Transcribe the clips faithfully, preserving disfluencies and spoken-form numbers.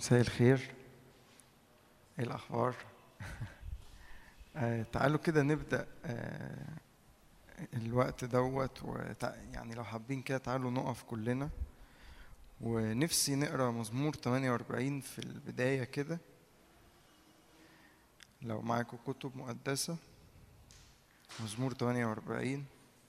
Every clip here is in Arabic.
مساء الخير. ايه الاخبار؟ آه تعالوا كده نبدا آه الوقت دوت وتع... يعني لو حابين كده تعالوا نقف كلنا، ونفسي نقرا مزمور ثمانية وأربعين في البدايه كده لو معاكم كتب مقدسه. مزمور ثمانية وأربعين: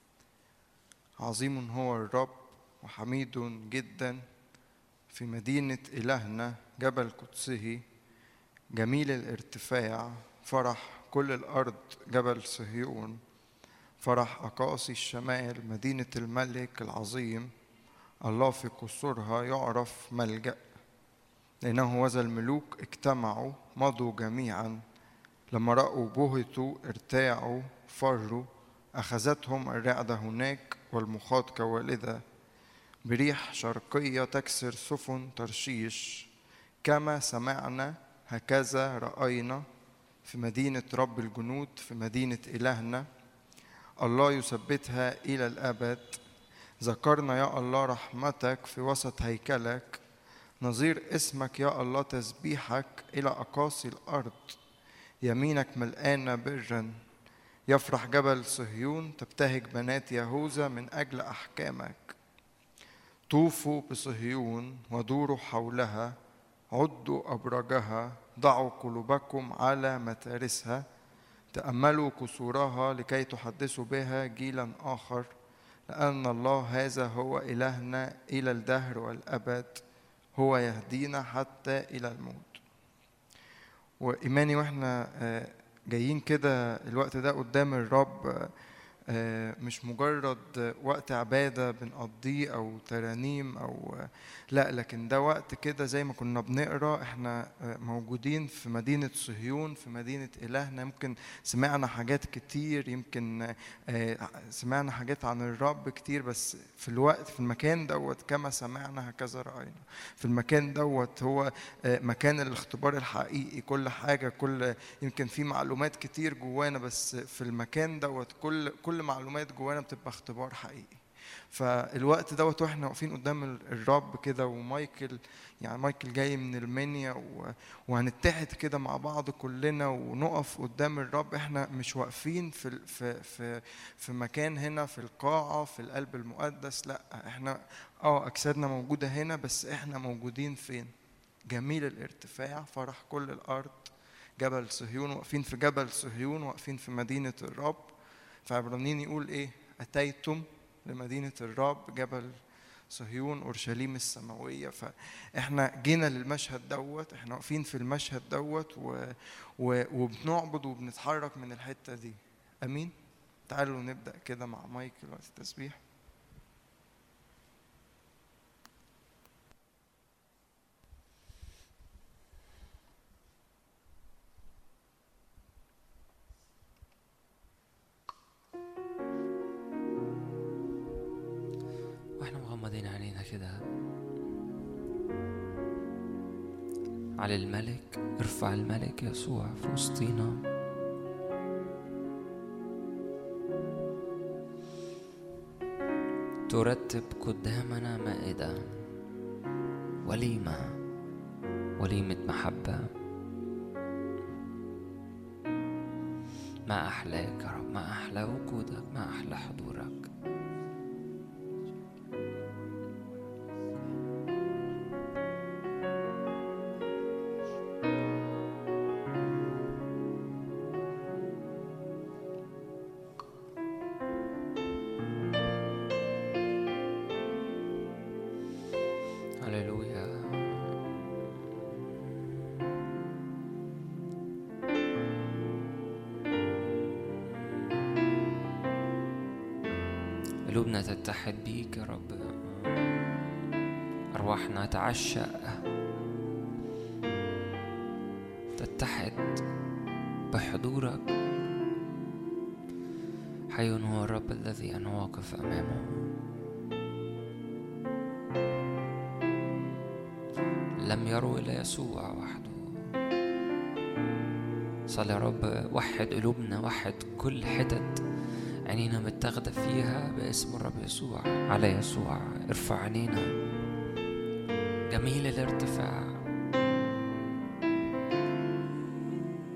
عظيم هو الرب وحميد جدا في مدينة إلهنا جبل قدسه، جميل الارتفاع فرح كل الأرض جبل صهيون، فرح أقاصي الشمال مدينة الملك العظيم، الله في قصورها يعرف ملجأ. لأنه وذا الملوك اجتمعوا مضوا جميعا، لما رأوا بهتوا ارتاعوا فروا، أخذتهم الرعدة هناك والمخاض كوالدة، بريح شرقية تكسر سفن ترشيش. كما سمعنا هكذا رأينا في مدينة رب الجنود، في مدينة إلهنا، الله يثبتها إلى الأبد. ذكرنا يا الله رحمتك في وسط هيكلك، نظير اسمك يا الله تسبيحك إلى أقاصي الأرض. يمينك ملآنة برا، يفرح جبل صهيون، تبتهج بنات يهوذا من أجل أحكامك. طوفوا بصهيون ودوروا حولها، عدوا أبراجها، ضعوا قلوبكم على متارسها. تأملوا قصورها لكي تحدثوا بها جيلا آخر، لأن الله هذا هو إلهنا إلى الدهر والأبد، هو يهدينا حتى إلى الموت. وإيماني وإحنا جايين كده الوقت ده قدام الرب، مش مجرد وقت عبادة بنقضيه أو ترانيم أو لا، لكن ده وقت كده زي ما كنا بنقرأ احنا موجودين في مدينة صهيون، في مدينة إلهنا. يمكن سمعنا حاجات كتير، يمكن سمعنا حاجات عن الرب كتير، بس في الوقت في المكان دوت كما سمعنا هكذا رأينا. في المكان دوت هو مكان الاختبار الحقيقي. كل حاجة كل يمكن في معلومات كتير جوانا، بس في المكان دوت كل كل كل معلومات جوانا بتبقى اختبار حقيقي. فالوقت دوت واحنا واقفين قدام الرب كده، ومايكل يعني مايكل جاي من المنيا، وهنتحد كده مع بعض كلنا ونقف قدام الرب. احنا مش واقفين في في في في مكان هنا في القاعة في القلب المقدس، لا، احنا اه اجسادنا موجودة هنا، بس احنا موجودين فين؟ جميل الارتفاع فرح كل الارض جبل صهيون. واقفين في جبل صهيون، واقفين في مدينة الرب. فعبرانيين يقول ايه؟ اتيتم لمدينة الرب جبل صهيون اورشليم السماوية. فاحنا جينا للمشهد دوت، احنا واقفين في المشهد دوت و... و... وبنعبد وبنتحرك من الحتة دي. امين. تعالوا نبدأ كده مع مايكل وقت التسبيح. واحنا مغمضين عينينا كده على الملك، ارفع الملك يسوع في وسطينا. ترتب قدامنا مائدة، وليمة وليمة محبة. ما أحلاك يا رب، ما أحلى وجودك، ما أحلى حضورك. قلوبنا تتحد بيك يا رب، أرواحنا تعشق تتحد بحضورك. حي هو الرب الذي أنا واقف أمامه، لم يروا إلا يسوع وحده. صلي يا رب، وحد قلوبنا، وحد كل حتت عينينا متاخدة فيها باسم الرب يسوع، على يسوع. ارفع عينينا. جميل الارتفاع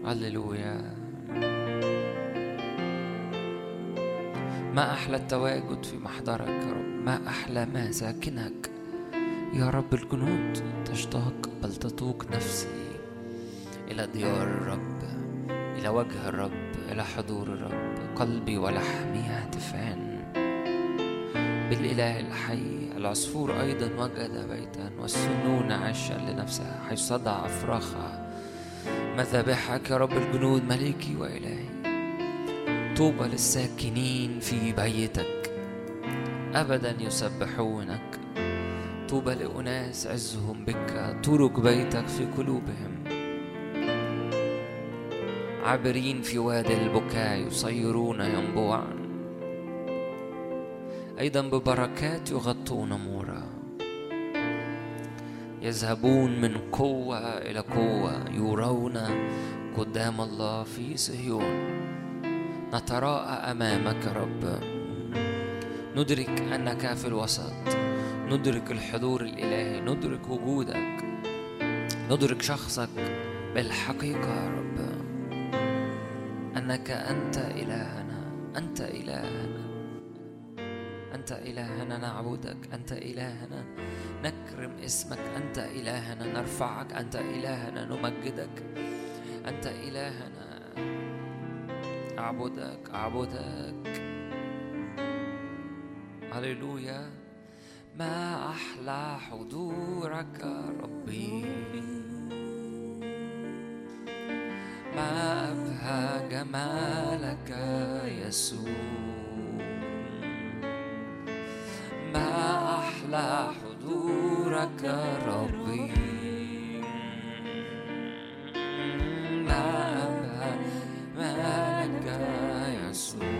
هللويا. ما أحلى التواجد في محضرك يا رب، ما أحلى مساكنك يا رب الجنود. تشتاق بل تطوق نفسي إلى ديار الرب، إلى وجه الرب، إلى حضور الرب. قلبي ولحمي يهتفان بالإله الحي. العصفور أيضا وجد بيتا والسنون عشا لنفسها حيث صدع أفراخها مذابحك يا رب الجنود مليكي وإلهي. طوبى للساكنين في بيتك أبدا يسبحونك. طوبى لأناس عزهم بك ترك بيتك في قلوبهم. عابرين في وادي البكاء يصيرون ينبوعا، أيضا ببركات يغطون مورا. يذهبون من قوة إلى قوة يرون قدام الله في صهيون. نتراءى أمامك يا رب، ندرك أنك في الوسط، ندرك الحضور الإلهي، ندرك وجودك، ندرك شخصك بالحقيقة يا رب، أنك أنت إلهنا، أنت إلهنا، أنت إلهنا. نعبدك، أنت إلهنا، نكرم اسمك، أنت إلهنا، نرفعك، أنت إلهنا، نمجدك، أنت إلهنا. أعبدك أعبدك. هللويا. ما أحلى حضورك ربي، ما أبهى جمالك يسوع. ما أحلى حضورك ربي، ما أبهى جمالك يسوع.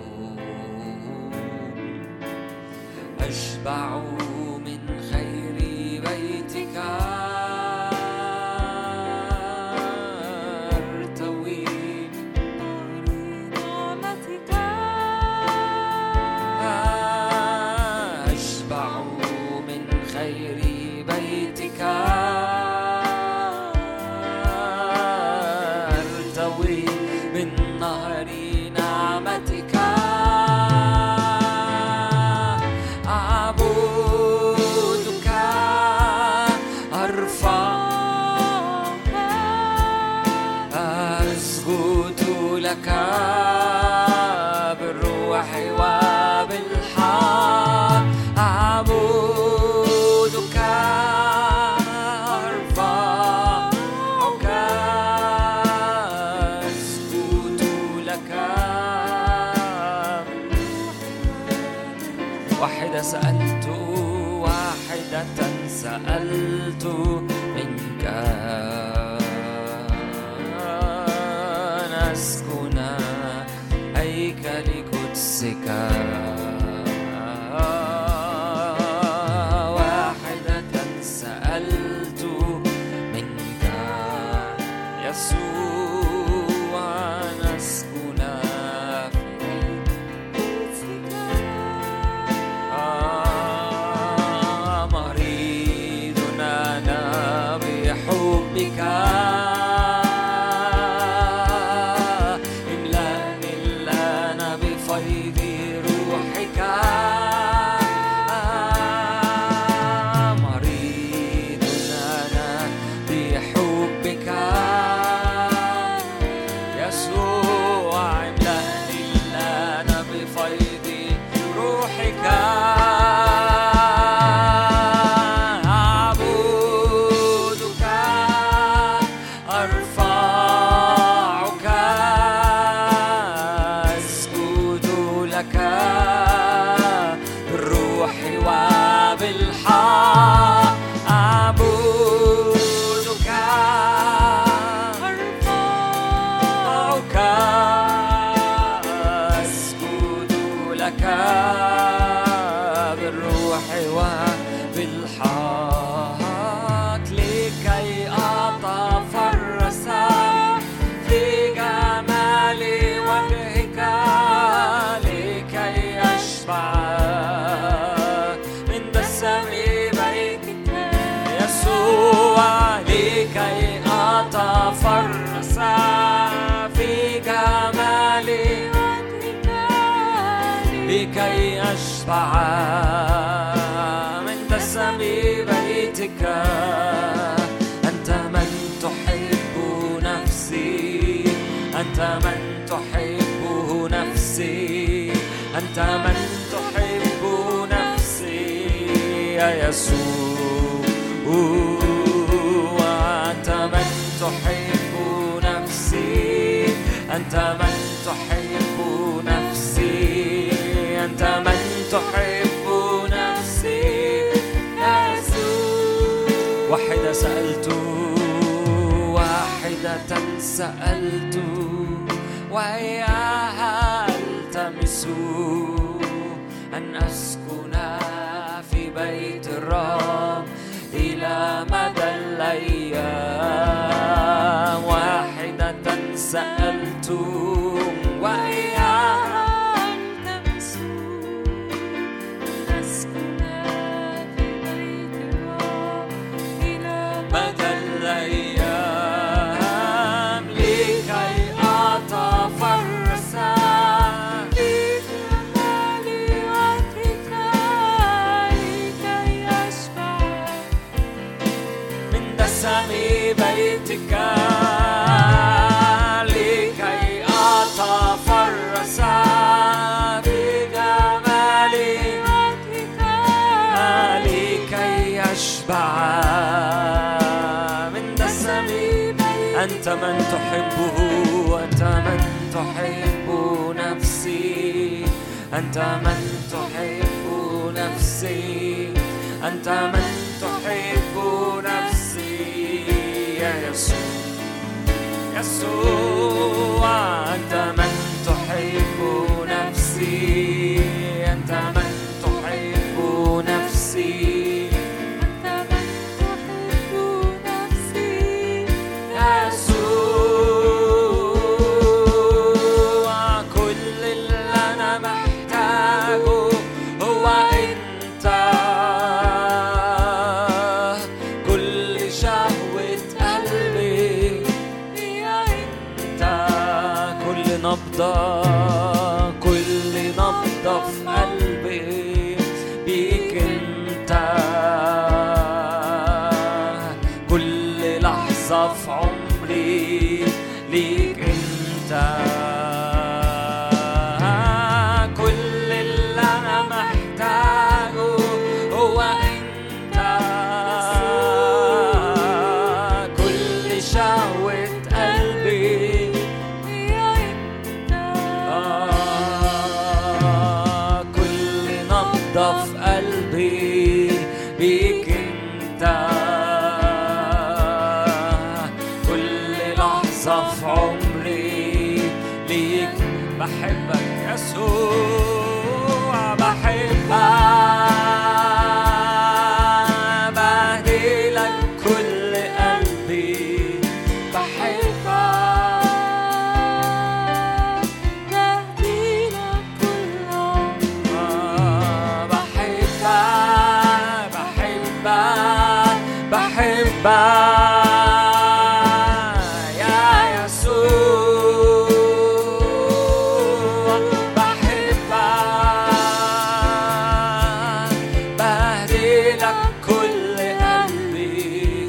أشبع من خير بيتك، أرتوي نعمتك. أشبع من خير بيتك، أرتوي من نهر نعمتك. بالروح وبالحق أعبدك، أرفعك، أسجد لك. واحدة سألت، واحدة سألت منك، نسكن هيكل قدسك. واحدة سألت منك يسوع، نسكن في قدسك. مريض أنا بحبك، أشبع من دسم بيتك. أنت من تحب نفسي، أنت من تحب نفسي، أنت من تحب نفسي يا يسوع. أنت من تحب نفسي، أنت من تحب نفسي، أنت من تحب نفسي يا يسوع. واحدة سألت، واحدة سألت، وإياها ألتمس أن أسكن في بيت الرب إلى مدى الأيام. واحدة سألت، وإياها ألتمس أن أسكن في بيت الرب إلى مدى الأيام، لكي أتفرس بجمال وجهك، لكي أشبع من دسم بيتك، لكي أتفرس بجمال وجهك، لكي أشبع من دسم. أنت من تحبه، أنت من تحب نفسي، أنت من تحب نفسي، أنت من تحب نفسي يا يسوع. يسوع أنت من تحب نفسي، أنت من تحب نفسي، أنت من تحب نفسي يا يسوع. كل اللي أنا محتاجه هو أنت، كل شهوة قلبي هي أنت، كل نبضة كل نبضة في قلبي بيك أنت، كل لحظة في عمري ليك أنت. كل اللي أنا محتاجه هو أنت، كل شهوة قلبي هي أنت، كل نبضة في قلبي بيك أنت، كل لحظة في عمري ليك. بحبك يسوع، بحبك، بهديلك كل قلبي، بحبك، بهديلك كل عمري، بحبك بحبك بحبك يا يسوع، بحبك، بهديلك كل قلبي،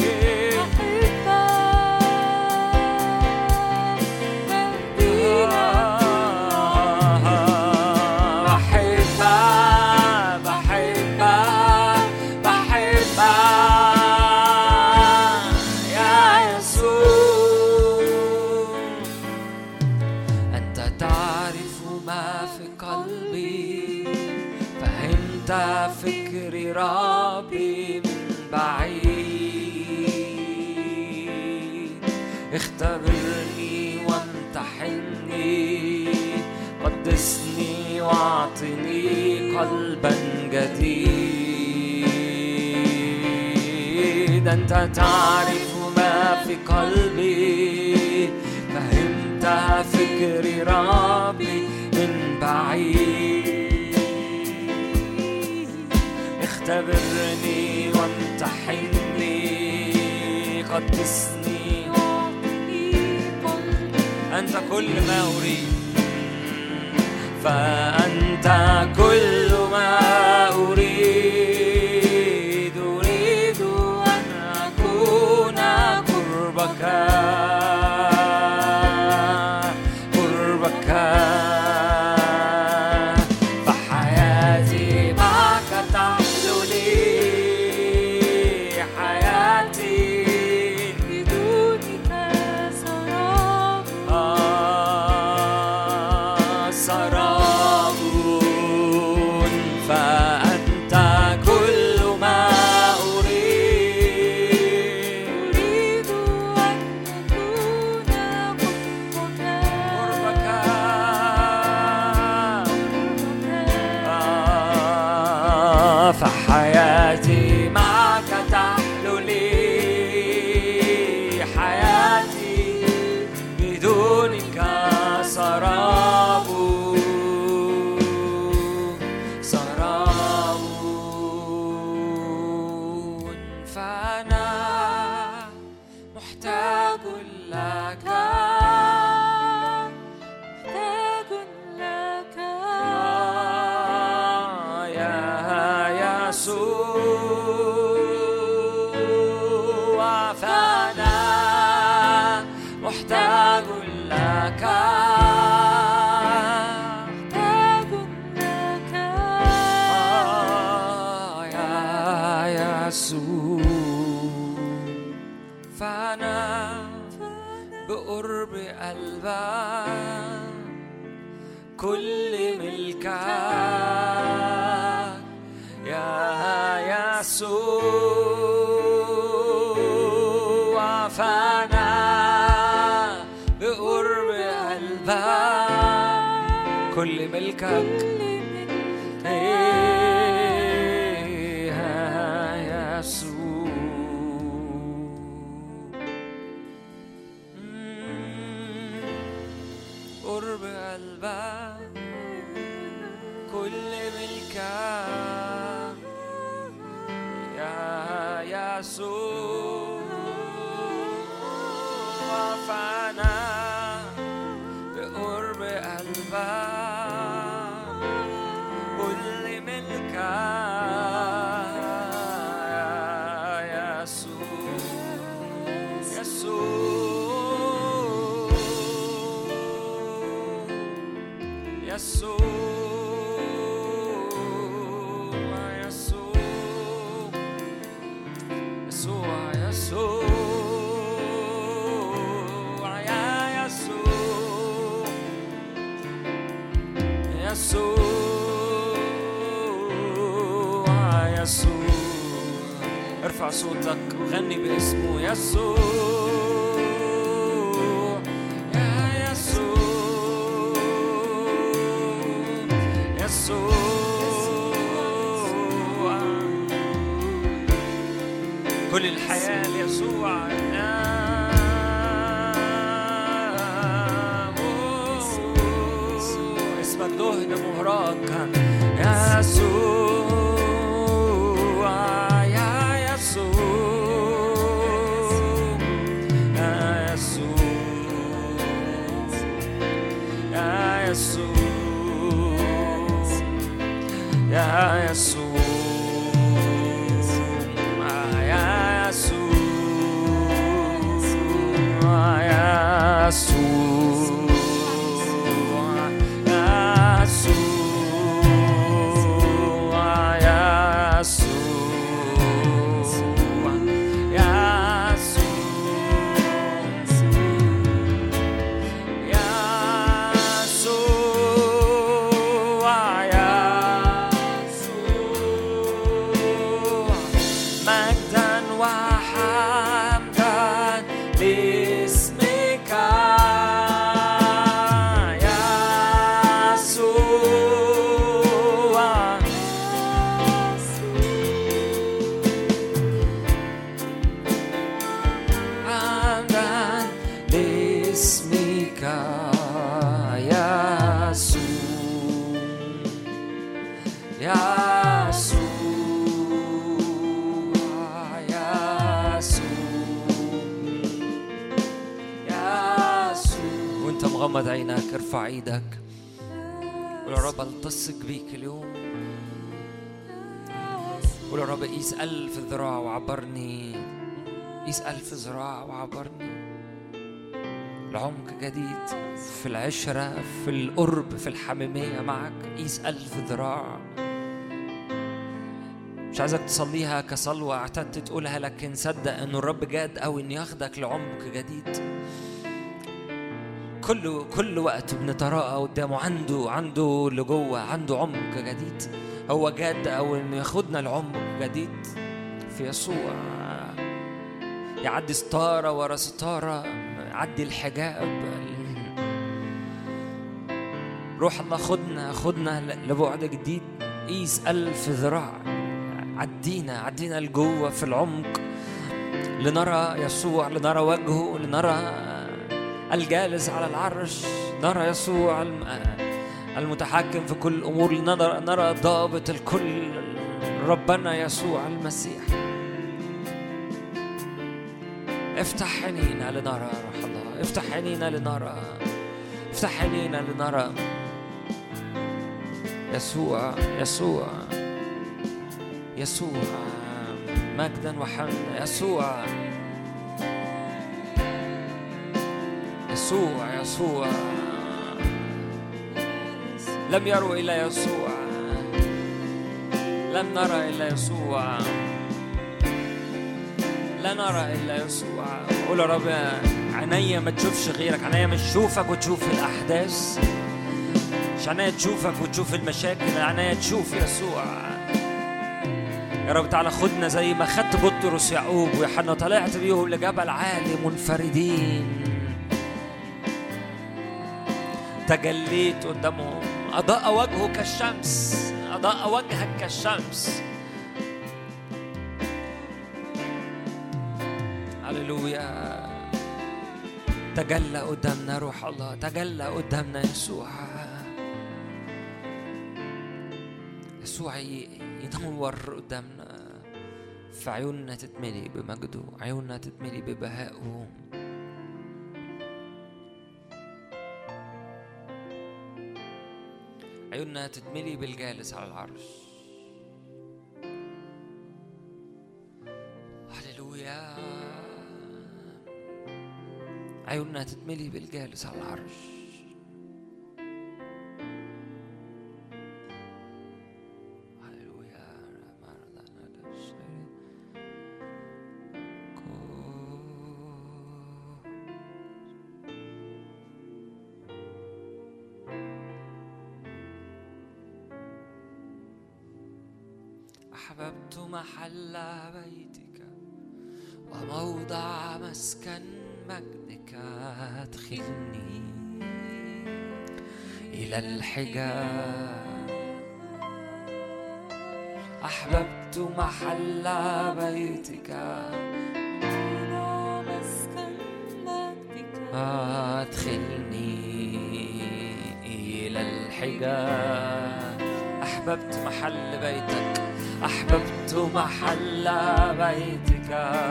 بحبك، بحبك، بحبك يا يسوع. أنت تعرف ما في قلبي، فهمت فكري ربي من بعيد. اختبرني وامتحني، قدسني واعطني قلبا جديد. أنت تعرف ما في قلبي، فهمت فكري ربي من بعيد. اختبرني وامتحني، قدسني واعطني قلبا. أنت كل ما أريد، فأنت كل ما فأنا بقرب قلبك كل ملكك يا يسوع، فأنا بقرب قلبك كل ملكك يا يسوع. قرب قلبك كل ملكك يا يسوع، فأنا بقرب قلبك كل ملكك يا يسوع. يسوع يسوع يسوع يسوع. ارفع صوتك وغني باسمه يسوع يا يسوع. يسوع كل الحياة ليسوع. اسمك دهن مهراق يسوع يا يسوع يا يسوع يا يسوع يا يسوع يا يسوع. غمض عينك، ارفع ايدك قول يا رب التصق بيك اليوم. قول يا رب قيس ألف ذراع وعبرني، قيس ألف ذراع وعبرني لعمق جديد في العشرة، في القرب، في الحميمية معك. قيس ألف ذراع. مش عايزك تصليها كصلوة اعتدت تقولها، لكن صدق انه الرب جاد قوي ان ياخدك لعمق جديد. كل كل وقت بنتراءى قدامه عنده عنده اللي جوه، عنده عمق جديد. هو جاد قوي انه ياخدنا لعمق جديد في يسوع. يعدي ستارة ورا ستارة، يعدي الحجاب. روح الله خدنا خدنا لبعد جديد. قيس ألف ذراع، عدينا عدينا لجوه في العمق لنرى يسوع، لنرى وجهه، لنرى الجالس على العرش، نرى يسوع المتحكم في كل الأمور، نرى نرى ضابط الكل، ربنا يسوع المسيح. افتح عينينا لنرى روح الله، افتح عينينا لنرى، افتح عينينا لنرى يسوع يسوع يسوع مجدا وحمدا. يسوع يسوع يسوع. لم يروا إلا يسوع، لم نرى إلا يسوع، لا نرى إلا يسوع. قول يا رب عينيا ما تشوفش غيرك، عينيا مش تشوفك وتشوف الأحداث، مش عينيا تشوفك وتشوف المشاكل، عينيا تشوف يسوع. يا رب تعالى خدنا زي ما خدت بطرس يعقوب ويوحنا، طلعت بيهم لجبل عالي منفردين، تجليت قدامهم، أضاء وجهه كالشمس، أضاء وجهك كالشمس. هللويا. تجلى قدامنا روح الله، تجلى قدامنا يسوع. يسوع ينور قدامنا، فعيوننا تتملي بمجده، عيوننا تتملي ببهائه. عيوننا تتملي بالجالس على العرش. هللويا. عيوننا تتملي بالجالس على العرش. هللويا. أحببت محل بيتك وموضع مسكن مجدك، أدخلني إلى الحجاب. أحببت محل بيتك وموضع مسكن مجدك، أدخلني إلى الحجاب. أحببت محل بيتك، أحببت محل بيتك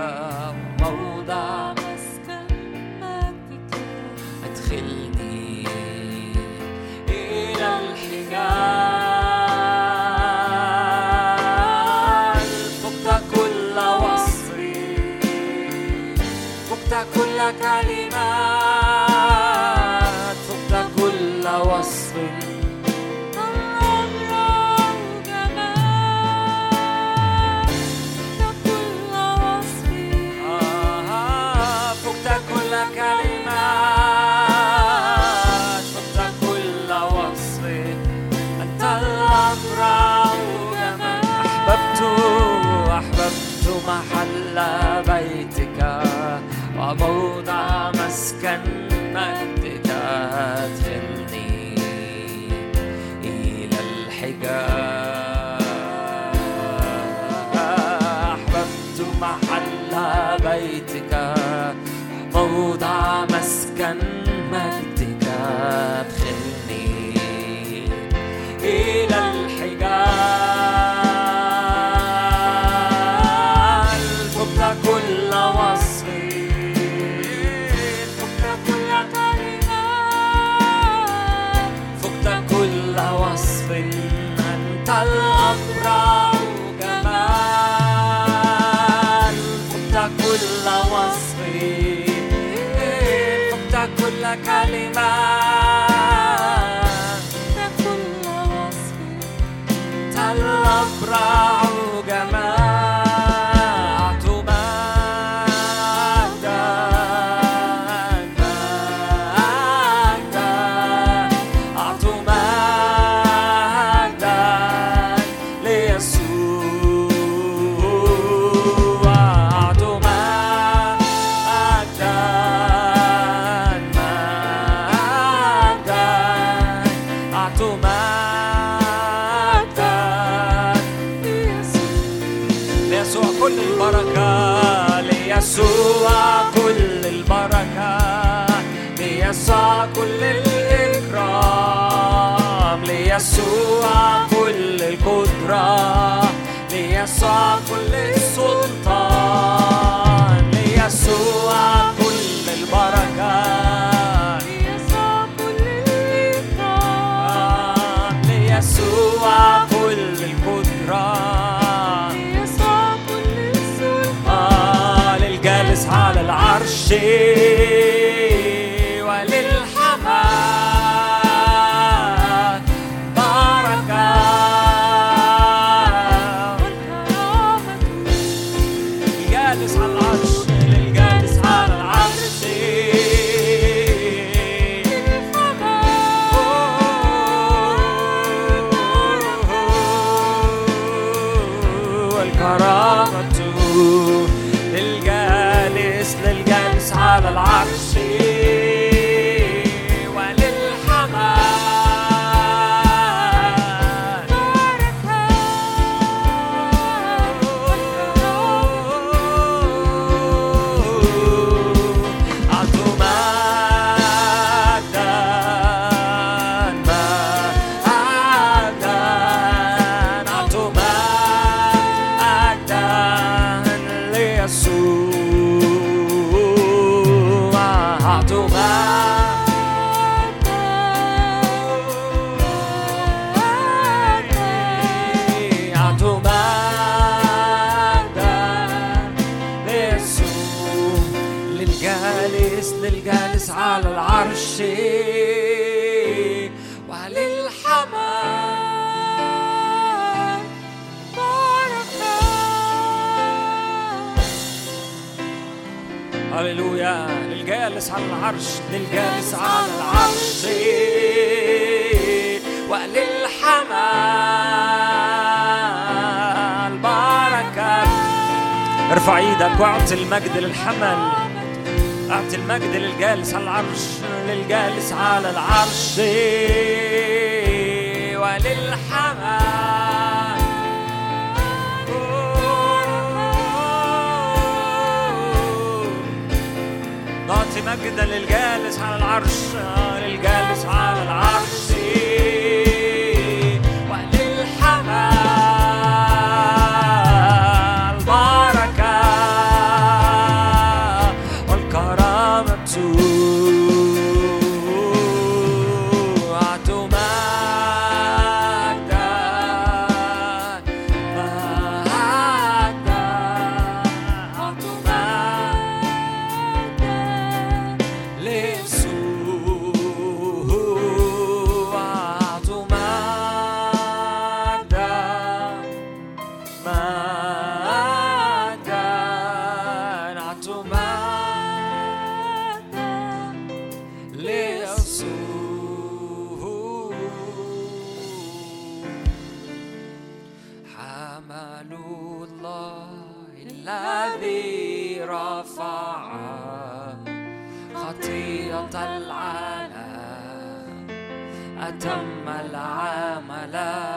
وموضع مسكن مجدك، أدخلني إلى الحجاب. فقت كل وصف، فقت كل كلمات، فقت كل وصف، محل بيتك وموضع مسكن مجدك، أدخلني إلى الحجاب. أحببت محل بيتك موضع مسكن مجدك، أدخلني إلى الحجاب. كل وصف، فقت كل كلمات، فقت كل وصف، أنت الأبرع جمال. فقت كل وصف، فقت كل كلمات، فقت كل وصف، أنت الأبرع جمال. ليسوع كل البركة، ليسوع كل الإكرام، ليسوع كل القدرة، ليسوع كل السلطان، ليسوع كل البركة، ليسوع كل الإكرام، ليسوع كل القدرة، على العرش وللحمام بركة والكرامة. جالس على العرش للجالس على العرش على العرش وللحمام بركة. هللويا. للجالس على العرش، للجالس على العرش وللحمام البركة. ارفع ايدك واعطي المجد للحمل، أعطي المجد للجالس على العرش، للجالس على العرش وللحمام. نعطي مجدا للجالس على العرش، للجالس على العرش وللحمام البركة أتم العمل.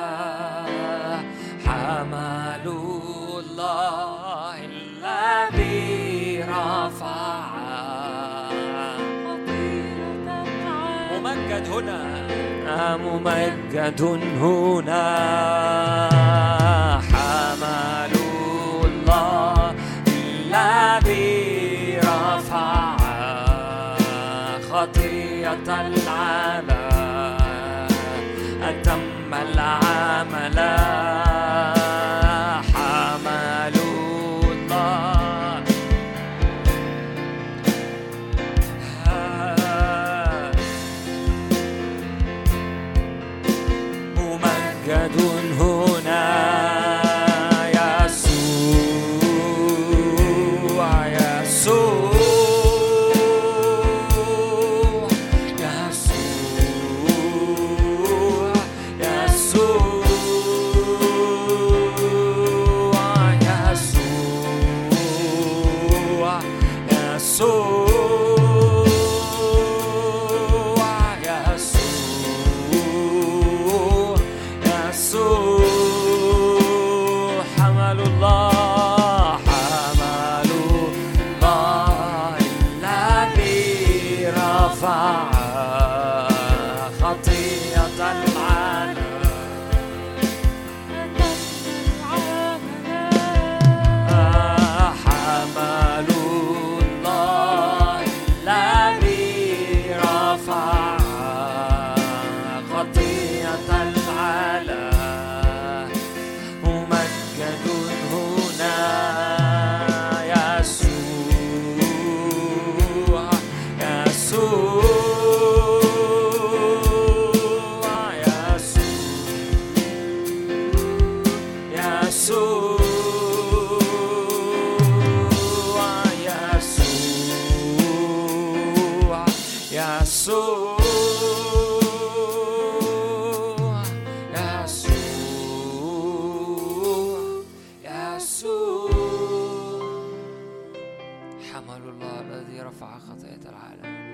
حمل الله الذي رفع ممجد هنا، ممجد هنا. حمل الله الذي رفع خطيئة العالم، أتم العمل. حمل الله ممجد هنا. يسوع يسوع حمل الله الذي رفع رفع خطية العالم.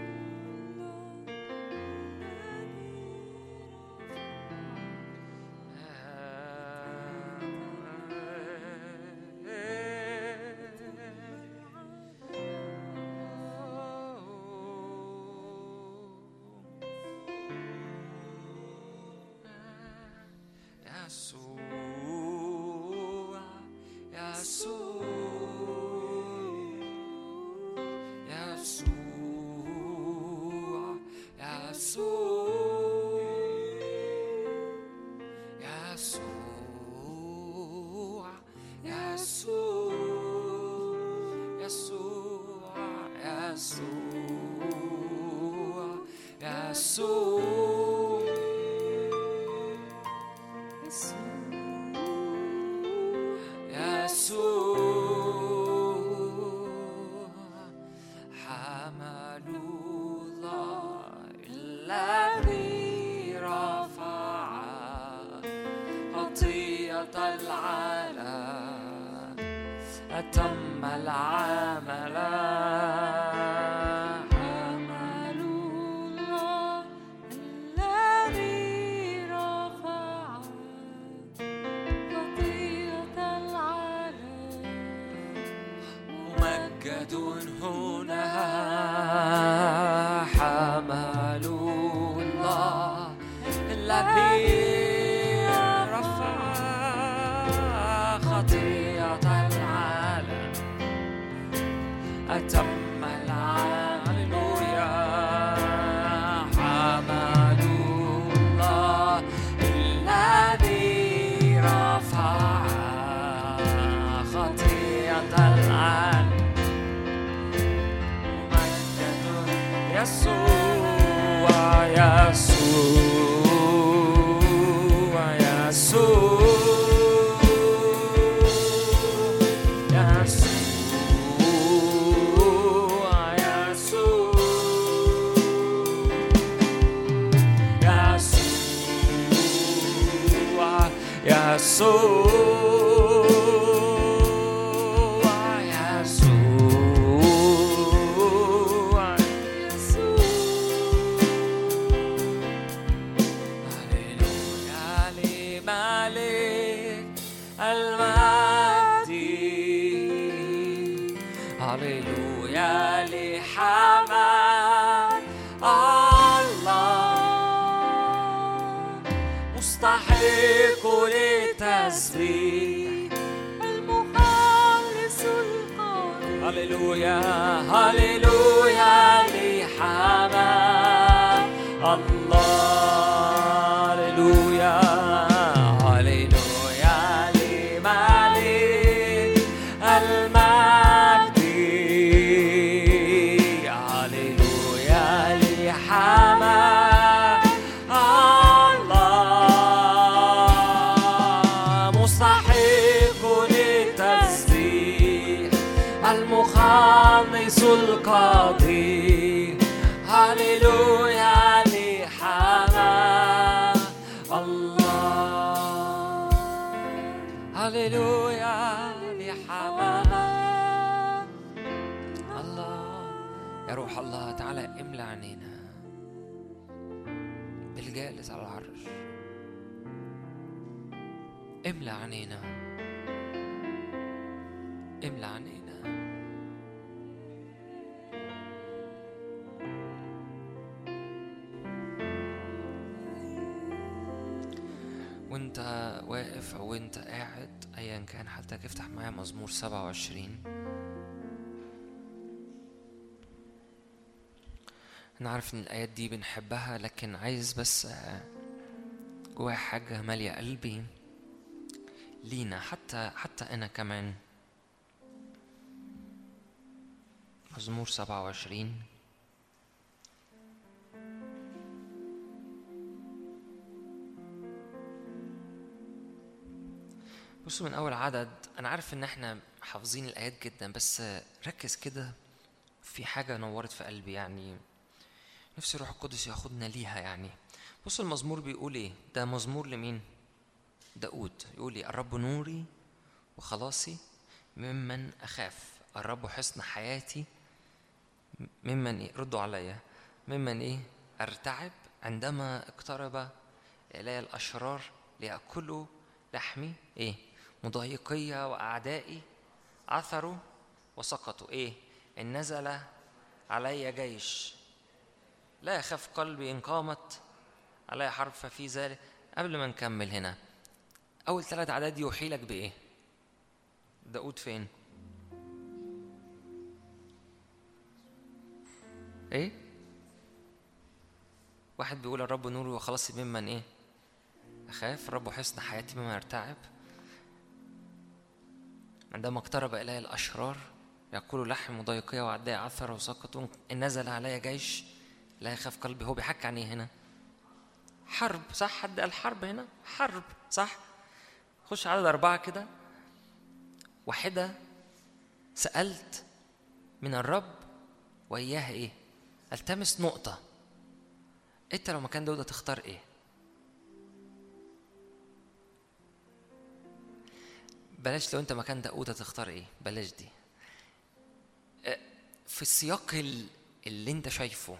وانت واقف او انت قاعد ايا كان حالتك، افتح معايا مزمور سبعة وعشرين. انا عارف ان الايات دي بنحبها، لكن عايز بس جوايا حاجة مالية قلبي لينا، حتى حتى انا كمان. مزمور سبعة وعشرين. بصوا من أول عدد. أنا عارف إن إحنا حافظين الآيات جدا، بس ركز كده في حاجة نورت في قلبي، يعني نفسي روح القدس ياخدنا ليها. يعني بصوا المزمور بيقول إيه. ده مزمور لمين؟ داود. يقول إيه؟ الرب نوري وخلاصي ممن أخاف، الرب حصن حياتي ممن ايه؟ ردوا عليا. ممن ايه؟ ارتعب عندما اقترب الي الاشرار ليأكلوا لحمي. ايه؟ مضايقي واعدائي عثروا وسقطوا. ايه؟ ان نزل علي جيش لا يخاف قلبي، ان قامت علي حرب ففي ذلك. قبل ما نكمل هنا، اول ثلاث اعداد يوحي لك بايه؟ داود فين؟ ايه؟ واحد بيقول الرب نوري وخلاص ممن ايه؟ اخاف. الرب حصن حياتي مما ارتعب. عندما اقترب الي الاشرار يقولوا لحم مضايقي واعدائي عثروا وسقطوا. ان نزل علي جيش لا يخاف قلبي. هو بيحكي عن ايه هنا؟ حرب، صح؟ حد قال حرب هنا؟ حرب، صح؟ خش عدد أربعة كده. واحدة سألت من الرب وإياها إيه؟ التمس نقطة. أنت لو مكان داود تختار إيه؟ بلاش لو أنت مكان داود تختار إيه؟ بلاش دي. في السياق اللي أنت شايفه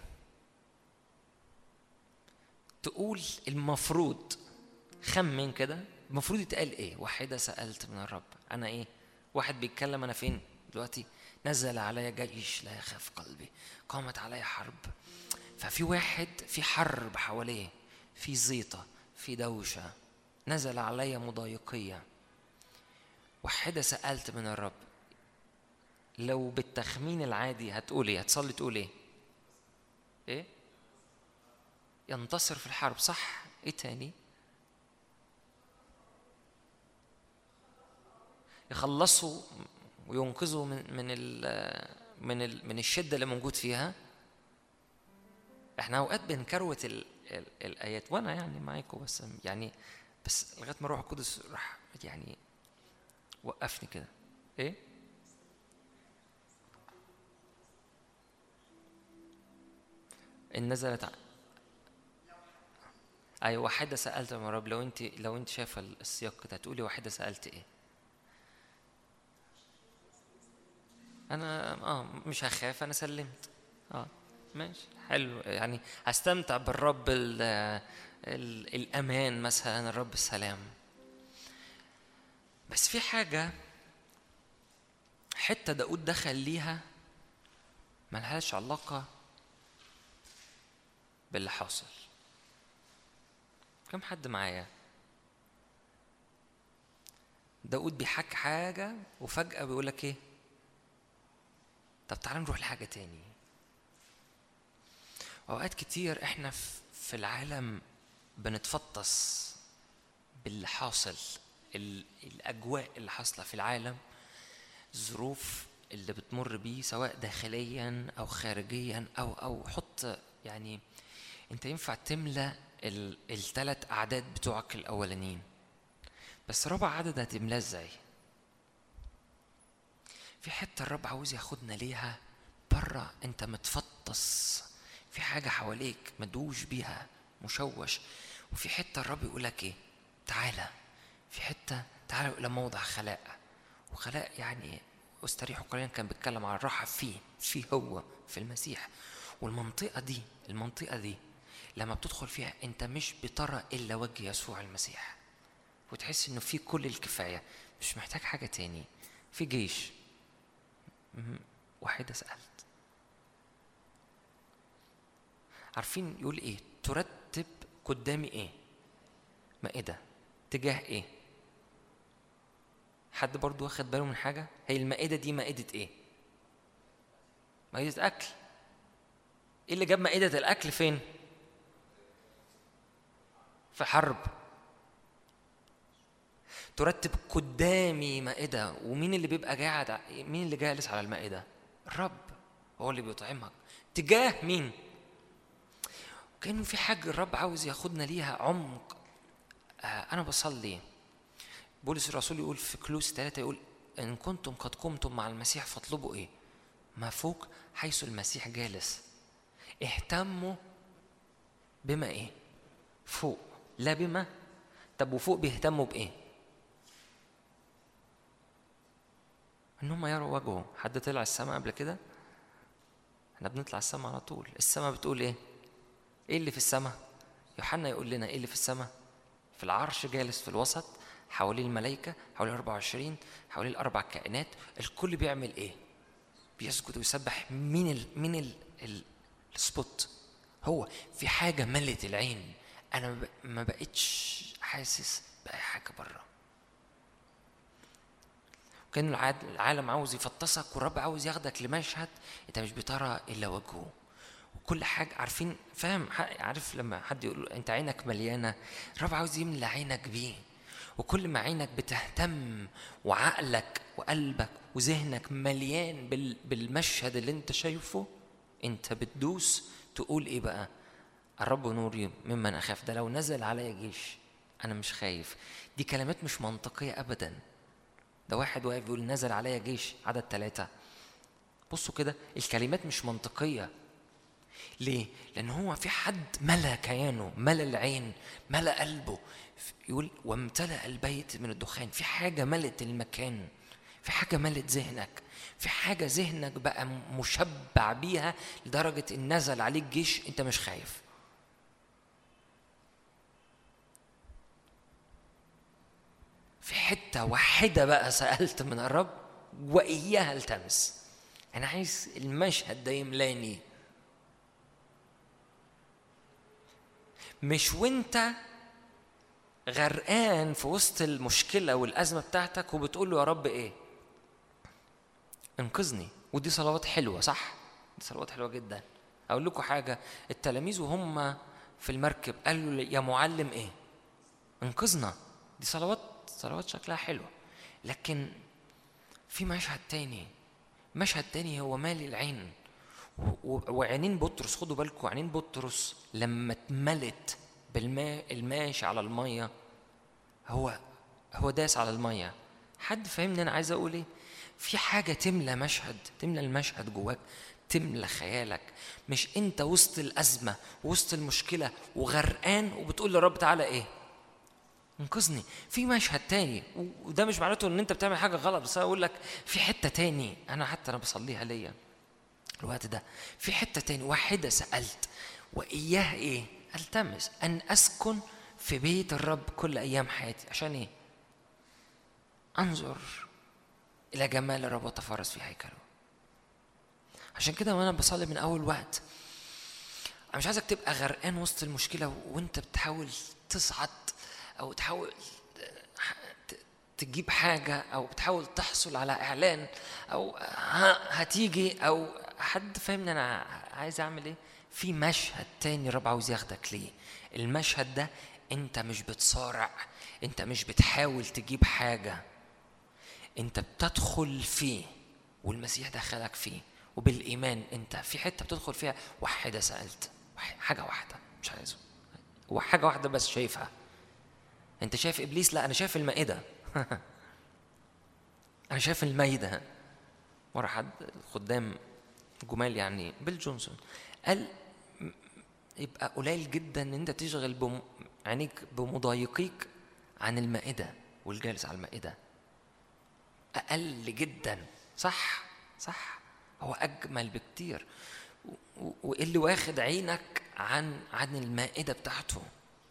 تقول المفروض خمن كده المفروض يتقال إيه؟ واحدة سألت من الرب. أنا إيه؟ واحد بيتكلم أنا فين دلوقتي؟ نزل علي جيش لا يخاف قلبي، قامت علي حرب. ففي واحد في حرب حواليه، في زيطة، في دوشة. نزل علي مضايقية. واحدة سألت من الرب. لو بالتخمين العادي هتقول ايه؟ هتصلي تقول ايه؟ ايه؟ ينتصر في الحرب، صح؟ ايه تاني؟ يخلصوا وينقذوا من من ال من ال من الشدة اللي موجود فيها. احنا اوقات بنكروت ال ال الايات، وانا يعني معاكم، بس يعني بس لغايه ما روح القدس راح يعني وقفني كده. ايه؟ ان نزلت ع... اي واحده سالت يا رب. لو انت لو انت شايفه السياق كده هتقولي واحده سالت ايه؟ انا اه مش هخاف، انا سلمت. اه ماشي، حلو. يعني هستمتع بالرب ال ال الامان مثلا، الرب السلام. بس في حاجه حته داود دخل ليها ملهاش علاقه باللي حاصل. كم حد معايا؟ داود بيحكي حاجه وفجاه بيقول لك ايه؟ طب تعالى نروح لحاجه تاني. اوقات كتير احنا في العالم بنتفطس باللي حاصل، الاجواء اللي حاصله في العالم، الظروف اللي بتمر بيه سواء داخليا او خارجيا او او حط يعني انت ينفع تملى الثلاث اعداد بتوعك الاولانيين، بس رابع عدد هتملاه ازاي؟ في حته الرب عاوز ياخدنا ليها بره. انت متفطس في حاجه حواليك مدوش بيها، مشوش. وفي حته الرب يقولك ايه؟ تعالى. في حته تعالى الى موضع خلاء. وخلاء يعني استريحوا قليلا، كان بيتكلم عن الراحه فيه فيه هو في المسيح. والمنطقه دي المنطقه دي لما بتدخل فيها انت مش بترى الا وجه يسوع المسيح، وتحس انه في كل الكفايه، مش محتاج حاجه تاني. في جيش. واحده سالت. عارفين يقول ايه؟ ترتب قدامي ايه؟ مائده. تجاه ايه؟ حد برضو واخد باله من حاجه؟ هي المائده دي مائده ايه؟ مائده اكل. ايه اللي جاب مائده الاكل فين؟ في حرب. ترتب قدامي مائده. ومين اللي بيبقى قاعد؟ مين اللي جالس على المائده؟ الرب هو اللي بيطعمك. تجاه مين؟ كأنه في حاجه الرب عاوز ياخدنا ليها عمق. آه انا بصلي بولس الرسول يقول في كلوس ثلاثة، يقول إن كنتم قد قمتم مع المسيح فاطلبوا إيه؟ ما فوق حيث المسيح جالس. اهتموا بما إيه؟ فوق، لا بما. طب وفوق بيهتموا بإيه؟ إنهم يروا وجهه. حد طلع السماء قبل كده؟ احنا بنطلع السماء على طول. السماء بتقول ايه؟ ايه اللي في السماء؟ يوحنا يقول لنا ايه اللي في السماء؟ في العرش جالس في الوسط، حواليه الملائكة، حواليه أربعة وعشرين، حواليه الأربع كائنات. الكل بيعمل إيه؟ بيسجد ويسبح. مين ال مين ال ال السبوت؟ هو في حاجة ملت العين، أنا ما بقتش حاسس بأي حاجة بره. كان العالم عاوز يفطسك، والرب عاوز ياخدك لمشهد أنت مش بترى إلا وجهه. وكل حاجة عارفين، فاهم؟ عارف لما حد يقول أنت عينك مليانة، الرب عاوز يملى عينك بيه. وكل ما عينك بتهتم وعقلك وقلبك وذهنك مليان بالمشهد اللي انت شايفه، انت بتدوس تقول ايه بقى؟ الرب نوري ممن اخاف. ده لو نزل عليا جيش انا مش خايف. دي كلمات مش منطقية ابدا. ده واحد واقف بيقول نزل عليا جيش، عدد ثلاثة. بصوا كده، الكلمات مش منطقية. ليه؟ لأن هو في حد ملأ كيانه، ملأ العين، ملأ قلبه. يقول وامتلأ البيت من الدخان. في حاجة ملأت المكان، في حاجة ملأت ذهنك، في حاجة ذهنك بقى مشبع بيها لدرجة إن نزل عليك جيش أنت مش خايف. في حتة واحدة بقى سألت من الرب وإياها التمس. أنا عايز المشهد ده يملاني. مش وانت غرقان في وسط المشكلة والأزمة بتاعتك وبتقول له يا رب ايه؟ انقذني. ودي صلوات حلوة، صح؟ دي صلوات حلوة جدا. أقول لكم حاجة، التلاميذ وهم في المركب قالوا يا معلم ايه؟ انقذنا. دي صلوات صلوات شكلها حلوة. لكن في مشهد تاني، مشهد تاني هو مالي العين. وعينين بطرس، خدوا بالكم، عينين بطرس لما اتملت بالماء، الماشي على المية، هو هو داس على المية. حد فاهمني أنا عايز أقول إيه؟ في حاجة تملى مشهد، تملى المشهد جواك، تملى خيالك. مش أنت وسط الأزمة وسط المشكلة وغرقان وبتقول للرب تعالى إيه؟ انقذني. في مشهد تاني، وده مش معناته إن أنت بتعمل حاجة غلط، بس أقول لك في حتة تاني. أنا حتى أنا بصليها ليا الوقت ده. في حتة تاني واحدة سألت وإياه إيه؟ التمس أن أسكن في بيت الرب كل أيام حياتي. عشان إيه؟ أنظر إلى جمال الرب وتفرس في هيكله. عشان كده وأنا بصلي من أول وقت، أنا مش عايزك تبقى غرقان وسط المشكلة وأنت بتحاول تصعد أو تحاول تجيب حاجة أو بتحاول تحصل على إعلان أو هتيجي أو حد فاهمني أنا عايز أعمل إيه. في مشهد تاني الرب عاوز ياخدك ليه. المشهد ده أنت مش بتصارع، أنت مش بتحاول تجيب حاجة، أنت بتدخل فيه والمسيح دخلك فيه. وبالإيمان أنت في حتة بتدخل فيها. واحدة سألت، حاجة واحدة مش عايزه، وحاجة واحدة بس شايفها. أنت شايف إبليس؟ لا، أنا شايف المائدة. أنا شايف المائدة. مرة حد خدام جمال يعني بيل جونسون قال يبقى قليل جدا ان انت تشغل بم... عينيك بمضايقيك عن المائدة والجالس على المائدة. اقل جدا. صح صح، هو اجمل بكتير. و... واللي واخد عينك عن عن المائدة بتاعته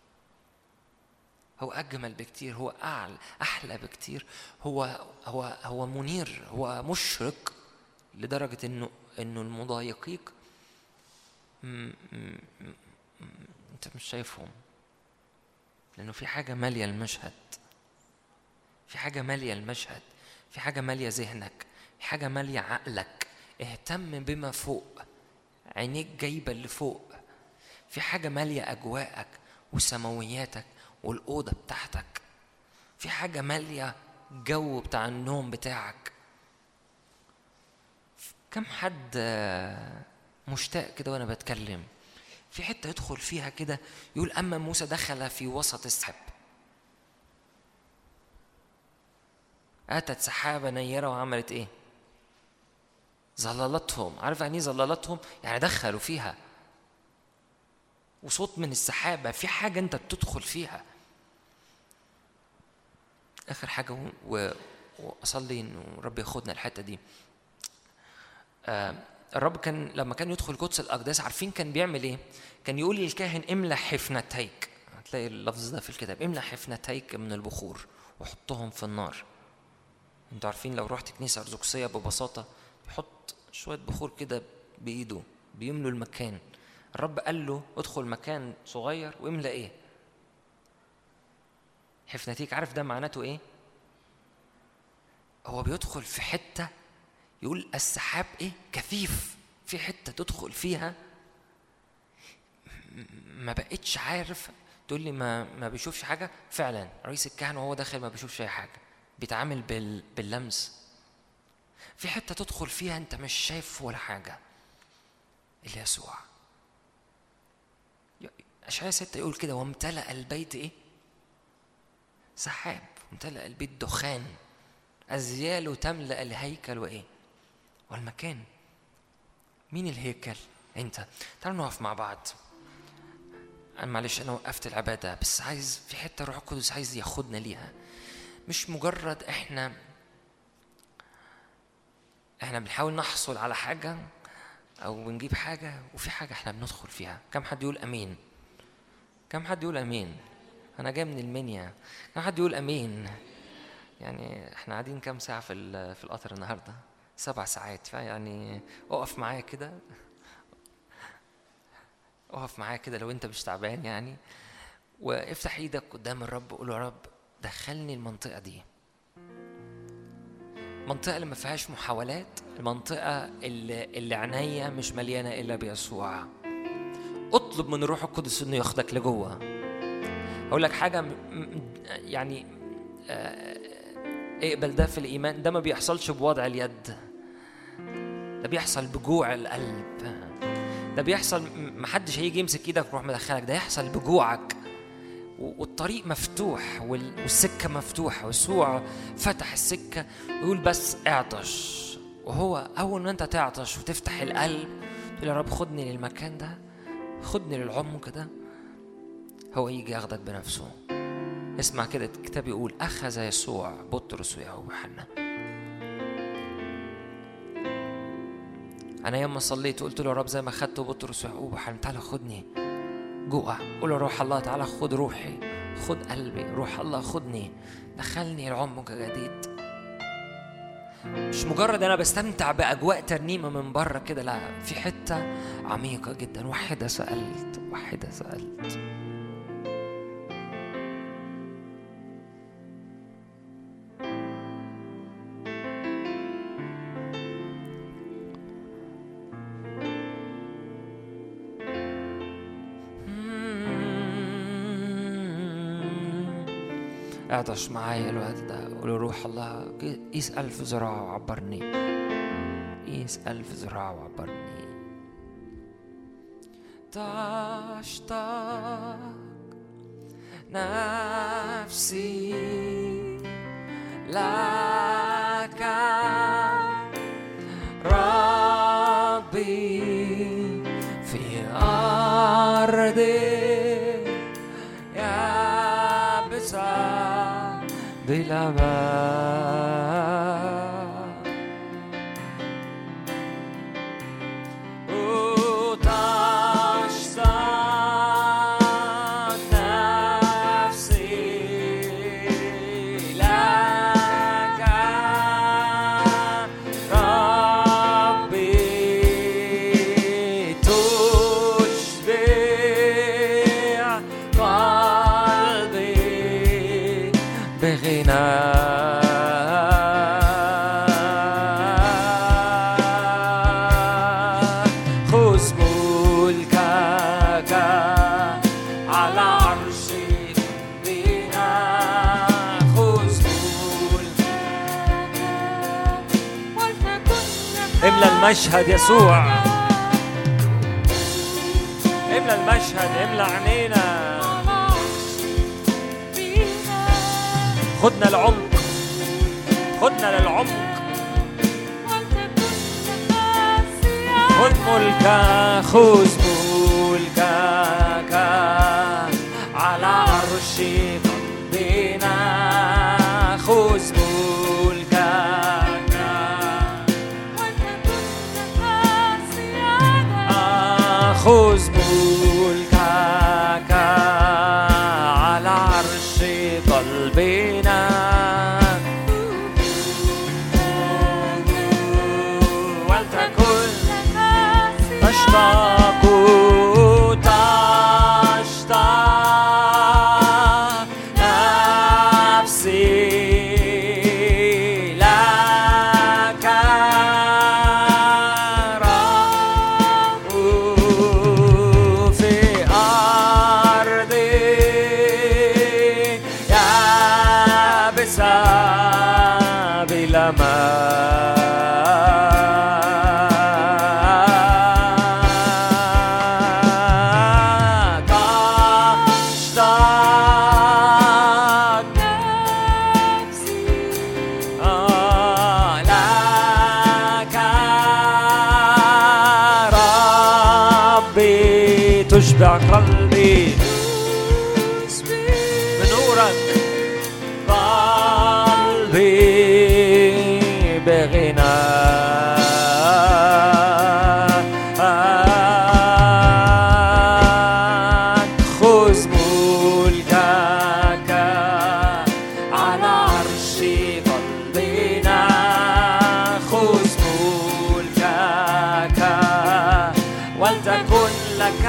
هو اجمل بكتير، هو اعلى احلى بكتير. هو هو هو منير، هو مشرق لدرجة انه انه المضايقيك م- م- م- انت مش شايفهم، لانه في حاجة مالية المشهد، في حاجة مالية المشهد، في حاجة مالية ذهنك، في حاجة مالية عقلك. اهتم بما فوق، عينيك جايبة اللي فوق. في حاجة مالية أجواءك وسماوياتك والأوضة بتاعتك. في حاجة مالية جو بتاع النوم بتاعك. كم حد مشتاق كده وانا بتكلم في حتة يدخل فيها كده يقول أما موسى دخل في وسط السحاب، أتت سحابة نيرة وعملت إيه؟ ظللتهم. عارف يعني إيه ظللتهم؟ يعني دخلوا فيها. وصوت من السحابة، في حاجة أنت بتدخل فيها. آخر حاجة و... وأصلي إنه رب ياخدنا الحتة دي. آه الرب كان لما كان يدخل قدس الأقداس عارفين كان بيعمل إيه؟ كان يقول للكاهن املى حفنتيك، هتلاقي اللفظ ده في الكتاب، املى حفنتيك من البخور وحطهم في النار. انتوا عارفين لو رحت كنيسة أرثوذكسية ببساطة بيحط شوية بخور كده بإيده بيملوا المكان. الرب قال له ادخل مكان صغير واملى إيه؟ حفنتيك. عارف ده معناته إيه؟ هو بيدخل في حتة يقول السحاب إيه؟ كثيف، في حتة تدخل فيها ما بقتش عارف. تقول لي ما ما بيشوفش حاجة. فعلا رئيس الكهنة وهو داخل ما بيشوفش أي حاجة، بيتعامل بال باللمس. في حتة تدخل فيها أنت مش شايف ولا حاجة، اللي يسوع. أشعياء ستة يقول كده وامتلأ البيت إيه؟ سحاب، امتلأ البيت دخان، أزياله تملأ الهيكل وإيه؟ والمكان. مين الهيكل؟ أنت. تعالوا نقف مع بعض. أنا معلش أنا وقفت العبادة، بس عايز في حتة روح القدس عايز ياخدنا ليها. مش مجرد إحنا إحنا بنحاول نحصل على حاجة أو بنجيب حاجة، وفي حاجة إحنا بندخل فيها. كم حد يقول أمين؟ كم حد يقول أمين؟ أنا جاي من المنيا. كم حد يقول أمين؟ يعني إحنا قاعدين كم ساعة في في القطر النهاردة؟ سبع ساعات. فيعني أقف معايا كده، أقف معايا كده لو أنت مش تعبان يعني، وافتح إيدك قدام الرب وقول يا رب دخلني المنطقة دي، منطقة اللي ما فيهاش محاولات، المنطقة اللي, اللي عينيا مش مليانة إلا بيسوع. اطلب من الروح القدس إنه ياخدك لجوه. أقول لك حاجة يعني، اقبل ده في الإيمان. ده ما بيحصلش بوضع اليد، ده بيحصل بجوع القلب. ده بيحصل محدش هيجي يمسك إيدك ويروح مدخلك، ده يحصل بجوعك. والطريق مفتوح والسكة مفتوحة، ويسوع فتح السكة ويقول بس اعطش. وهو أول ما أنت تعطش وتفتح القلب تقول يا رب خدني للمكان ده، خدني للعمق ده، هو يجي ياخدك بنفسه. اسمع كده الكتاب يقول أخذ يسوع بطرس ويعقوب ويوحنا. أنا يوم ما صليت قلت له يا رب زي ما خدت بطرس ويعقوب ويوحنا تعالى خدني جوه. قول له روح الله تعالى خد روحي، خد قلبي، روح الله خدني، دخلني العمق جديد. مش مجرد أنا بستمتع بأجواء ترنيمة من بره كده، لا، في حتة عميقة جدا. واحدة سألت واحدة سألت اعطش معايا الوقت ده. قولوا روح الله قيس ألف زراعة وعبرني، قيس ألف زراعة وعبرني. تشتاق نفسي لك ربي في أرضي بلا باب، وتشتاق نفسي لك ربي، تشبع قلبي بغنى. خذ ملكك على عرشك بنا، خذ ملكك ولتكن. املى المشهد يسوع، املى المشهد، املى عينينا. خدنا العمق، خدنا للعمق. خذ ملكك، خذ ملكك على عرشك بنا، خذ ملكك خذ ملكك على عرش قلبنا ولتكن تشتاق تشتاق نفسي لك رب في أرضي يابسة بلا ماء تشبع قلبي بنورك قلبي بغناك خذ ملكك على عرش قلبنا خذ ملكك ولتكن لك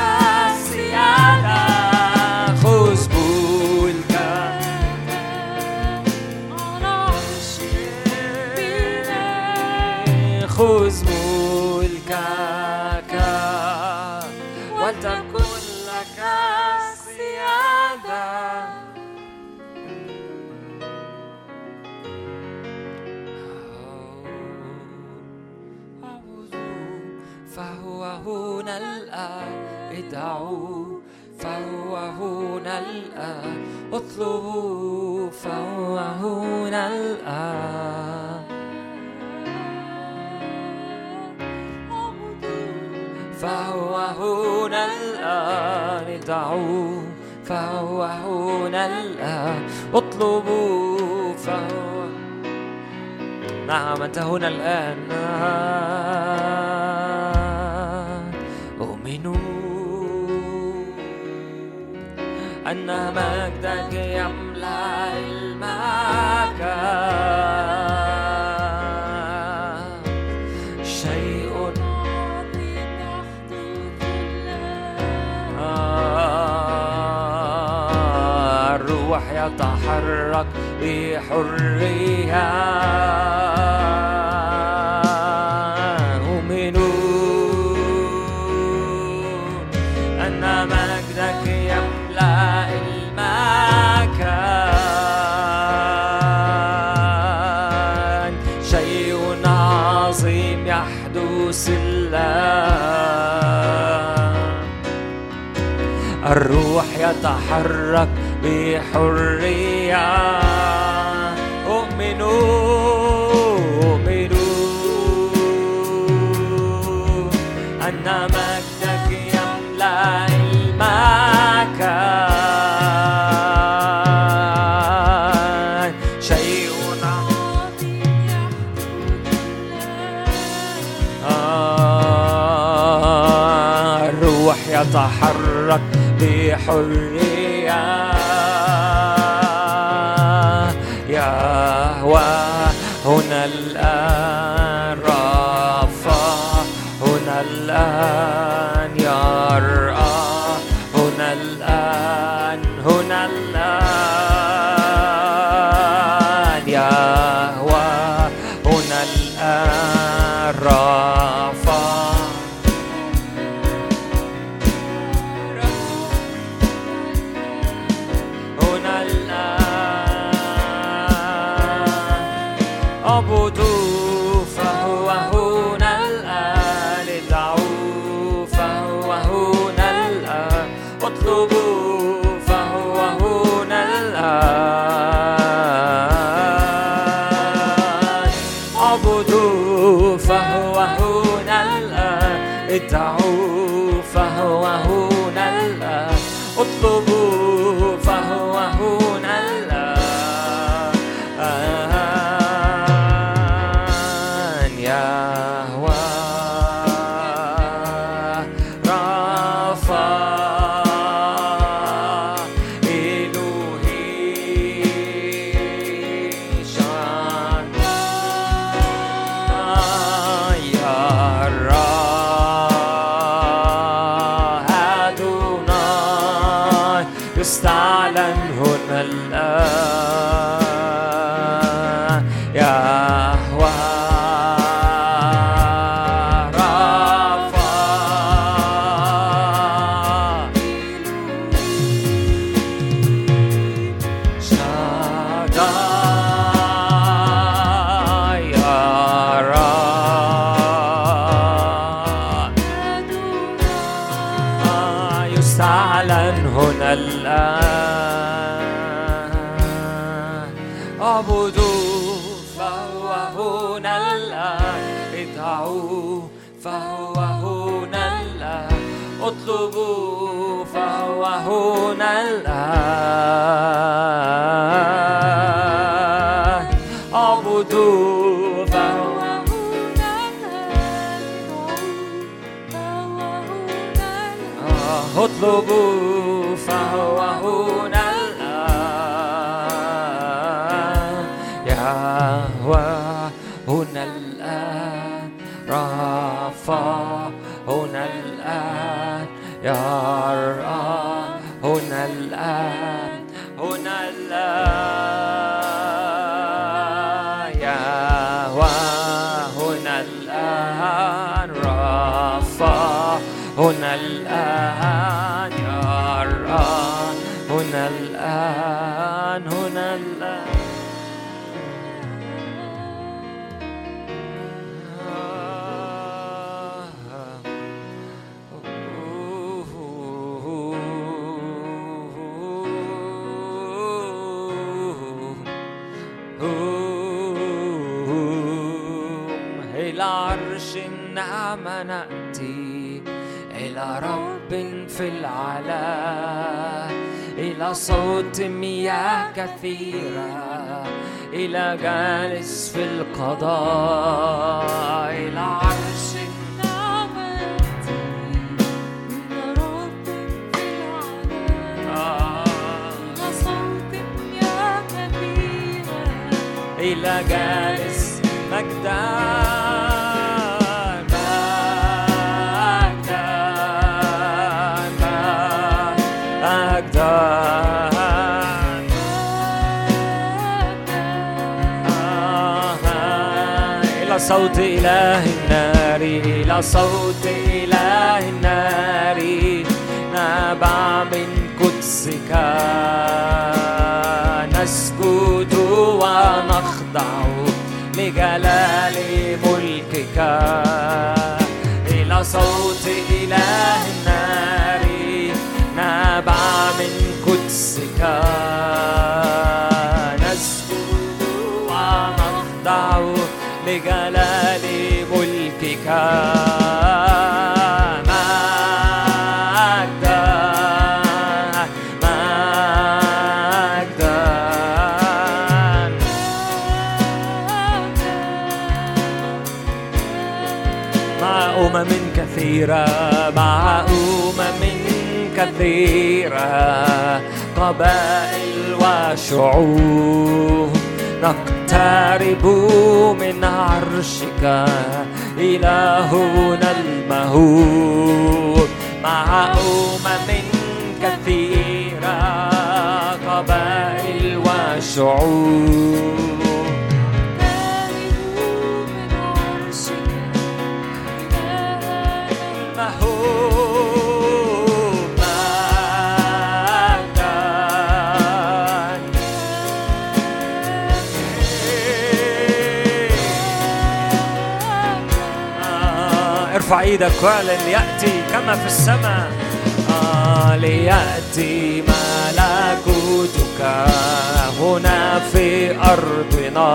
خذ ملكك على عرش قلبنا خذ ملكك ولتكن لك السيادة فهو هنا الآن ادعوا فهو هنا الآن اطلبوا فهو هنا الآن فهو هنا الآن ادعوا فهو هنا الآن اطلبوا فهو نعم أنت هنا الآن أن مجدك يملأ المكان شيء عظيم يحدث الآن الروح يتحرك بحرية أؤمنون أن مجدك يملأ المكان شيء عظيم يحدث الآن الروح يتحرك بحرية أؤمنوا أؤمنوا أن مجدك يملأ المكان شيء عظيم يحدث الآن الروح يتحرك بحرية يهوى هنا الآن رفع هنا الآن يرأى هنا الآن هنا الآن يهوى هنا الآن رفع هنا الآن اعبدوا فهو هنا الآن ادعوا فهو هنا الآن اطلبوا فهو هنا الآن اعبدوا فهو هنا الآن ادعوا فهو هنا الآن اطلبوا فهو هنا الآن يهوى رب يستعلن هنا الآن يهوه الآن اعبدوا فهو هنا الآن ادعوا فهو هنا الآن اطلبوا فهو هنا الآن اعبدوا فهو هنا الآن اطلبوا فهو هنا الآن يهوه هنا الآن رافع هنا الآن يرى هنا الآن هنا الآن يهوه هنا الآن رافع هنا الآن يرى هنا الآن هنا الآن إلى عرش النعمة نأتي إلى رب في العلا إلى صوت مياه كثيرة إلى جالس في القضاء إلى عرش النعمة إلى رب في العلا إلى صوت مياه كثيرة إلى جالس مجدا إلى صوت إله النار إلى صوت إله النار نبع من قدسك نسجد ونخضع لجلال ملكك إلى صوت إله النار نبع من قدسك نسجد ونخضع لجلال ملكك مجدا مجدا مع أمم كثيرة مع أمم كثيرة قبائل وشعوب نقترب من عرشك إلهنا المهوب مع أمم كثيرة قبائل وشعوب ارفع ايدك واعلن يأتي كما في السماء آه ليأتي ملكوتك هنا في أرضنا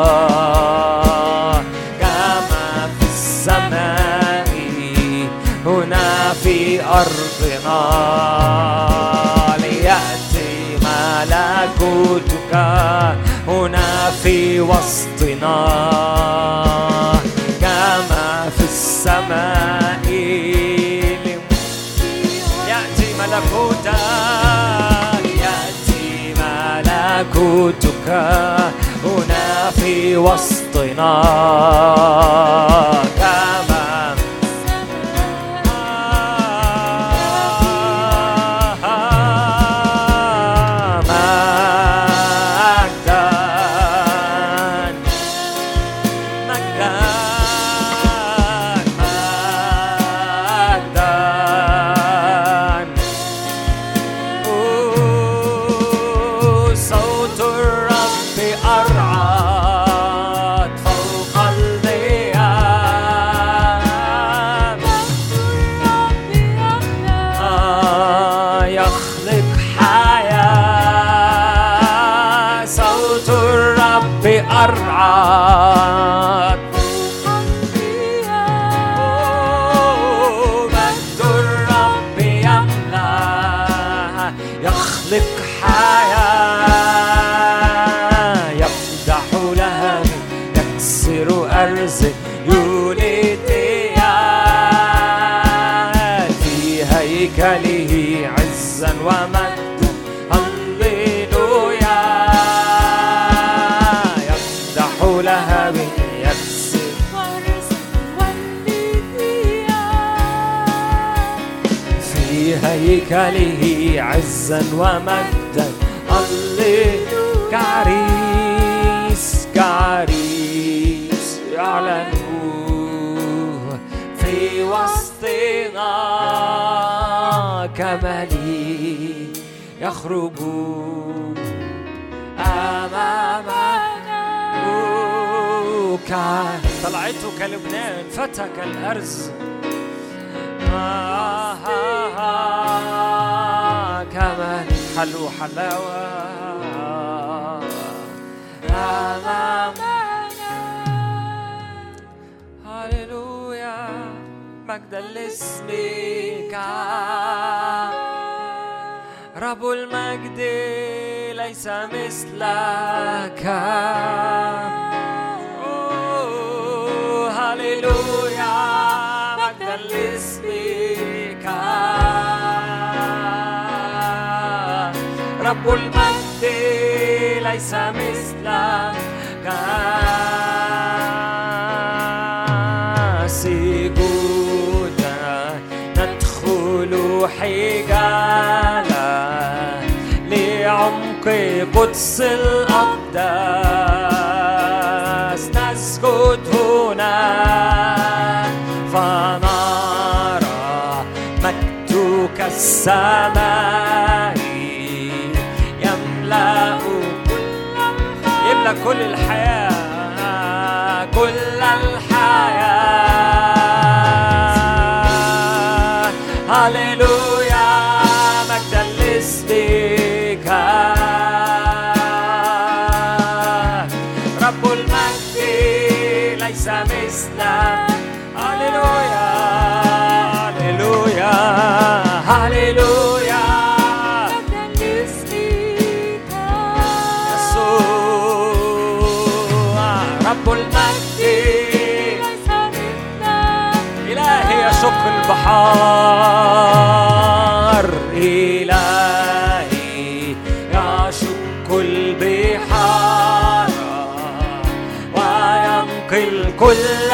كما في السماء هنا في أرضنا ليأتي ملكوتك هنا في وسطنا كما في السماء يأتي ملكوتك يأتي ملكوتك هنا في وسطنا كما الأرض مجد الرب يملأ يخلق حياة يفتح لها يكسر أرز يولد في هيكله عزا ومجدا هللويا يفتح لها يكسر في هيكله عزا ومجدا هللويا كعريس كعريس يعلنوه في وسطنا كمليك يخرجون أمامنا طلعته كلبنان فتى كالأرز آه آه آه كمليك حلو حلاوة أمامنا هللويا مجدا لاسمك رب المجد ليس مثلك أوه هللويا مجدا لاسمك رب المجد ليس مثلك سجودا ندخل حجالا لعمق قدس الأقداس نسجد هنا فنرى مجدك السماء يملأ يملأ كل الحياة كل الحياة هللويا مجدا لاسمك رب المجد ليس مثلك هللويا هللويا هللويا رب المجد ليس مثلك إلهي يشق البحار إلهي يشق البحار وينقل كل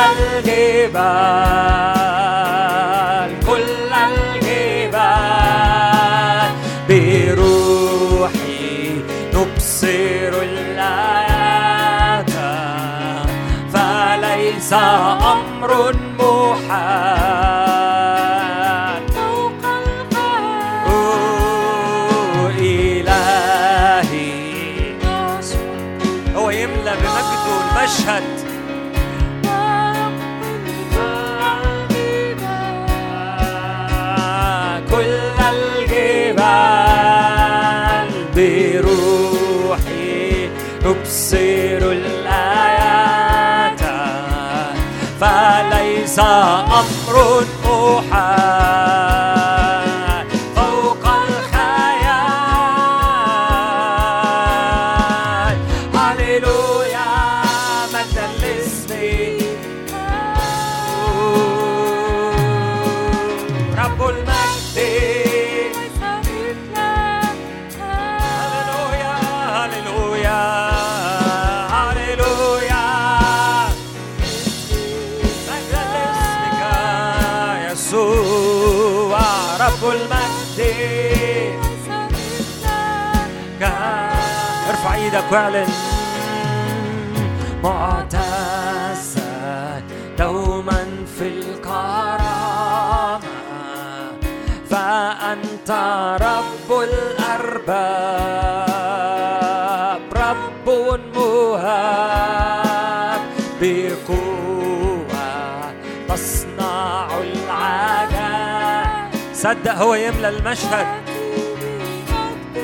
الجبال كل الجبال بروحي نبصر الآيات فليس أمر محال فوق الخيال إلهي هو يملأ بمجده المشهد كل الجبال بروحي نبصر الآيات فليس أمر محال فوق الخيال هللويا مجدا لاسمك رب المجد هللويا هللويا هللويا مجدا لاسمك يسوع رب المجد ارفع ايدك واعلن معتزا دوما في الكرامة فأنت رب الأرباب رب مهاب بقوة تصنع العجائب صدق هو يملأ المشهد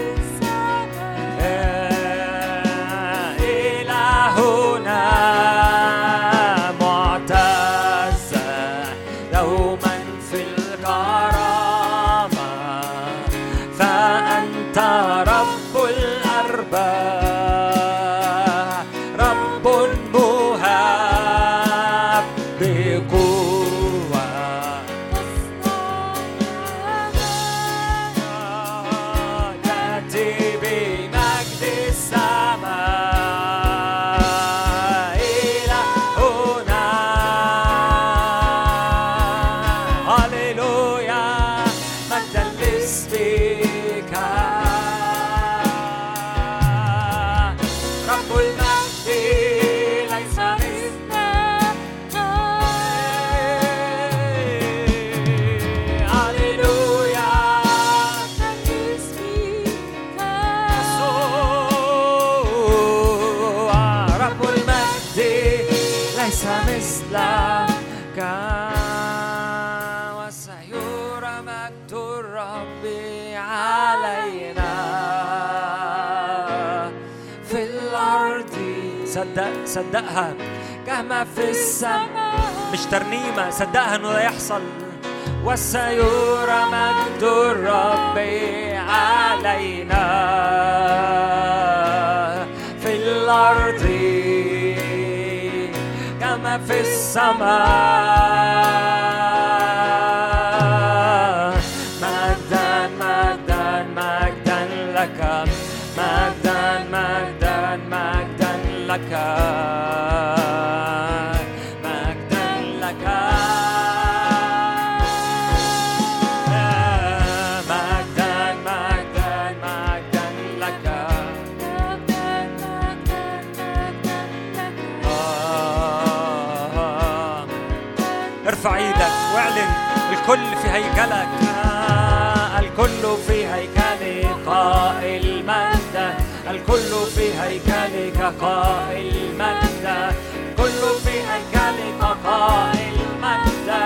إلهنا أنت رب الأرباب، رب مهاب بقوة، تأتي بمجد السماء إلى هنا. هللويا مجدا لاسمك رب المجد ليس مثلك. هللويا رب المجد ليس مثلك، وسيرى مجد الرب علينا في الأرض. صدق صدقها كما في السماء، مش ترنيمة، صدقها إنه ده يحصل. وسيرى مجد الرب علينا في الأرض كما في السماء. مجدا مجدا مجدا لك، مجدا مجدا مجدا لك، مجدا لك، مجدا مجدا مجدا لك. ارفع ايدك واعلن الكل في هيكلك، الكل في هيكلك قائل مجدا، الكل في هيكلك قائل مجدا، الكل في هيكلك قائل مجدا،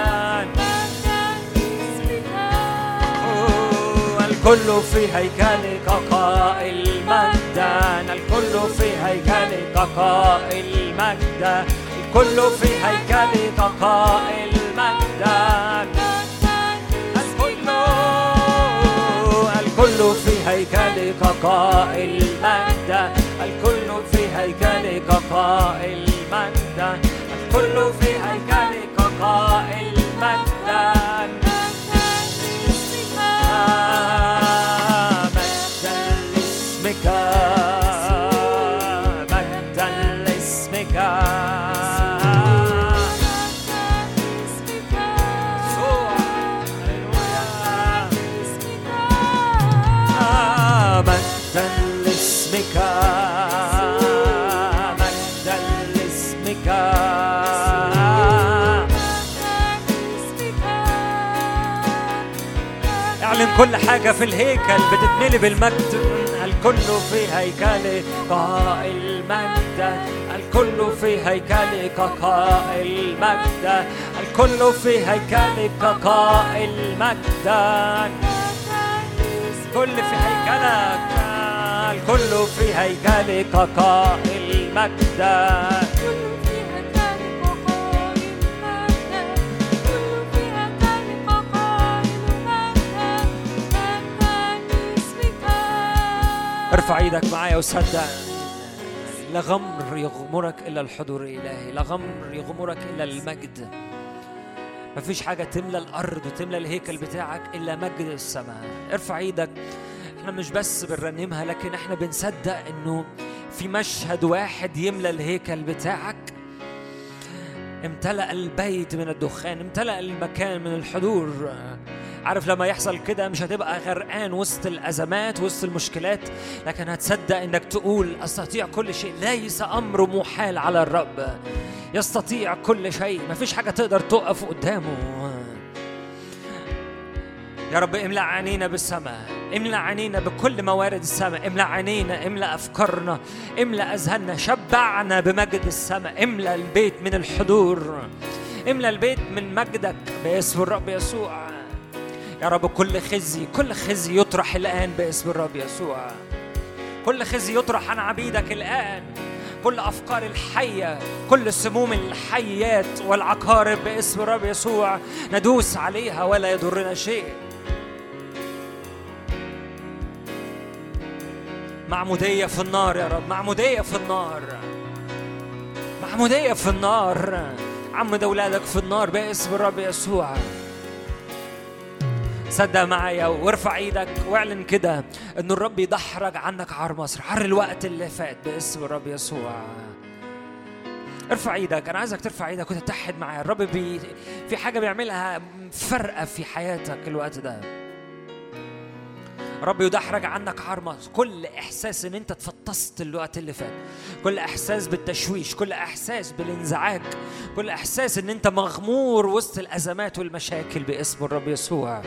الكل في هيكلك قائل مجدا، الكل في هيكلك قائل مجدا، الكل في هيكلك قائل مجدا، الكل الكل في هيكلك قائل مجدا، الكل في هيكلك قائل مجدا، الكل في هيكلك قائل مجدا. مجدا لاسمك، مجدا لاسمك، مجدا لاسمك، مجدا لاسمك. اعلن كل حاجة في الهيكل بتتملي بالمجد، الكل في هيكلك قائل مجدا، الكل في هيكلك قائل مجدا، الكل في هيكلك قائل مجدا، الكل في هيكلك، الكل في هيكلك قائل مجدا. ارفع ايدك معايا وصدق، لا غمر يغمرك الا الحضور الالهي، لا غمر يغمرك الا المجد. مفيش حاجه تملى الارض وتملى الهيكل بتاعك الا مجد السماء. ارفع ايدك، احنا مش بس بنرنمها لكن احنا بنصدق انه في مشهد واحد يملى الهيكل بتاعك. امتلأ البيت من الدخان، امتلأ المكان من الحضور. عارف لما يحصل كده مش هتبقى غرقان وسط الأزمات وسط المشكلات، لكن هتصدق انك تقول استطيع كل شيء، ليس أمر محال على الرب، يستطيع كل شيء، مفيش حاجة تقدر تقف قدامه. يا رب املأ عينينا بالسماء، املأ عينينا بكل موارد السماء، املأ عينينا، املأ أفكارنا، املأ أذهاننا، شبعنا بمجد السماء، املأ البيت من الحضور، املأ البيت من مجدك باسم الرب يسوع. يا رب كل خزي كل خزي يطرح الآن باسم الرب يسوع، كل خزي يطرح عن عبيدك الآن، كل أفكار الحية، كل سموم الحيات والعقارب باسم الرب يسوع ندوس عليها ولا يضرنا شيء. معمودية في النار يا رب، معمودية في النار، معمودية في النار. عمد أولادك في النار باسم الرب يسوع. صدق معايا وارفع ايدك واعلن كده ان الرب يدحرج عنك عار مصر، عار الوقت اللي فات باسم الرب يسوع. ارفع ايدك، انا عايزك ترفع ايدك وتتحد معايا. الرب بي في حاجه بيعملها فرقه في حياتك الوقت ده. رب يدحرج عنك عار مصر، كل احساس ان انت اتفطست الوقت اللي فات، كل احساس بالتشويش، كل احساس بالانزعاج، كل احساس ان انت مغمور وسط الازمات والمشاكل باسم الرب يسوع.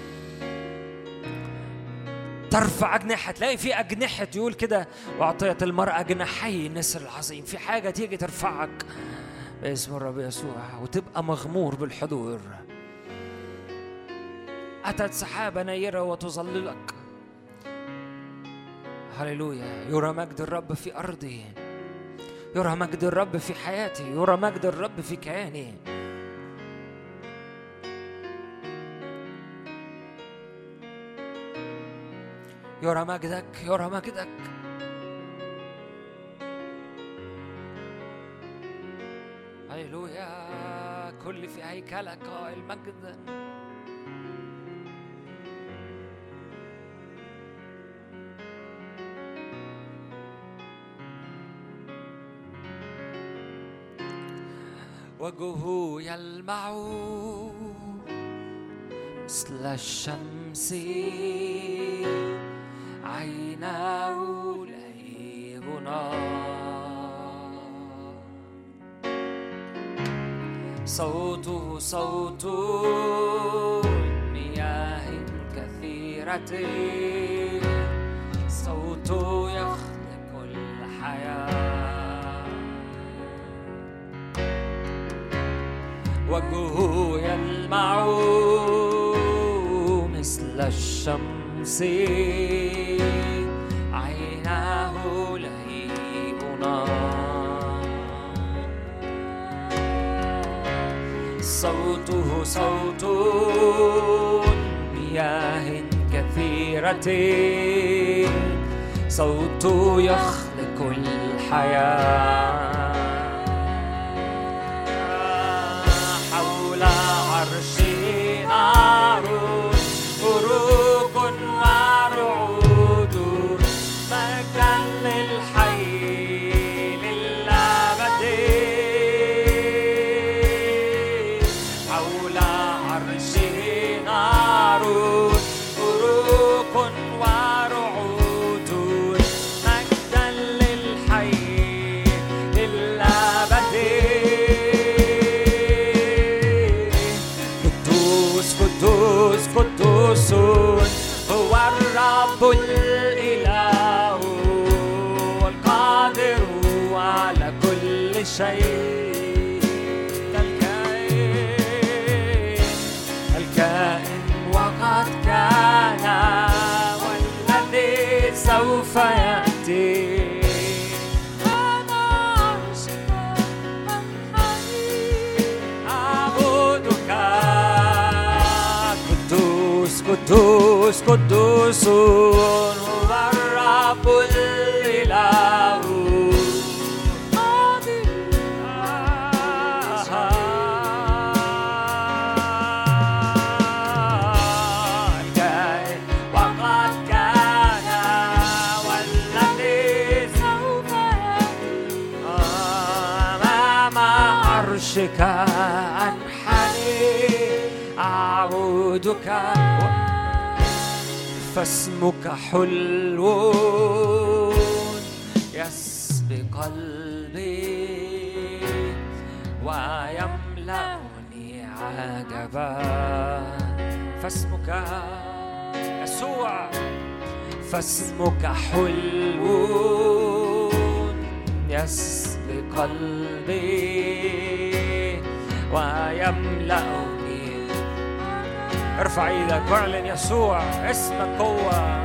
ترفع أجنحة، تلاقي في أجنحة يقول كده وأعطيت المرأة جناحي النسر العظيم. في حاجة تيجي ترفعك باسم الرب يسوع وتبقى مغمور بالحضور. أتت سحابة نيرة وتظللك. هللويا. يرى مجد الرب في أرضي، يرى مجد الرب في حياتي، يرى مجد الرب في كياني. يرى مجدك، يرى مجدك. هللويا. كل في هيكلك قائل مجدا. وجهه يلمع مثل الشمس، عيناه لهيب نار، صوته صوت مياه كثيرة، صوته يخلق الحياة. وجهه يلمع مثل الشمس، عيناه لهيب نار، صوته صوت مياه كثيرة، صوته يخلق الحياة. حول عرشه نار، بروق ورعود، مجدا للحي للأبد. حول عرشه نار، بروق ورعود، مجدا للحي للأبد. قدوس قدوس قدوس هو الرب الإله والقادر على كل شيء. الكائن الكائن وقد كان والذي سوف يأتي. أنا عرشك أنحني أعبدك. قدوس قدوس قدوس هو الرب الإله قادر. الكائن وقد كان والذي سوف يأتي. أمام عرشك أنحني أعبدك. فاسمك حلو يسبق قلبي ويملأني عجبا. فاسمك يسوع، فاسمك حلو يسبق قلبي ويملأني. ارفع ايدك واعلن يسوع اسمك قوة.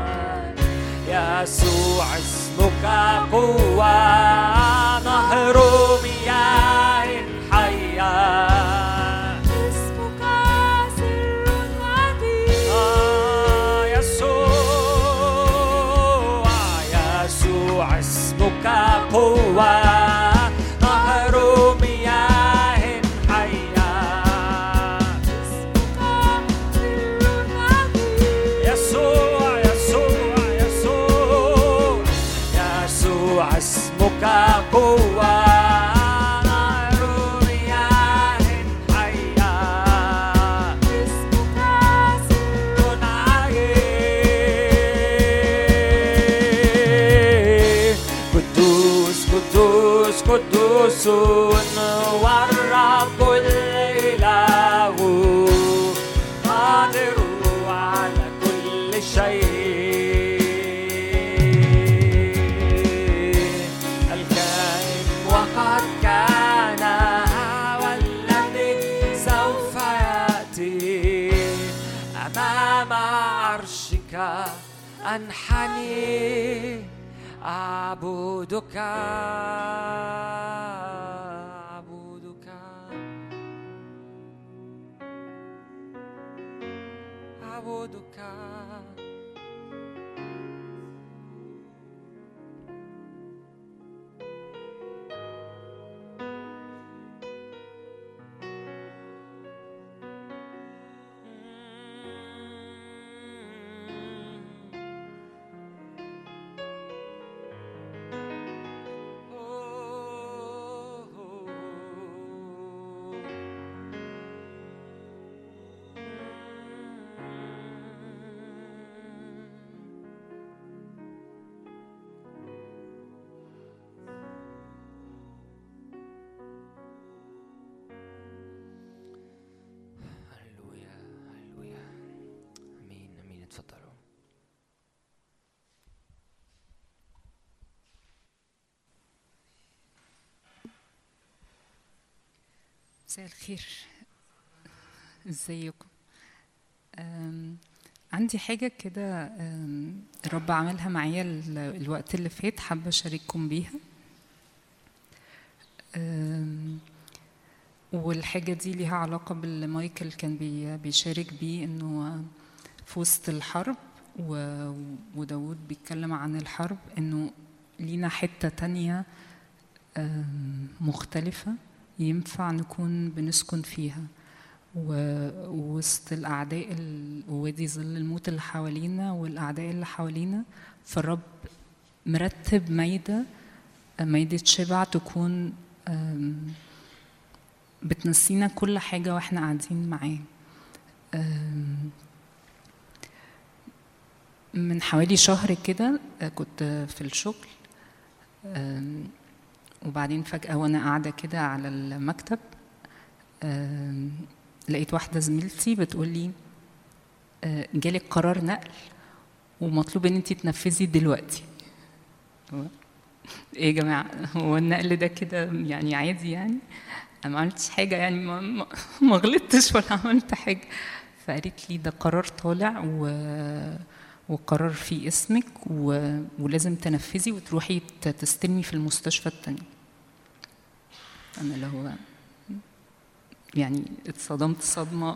يسوع اسمك قوة، نهر مياه حية. اسمك سر عديد. آه يسوع قدوس والرب الإله قادر على كل شيء الكائن وقد كان والذي سوف يأتي أمام عرشك أنحني أعبدك أعبدك أعبدك مساء الخير، ازيكم؟ عندي حاجة كده الرب عملها معايا الوقت اللي فات، حابة أشارككم بيها. والحاجة دي ليها علاقة باللي مايكل كان بيشارك بيه، إنه في وسط الحرب وداود بيتكلم عن الحرب، إنه لينا حتة تانية مختلفة ينفع نكون بنسكن فيها، ووسط الأعداء ووادي ظل الموت اللي حوالينا والأعداء اللي حوالينا، فالرب مرتب مايدة مايدة شبع تكون بتنسينا كل حاجة وإحنا قاعدين معاه. من حوالي شهر كده كنت في الشغل، وبعدين فجأة وأنا قاعدة كده على المكتب لقيت واحدة زميلتي بتقولي جالك قرار نقل ومطلوب ان انتي تنفذي دلوقتي. ايه يا جماعة، هو النقل ده كده يعني عادي؟ يعني انا ما عملتش حاجة، يعني ما, ما غلطتش ولا عملت حاجة. فقالت لي ده قرار طالع و وقرار فيه اسمك و... ولازم تنفذي وتروحي تستلمي في المستشفى التاني. أنا اللي هو يعني اتصدمت صدمة،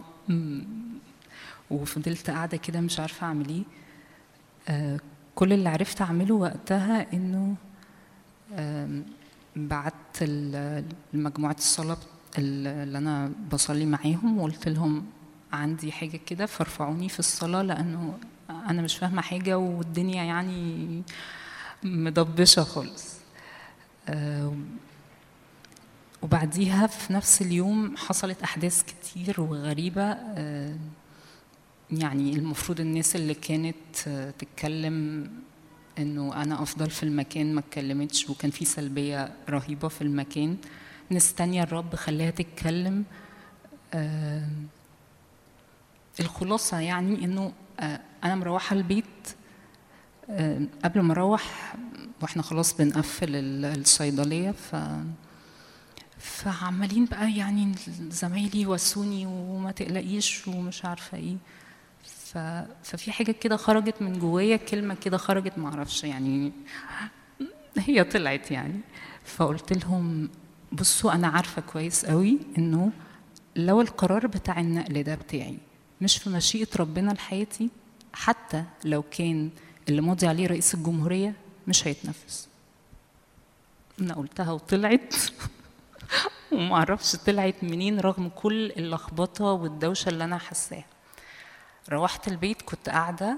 وفضلت قاعدة كده مش عارفة أعمل إيه. آه كل اللي عرفت أعمله وقتها إنه آه بعت المجموعة الصلاة اللي أنا بصلي معاهم وقلت لهم عندي حاجة كده فارفعوني في الصلاة، لأنه أنا مش فاهمة حاجة والدنيا يعني مضبشة خالص. أه وبعديها في نفس اليوم حصلت أحداث كتير وغريبة. أه يعني المفروض الناس اللي كانت تتكلم إنه أنا أفضل في المكان ما اتكلمتش، وكان في سلبية رهيبة في المكان. ناس تانية الرب خلاها تتكلم. أه الخلاصة يعني إنه أنا مروحة البيت، قبل ما أروح وإحنا خلاص بنقفل الصيدلية، ف فعمالين بقى يعني زمايلي يواسوني وما تقلقيش ومش عارفة إيه. ف... ففي حاجة كده خرجت من جوايا، كلمة كده خرجت معرفش يعني هي طلعت يعني. فقلت لهم بصوا أنا عارفة كويس قوي إنه لو القرار بتاع النقل ده بتاعي مش في مشيئة ربنا لحياتي، حتى لو كان اللي ماضي عليه رئيس الجمهورية مش هيتنفذ. أنا قلتها وطلعت ومعرفش طلعت منين رغم كل اللخبطة والدوشة اللي أنا حساها. روحت البيت كنت قاعدة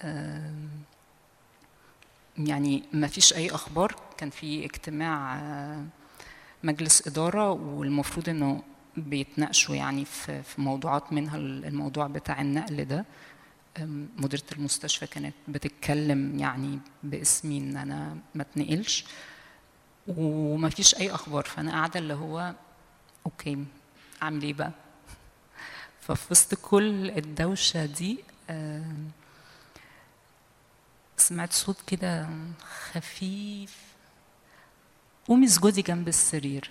يعني ما فيش أي أخبار، كان في اجتماع مجلس إدارة والمفروض إنه بيتناقشوا يعني في موضوعات، منها الموضوع بتاع النقل ده. مديرة المستشفى كانت بتتكلم يعني باسمي إن أنا ما اتنقلش. ومفيش اي اخبار. فانا قاعده اللي هو اوكي اعمل ايه بقى؟ ففي وسط كل الدوشه دي آه سمعت صوت كده خفيف، قومي اسجدي جنب السرير.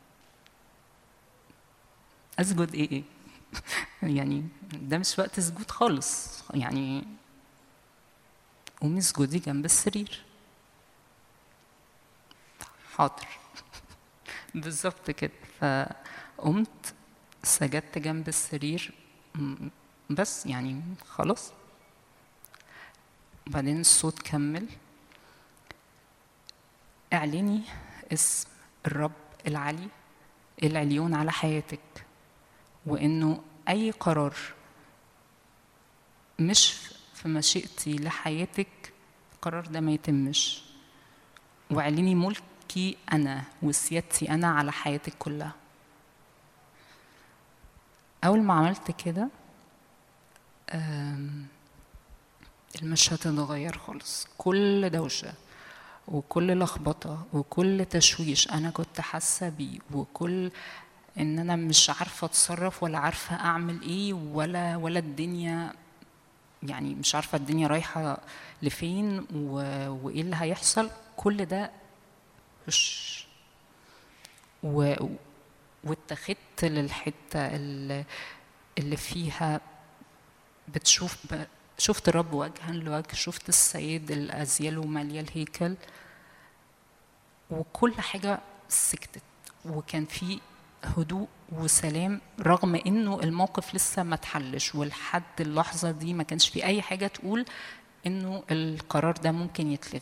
اسجد ايه ايه يعني ده مش وقت سجود خالص، يعني قومي اسجدي جنب السرير. حاضر بالظبط كده. فقمت سجدت جنب السرير بس، يعني خلاص. بعدين الصوت كمل: اعلني اسم الرب العلي العليون على حياتك، وانه اي قرار مش في مشيئتي لحياتك القرار ده ما يتمش، واعلني ملكي انا وسيادتي انا على حياتك كلها. اول ما عملت كده المشهد اتغير خالص. كل دوشه وكل لخبطه وكل تشويش انا كنت حاسه بيه، وكل ان انا مش عارفه اتصرف ولا عارفه اعمل ايه، ولا ولا الدنيا، يعني مش عارفه الدنيا رايحه لفين وايه اللي هيحصل، كل ده وش و واتخذت للحته اللي, اللي فيها بتشوف ب... شفت الرب وجها لوجه، شفت السيد الازيال وماليه الهيكل، وكل حاجه سكتت، وكان في هدوء وسلام رغم انه الموقف لسه ما اتحلش، ولحد اللحظه دي ما كانش في اي حاجه تقول انه القرار ده ممكن يتلغي.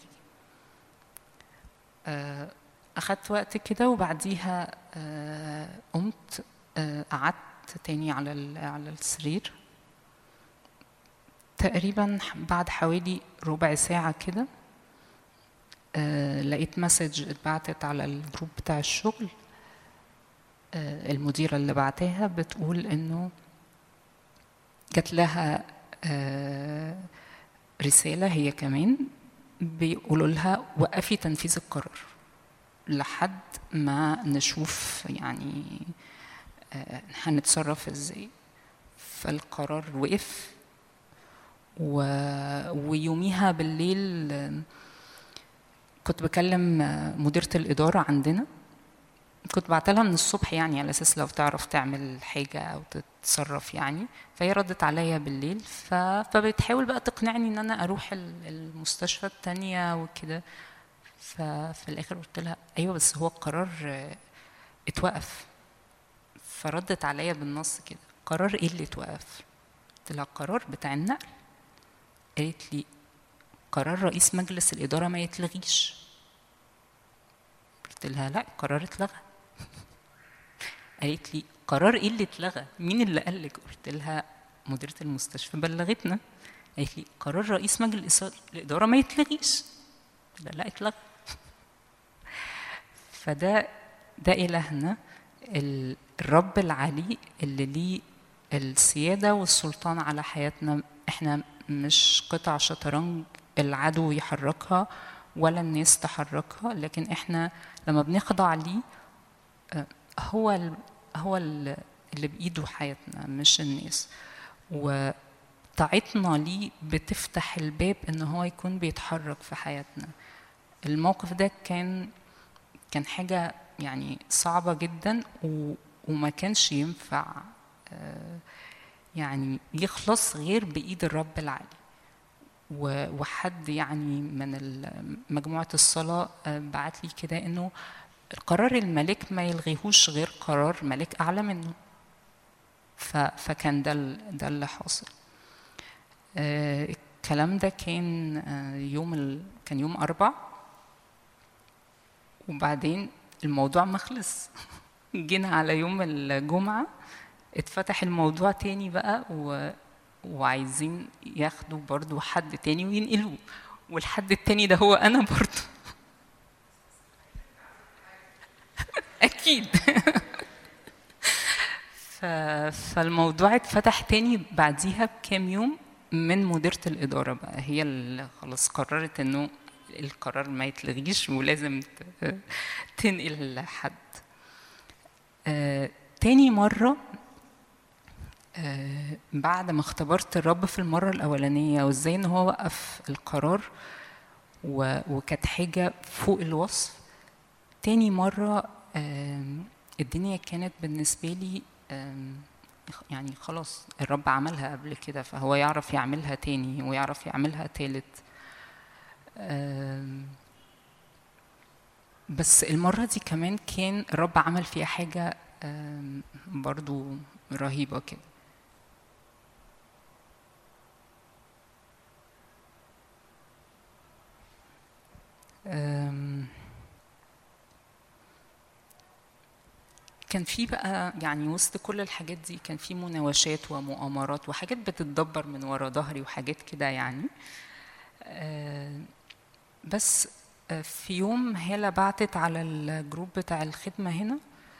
اخدت وقت كده، وبعديها قمت قعدت تاني على على السرير. تقريبا بعد حوالي ربع ساعه كده لقيت مسج اتبعتت على الجروب بتاع الشغل. المديرة اللي بعتها بتقول انه جات لها رسالة هي كمان بيقولوا لها وقفي تنفيذ القرار لحد ما نشوف يعني هنتصرف ازاي. فالقرار وقف، ويوميها بالليل كنت بكلم مديرة الإدارة عندنا، كنت بعتلها من الصبح يعني على اساس لو تعرف تعمل حاجه او تتصرف يعني. فهي ردت عليا بالليل، ف... فبتحاول بقى تقنعني ان انا اروح المستشفى التانية وكده. ففي الاخر قلت لها ايوه بس هو القرار اتوقف. فردت عليا بالنص كده: قرار ايه اللي اتوقف؟ قلت لها القرار بتاع النقل. قالت لي قرار رئيس مجلس الاداره ما يتلغيش. قلت لها لا القرار اتلغى. قالت لي قرار ايه اللي اتلغى؟ مين اللي قال لك؟ قلت لها مديرة المستشفى بلغتنا. قالت لي قرار رئيس مجلس الإدارة ما يتلغيش. قلت لها لا اتلغى. فده ده إلهنا الرب العلي اللي ليه السيادة والسلطان على حياتنا. احنا مش قطع شطرنج العدو يحركها ولا الناس تحركها، لكن احنا لما بنخضع ليه هو هو اللي بإيده حياتنا مش الناس، وطاعتنا ليه بتفتح الباب ان هو يكون بيتحرك في حياتنا. الموقف ده كان كان حاجة يعني صعبة جدا، وما كانش ينفع يعني يخلص غير بإيد الرب العلي. وحد يعني من مجموعة الصلاة بعت لي كده انه القرار الملك ما يلغيهوش غير قرار ملك أعلى منه. فكان ده ده اللي حاصل. الكلام ده كان يوم ال... كان يوم أربع، وبعدين الموضوع ما خلص. جينا على يوم الجمعة اتفتح الموضوع تاني بقى، و... وعايزين ياخدوا برضو حد تاني وينقلوه، والحد التاني ده هو أنا برضو. أكيد. فالموضوع اتفتح تاني بعديها بكام يوم من مديرة الإدارة بقى، هي اللي خلاص قررت إنه القرار ما يتلغيش ولازم تنقل لحد. آه، تاني مرة آه، بعد ما اختبرت الرب في المرة الأولانية وإزاي إن هو وقف القرار وكانت حاجة فوق الوصف، تاني مرة آه، الدنيا كانت بالنسبة لي آه، يعني خلاص الرب عملها قبل كده فهو يعرف يعملها تاني ويعرف يعملها تالت. آه، بس المرة دي كمان كان الرب عمل فيها حاجة برضو رهيبة كده. كان في بقى يعني وسط كل الحاجات دي كان في مناوشات ومؤامرات وحاجات بتتدبر من ورا ظهري وحاجات كده يعني. بس في يوم هالة بعتت على الجروب بتاع الخدمة هنا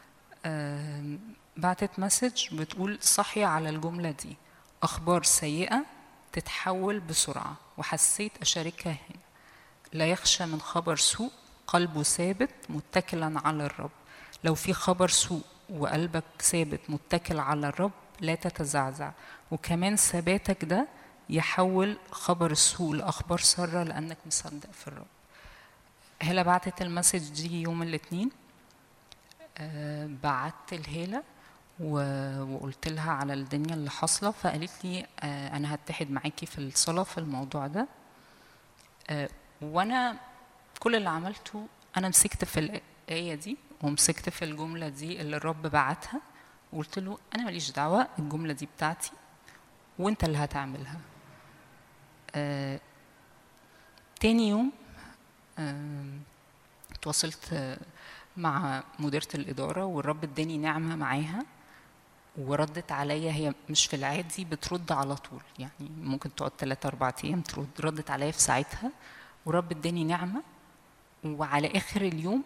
بعتت مسج بتقول صحي على الجملة دي، أخبار سيئة تتحول بسرعة، وحسيت أشاركها هنا. لا يخشى من خبر سوء، قلبه ثابت متكلا على الرب. لو في خبر سوء وقلبك ثابت متكل على الرب لا تتزعزع، وكمان ثباتك ده يحول خبر السوء لأخبار سارة لأنك مصدق في الرب. هلا بعتت المسج دي يوم الاثنين، أه بعت الهالة وقلت لها على الدنيا اللي حاصله، فقالت لي أه انا هتحد معاكي في الصلاه في الموضوع ده. أه وانا كل اللي عملته انا مسكت في الايه دي ومسكت في الجمله دي اللي الرب بعتها وقلت له انا ماليش دعوه، الجمله دي بتاعتي وانت اللي هتعملها. أه تاني يوم أه تواصلت مع مديرة الإدارة والرب اداني نعمة معاها وردت عليا. هي مش في العادي بترد على طول، يعني ممكن تقعد ثلاثة أربعة أيام ترد، ردت عليا في ساعتها ورب اداني نعمة. وعلى آخر اليوم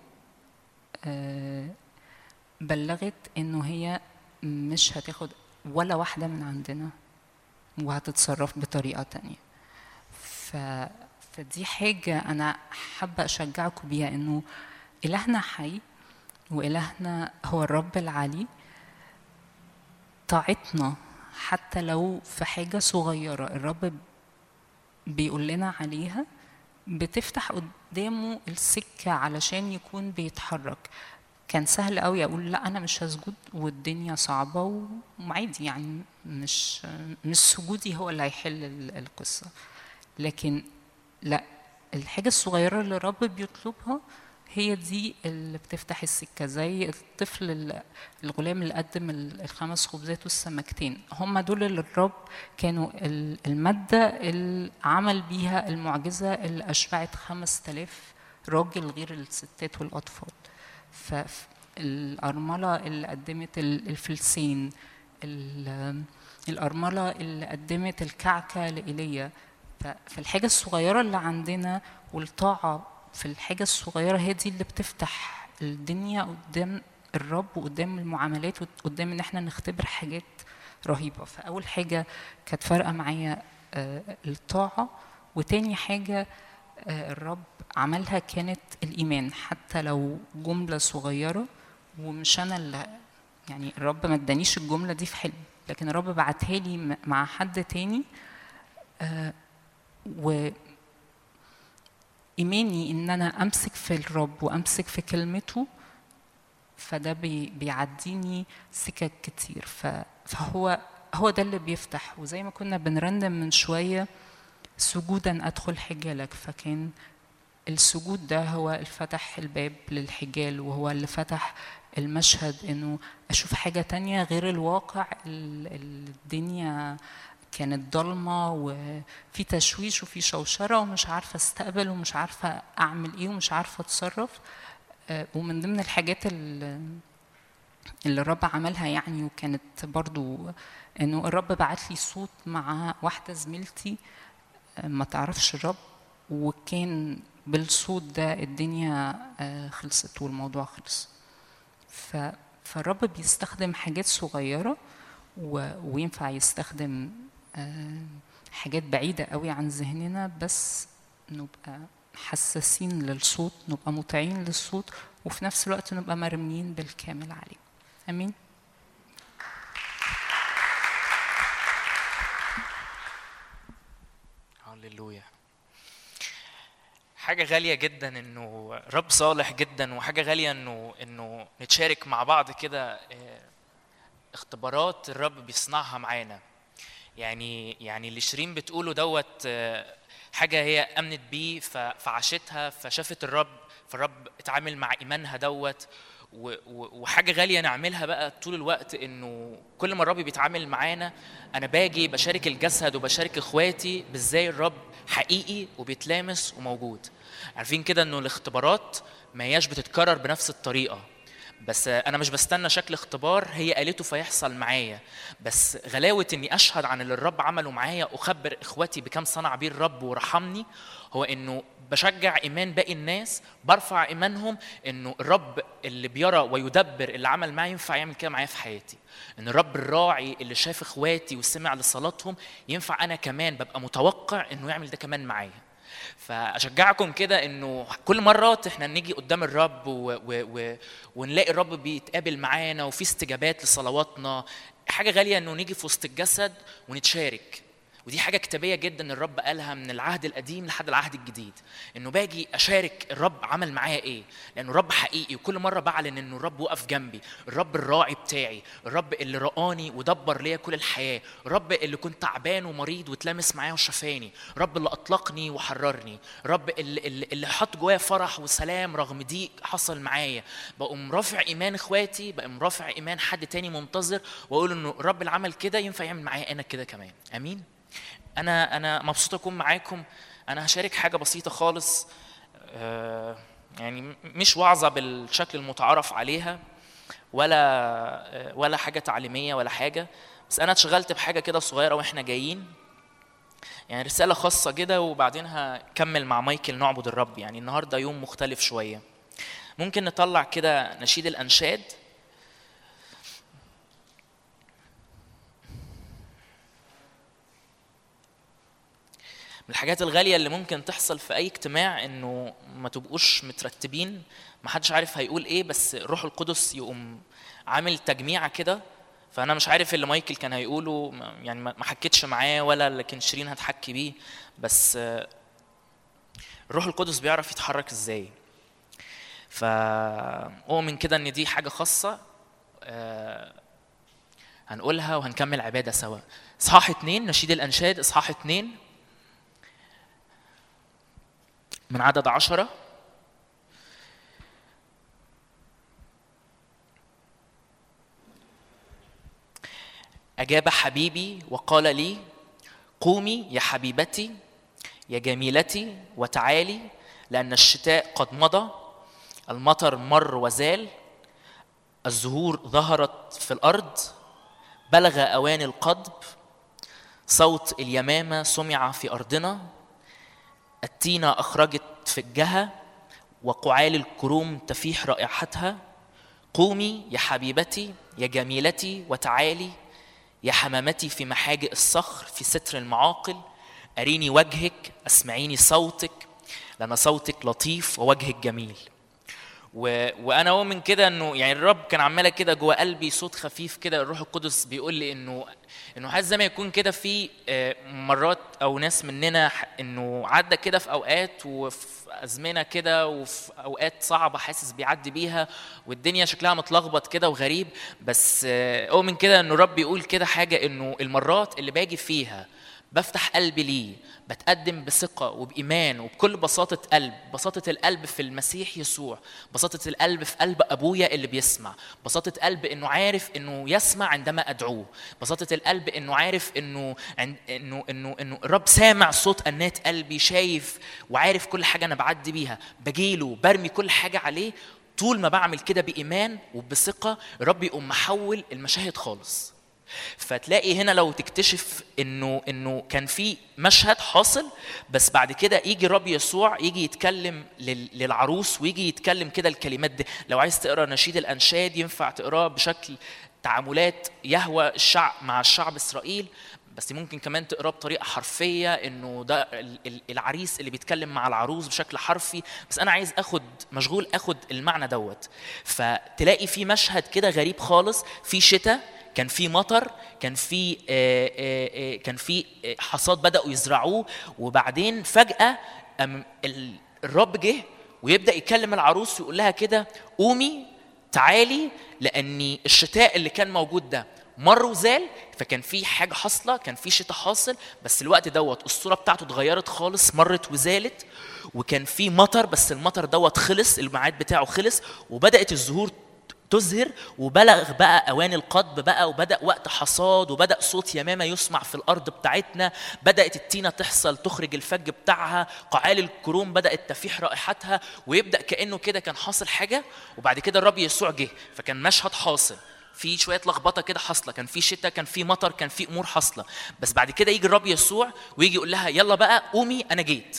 بلغت إنه هي مش هتاخد ولا واحدة من عندنا وهتتصرف بطريقة تانية. ف... فدي حاجة أنا حابة أشجعكم بيها، إنه إلهنا حي وإلهنا هو الرب العلي. طاعتنا حتى لو في حاجة صغيرة الرب بيقول لنا عليها بتفتح قدامه السكة علشان يكون بيتحرك. كان سهل قوي أقول لا أنا مش هسجد والدنيا صعبة وعادي، يعني مش مش سجودي هو اللي هيحل القصة، لكن لا، الحاجة الصغيرة اللي الرب بيطلبها هي دي اللي بتفتح السكة. زي الطفل الغلام اللي قدم الخمس خبزات والسمكتين، هم دول اللي الرب كانوا المادة اللي عمل بيها المعجزة اللي أشبعت خمس تلاف راجل غير الستات والأطفال. فالأرملة اللي قدمت الفلسين، الأرملة اللي قدمت الكعكة لإيليا. فالحاجة الصغيرة اللي عندنا والطاعة في الحاجة الصغيرة هي دي اللي بتفتح الدنيا قدام الرب وقدام المعاملات وقدام ان احنا نختبر حاجات رهيبة. فأول حاجة كانت فارقة معايا الطاعة، وتاني حاجة الرب عملها كانت الإيمان، حتى لو جملة صغيرة. ومش أنا اللي يعني الرب ما ادانيش الجملة دي في حلم، لكن الرب بعتها لي مع حد تاني. و إيماني إن أنا أمسك في الرب وأمسك في كلمته، فده بي بيعديني سكك كتير. فهو هو ده اللي بيفتح. وزي ما كنا بنرنم من شوية سجودا أدخل حجالك، فكان السجود ده هو اللي فتح الباب للحجال، وهو اللي فتح المشهد إنه أشوف حاجة تانية غير الواقع. الدنيا كانت ضلمة وفي تشويش وفي شوشرة ومش عارفة استقبل ومش عارفة أعمل إيه ومش عارفة أتصرف. ومن ضمن الحاجات اللي الرب عملها يعني، وكانت برضو إنه الرب بعت لي صوت مع واحدة زميلتي ما تعرفش الرب، وكان بالصوت ده الدنيا خلصت والموضوع خلص. فالرب بيستخدم حاجات صغيرة وينفع يستخدم حاجات بعيدة قوي عن ذهننا، بس نبقى حساسين للصوت، نبقى مطيعين للصوت، وفي نفس الوقت نبقى مرميين بالكامل عليه. امين. هللويا. حاجة غالية جدا انه رب صالح جدا، وحاجة غالية انه انه نتشارك مع بعض كده اختبارات الرب بيصنعها معانا. يعني يعني اللي شيرين بتقوله دوت حاجة هي امنت بيه فعاشتها فشافت الرب، فالرب اتعامل مع ايمانها دوت. وحاجة غالية نعملها بقى طول الوقت، انه كل ما الرب بيتعامل معانا انا باجي بشارك الجسد وبشارك اخواتي بازاي الرب حقيقي وبيتلامس وموجود. عارفين كده انه الاختبارات ما هياش بتتكرر بنفس الطريقة، بس انا مش بستنى شكل اختبار هي قالته فيحصل معايا، بس غلاوة اني اشهد عن اللي الرب عمله معايا، اخبر اخواتي بكم صنع بيه الرب ورحمني، هو انه بشجع ايمان باقي الناس، برفع ايمانهم انه الرب اللي بيرى ويدبر اللي عمل معايا ينفع يعمل كده معايا في حياتي. ان الرب الراعي اللي شاف اخواتي وسمع لصلاتهم ينفع انا كمان ببقى متوقع انه يعمل ده كمان معايا. فاشجعكم كده انه كل مرات احنا نيجي قدام الرب و... و... و... ونلاقي الرب بيتقابل معانا وفي استجابات لصلواتنا. حاجه غاليه انه نيجي في وسط الجسد ونتشارك، ودي حاجة كتابية جدا الرب قالها من العهد القديم لحد العهد الجديد، انه باجي اشارك الرب عمل معايا ايه، لانه الرب حقيقي وكل مرة بعلن انه الرب وقف جنبي، الرب الراعي بتاعي، الرب اللي رآني ودبر ليا كل الحياة، الرب اللي كنت تعبان ومريض وتلامس معايا وشفاني، الرب اللي اطلقني وحررني، الرب اللي, اللي, اللي حط جوايا فرح وسلام رغم ضيق حصل معايا. بقوم رافع ايمان اخواتي، بقوم رافع ايمان حد تاني منتظر، واقول انه الرب اللي عمل كده ينفع يعمل معايا انا كده كمان. امين. أنا أنا مبسوط أكون معاكم. أنا هشارك حاجة بسيطة خالص، آه يعني مش وعظة بالشكل المتعارف عليها ولا آه ولا حاجة تعليمية ولا حاجة، بس أنا اتشغلت بحاجة كده صغيرة وإحنا جايين، يعني رسالة خاصة كده، وبعدين هكمل مع مايكل نعبد الرب. يعني النهاردة يوم مختلف شوية. ممكن نطلع كده نشيد الأنشاد. من الحاجات الغالية اللي ممكن تحصل في أي اجتماع إنه ما تبقوش مترتبين، ما حدش عارف هيقول إيه، بس الروح القدس يقوم عامل تجميعة كده. فأنا مش عارف اللي مايكل كان هيقوله، يعني ما حكيتش معاه ولا لكن شيرين هتحكي بيه، بس الروح القدس بيعرف يتحرك إزاي. فأؤمن كده إن دي حاجة خاصة هنقولها وهنكمل عبادة سوا. إصحاح اتنين، نشيد الأنشاد إصحاح اتنين من عدد عشرة. أجاب حبيبي وقال لي: قومي يا حبيبتي يا جميلتي وتعالي، لأن الشتاء قد مضى، المطر مر وزال، الزهور ظهرت في الأرض، بلغ أوان القضب، صوت اليمامة سمع في أرضنا، التينة أخرجت فجها وقعال الكروم تفيح رائحتها. قومي يا حبيبتي يا جميلتي وتعالي، يا حمامتي في محاجئ الصخر في ستر المعاقل، أريني وجهك أسمعيني صوتك، لأن صوتك لطيف ووجهك جميل. و... وانا اؤمن كده انه يعني الرب كان عماله كده جوه قلبي صوت خفيف كده، الروح القدس بيقول لي انه انه عايز زي ما يكون كده في مرات او ناس مننا انه عدى كده في اوقات وفي ازمنه كده وفي اوقات صعبه حاسس بيعدي بيها والدنيا شكلها متلخبط كده وغريب، بس اؤمن كده انه الرب بيقول كده حاجه، انه المرات اللي باجي فيها بفتح قلبي ليه، بتقدم بثقة وبإيمان وبكل بساطة قلب، بساطة القلب في المسيح يسوع، بساطة القلب في قلب أبويا اللي بيسمع، بساطة قلب إنه عارف إنه يسمع عندما أدعوه، بساطة القلب إنه عارف إنه إنه إنه إنه الرب سامع صوت أنات قلبي، شايف وعارف كل حاجة أنا بعدي بيها، بجيله برمي كل حاجة عليه. طول ما بعمل كده بإيمان وبثقة الرب يقوم محول المشاهد خالص. فتلاقي هنا لو تكتشف انه انه كان في مشهد حاصل، بس بعد كده يجي الرب يسوع يجي يتكلم للعروس ويجي يتكلم كده الكلمات دي. لو عايز تقرا نشيد الانشاد ينفع تقراه بشكل تعاملات يهوى الشعب مع الشعب اسرائيل، بس ممكن كمان تقراه بطريقه حرفيه انه ده العريس اللي بيتكلم مع العروس بشكل حرفي، بس انا عايز اخد مشغول اخد المعنى دوت. فتلاقي في مشهد كده غريب خالص، في شتاء، كان في مطر، كان في كان في حصاد بداوا يزرعوه، وبعدين فجاه الرب جه ويبدا يكلم العروس ويقول لها كده قومي تعالي، لاني الشتاء اللي كان موجود ده مر وزال. فكان في حاجه حاصله، كان في شتاء حاصل، بس الوقت دوت الصوره بتاعته اتغيرت خالص، مرت وزالت. وكان في مطر، بس المطر دوت خلص، الميعاد بتاعه خلص، وبدات الزهور تزهر، وبلغ بقى اوان القضب بقى، وبدا وقت حصاد، وبدا صوت يمامه يسمع في الارض بتاعتنا، بدات التينه تحصل تخرج الفج بتاعها، قعال الكروم بدات تفيح رائحتها، ويبدا كانه كده كان حاصل حاجه. وبعد كده الرب يسوع جه، فكان مشهد حاصل في شويه لخبطه كده حاصله، كان في شتاء، كان في مطر، كان في امور حاصله. بس بعد كده يجي الرب يسوع ويجي يقول لها يلا بقى قومي انا جيت،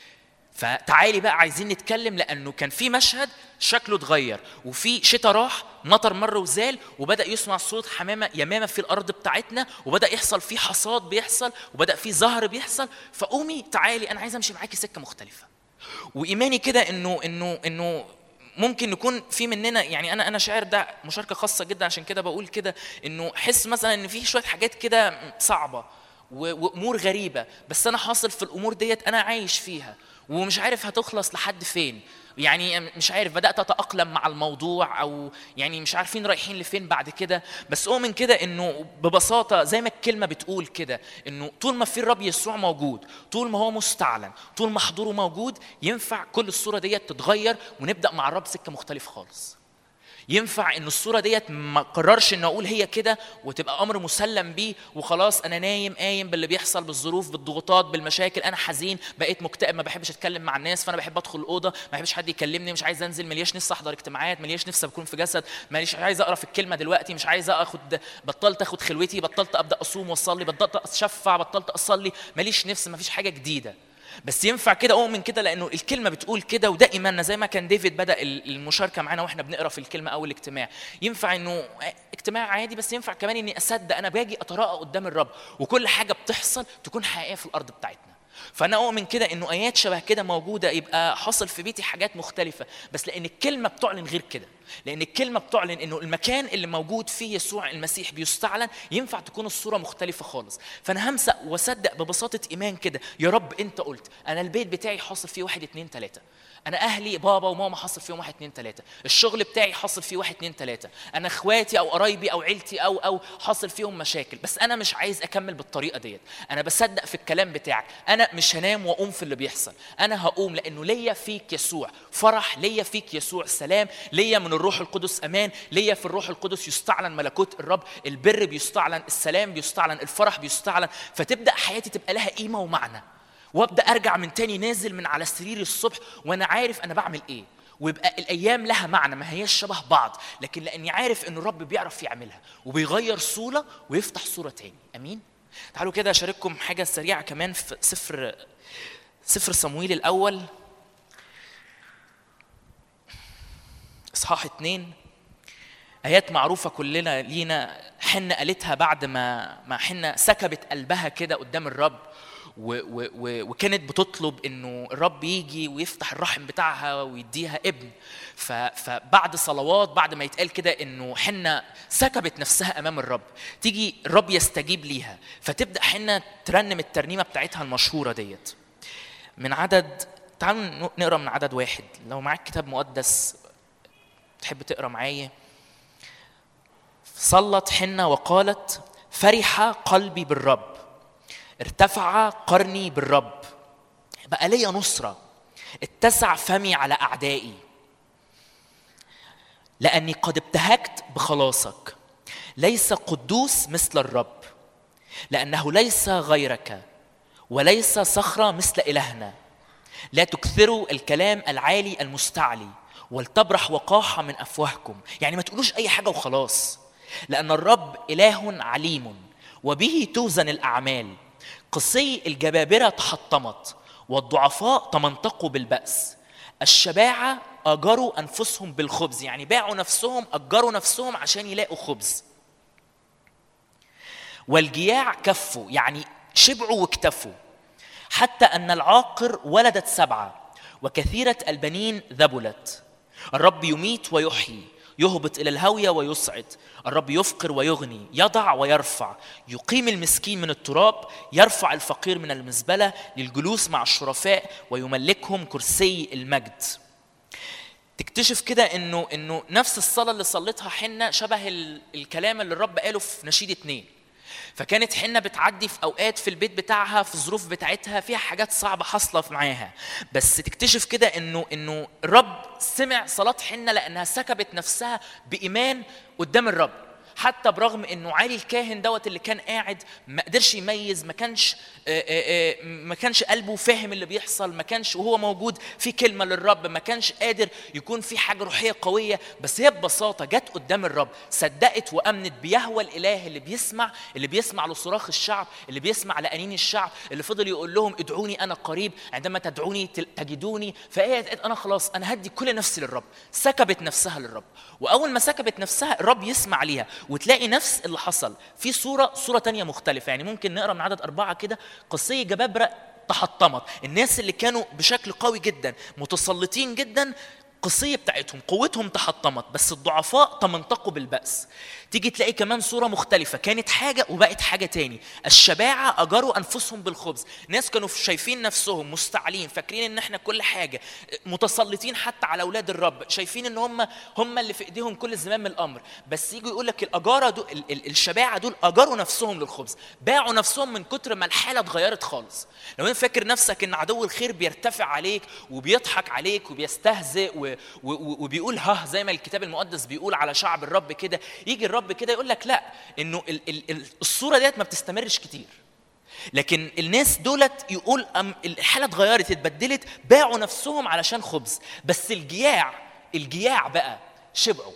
فتعالي بقى عايزين نتكلم، لانه كان في مشهد شكله اتغير، وفي شتاء راح، مطر مر وزال، وبدا يسمع صوت حمامه يمامه في الارض بتاعتنا، وبدا يحصل في حصاد بيحصل، وبدا في زهر بيحصل. فقومي تعالي انا عايز امشي معاكي سكه مختلفه. وايماني كده انه انه انه ممكن نكون في مننا، يعني انا انا شاعر ده مشاركه خاصه جدا، عشان كده بقول كده انه حس مثلا ان في شويه حاجات كده صعبه وامور غريبه، بس انا حاصل في الامور ديت انا عايش فيها ومش عارف هتخلص لحد فين، يعني مش عارف، بدات اتاقلم مع الموضوع، او يعني مش عارفين رايحين لفين بعد كده. بس اؤمن كده انه ببساطه زي ما الكلمه بتقول كده، انه طول ما في الرب يسوع موجود، طول ما هو مستعلن، طول ما حضوره موجود، ينفع كل الصوره ديت تتغير ونبدا مع الرب سكه مختلف خالص. ينفع ان الصوره ديت ما قررش ان اقول هي كده وتبقى امر مسلم بيه وخلاص، انا نايم قايم باللي بيحصل، بالظروف، بالضغوطات، بالمشاكل، انا حزين، بقيت مكتئب، ما بحبش اتكلم مع الناس، فانا بحب ادخل الاوضه، ما بحبش حد يكلمني، مش عايز انزل، ملياش نفسي احضر اجتماعات، ملياش نفسي اكون في جسد، ماليش عايز اقرا في الكلمه دلوقتي، مش عايز اخد، بطلت اخد خلوتي، بطلت ابدا اصوم واصلي، بطلت اشفع، بطلت اصلي، ماليش نفس، ما فيش حاجه جديده. بس ينفع كده اؤمن كده، لانه الكلمه بتقول كده، وده ايماننا. زي ما كان ديفيد بدا المشاركه معانا واحنا بنقرا في الكلمه اول اجتماع، ينفع انه اجتماع عادي، بس ينفع كمان اني اصدق انا باجي اتراءى قدام الرب وكل حاجه بتحصل تكون حقيقيه في الارض بتاعتنا. فانا اؤمن كده انه ايات شبه كده موجوده، يبقى حاصل في بيتي حاجات مختلفه، بس لان الكلمه بتعلن غير كده، لان الكلمه بتعلن انه المكان اللي موجود فيه يسوع المسيح بيستعلن، ينفع تكون الصوره مختلفه خالص. فانا همسك واصدق ببساطه ايمان كده، يا رب انت قلت انا البيت بتاعي حاصل فيه واحد اتنين تلاته، انا اهلي بابا وماما حاصل فيهم واحد اتنين تلاته، الشغل بتاعي حاصل فيه واحد اتنين تلاته، انا اخواتي او قرايبي او عيلتي او او حاصل فيهم مشاكل، بس انا مش عايز اكمل بالطريقه ديت. انا بصدق في الكلام بتاعك، انا مش هنام واقوم في اللي بيحصل، انا هقوم لانه ليا فيك يسوع فرح، ليا فيك يسوع سلام، ليا من الروح القدس امان، ليا في الروح القدس يستعلن ملكوت الرب، البر بيستعلن، السلام بيستعلن، الفرح بيستعلن. فتبدا حياتي تبقى لها قيمه ومعنى، وابدا ارجع من تاني نازل من على سرير الصبح وانا عارف انا بعمل ايه، ويبقى الايام لها معنى، ما هياش شبه بعض، لكن لاني عارف ان الرب بيعرف يعملها وبيغير صوره ويفتح صوره تاني. امين. تعالوا كده اشارككم حاجه سريعه كمان في سفر سفر صمويل الاول اصحاح اتنين، ايات معروفه كلنا لينا. حنة قالتها بعد ما ما حنة سكبت قلبها كده قدام الرب، و و و وكانت بتطلب انه الرب يجي ويفتح الرحم بتاعها ويديها ابن. فبعد صلوات، بعد ما يتقال كده انه حنة سكبت نفسها امام الرب، تيجي الرب يستجيب ليها، فتبدا حنة ترنم الترنيمه بتاعتها المشهوره ديت. من عدد، تعالوا نقرا من عدد واحد، لو معاك كتاب مقدس تحب تقرا معايا. صلت حنة وقالت: فرح قلبي بالرب، ارتفع قرني بالرب، بقى لي نصرة، اتسع فمي على أعدائي، لأني قد ابتهجت بخلاصك. ليس قدوس مثل الرب، لأنه ليس غيرك، وليس صخرة مثل إلهنا. لا تكثروا الكلام العالي المستعلي، ولتبرح وقاحة من أفواهكم. يعني ما تقولوش أي حاجة وخلاص، لأن الرب إله عليم، وبه توزن الأعمال. قصي الجبابرة تحطمت، والضعفاء تمنطقوا بالبأس. الشباعة أجروا أنفسهم بالخبز، يعني باعوا نفسهم، أجروا نفسهم عشان يلاقوا خبز. والجياع كفوا، يعني شبعوا واكتفوا. حتى أن العاقر ولدت سبعة وكثيرة البنين ذبلت. الرب يميت ويحيي، يهبط إلى الهوية ويصعد. الرب يفقر ويغني، يضع ويرفع، يقيم المسكين من التراب، يرفع الفقير من المزبلة للجلوس مع الشرفاء ويملكهم كرسي المجد. تكتشف كده إنه إنه نفس الصلاة اللي صلتها حنة شبه الكلام اللي الرب قاله في نشيد اتنين. فكانت حنة بتعدي في أوقات في البيت بتاعها في ظروف بتاعتها فيها حاجات صعبة حصلة معاها، بس تكتشف كده إنه إنه الرب سمع صلاة حنة لأنها سكبت نفسها بإيمان قدام الرب. حتى برغم إنه علي الكاهن دوت اللي كان قاعد ما قدرش يميز، ما كانش ما كانش قلبه فاهم اللي بيحصل، ما كانش وهو موجود في كلمة للرب، ما كانش قادر يكون في حاجة روحية قوية، بس هي ببساطة جت قدام الرب، صدقت وأمنت بيهوى الإله اللي بيسمع اللي بيسمع لصراخ الشعب، اللي بيسمع لأنين الشعب، اللي فضل يقول لهم ادعوني أنا قريب، عندما تدعوني تجدوني. فهي أنا خلاص أنا هدي كل نفسي للرب، سكبت نفسها للرب. وأول ما سكبت نفسها الرب يسمع ليها، وتلاقي نفس اللي حصل في صورة صورة تانية مختلفة. يعني ممكن نقرأ من عدد أربعة كده، قصي جبابرة تحطمت. الناس اللي كانوا بشكل قوي جدا متسلطين جدا قصية بتاعتهم قوتهم تحطمت، بس الضعفاء تمنطقوا بالبأس. تيجي تلاقي كمان صورة مختلفة، كانت حاجة وبقت حاجة تاني. الشباعة أجروا أنفسهم بالخبز. ناس كانوا شايفين نفسهم مستعلين، فاكرين إن إحنا كل حاجة، متسلطين حتى على أولاد الرب، شايفين إن هم هم اللي في إيديهم كل زمام من الأمر. بس يجوا يقول لك الأجارة دول ال- ال- الشباعة دول أجروا نفسهم للخبز، باعوا نفسهم من كتر ما الحالة اتغيرت خالص. لو أنت فاكر نفسك إن عدو الخير بيرتفع عليك وبيضحك عليك وبيستهزئ و... و... وبيقول ها زي ما الكتاب المقدس بيقول على شعب الرب كده، يجي الرب كده يقول لك لا، إنه ال... ال... الصورة ديت ما بتستمرش كتير. لكن الناس دولت يقول أم الحالة اتغيرت اتبدلت، باعوا نفسهم علشان خبز. بس الجياع الجياع بقى شبعوا.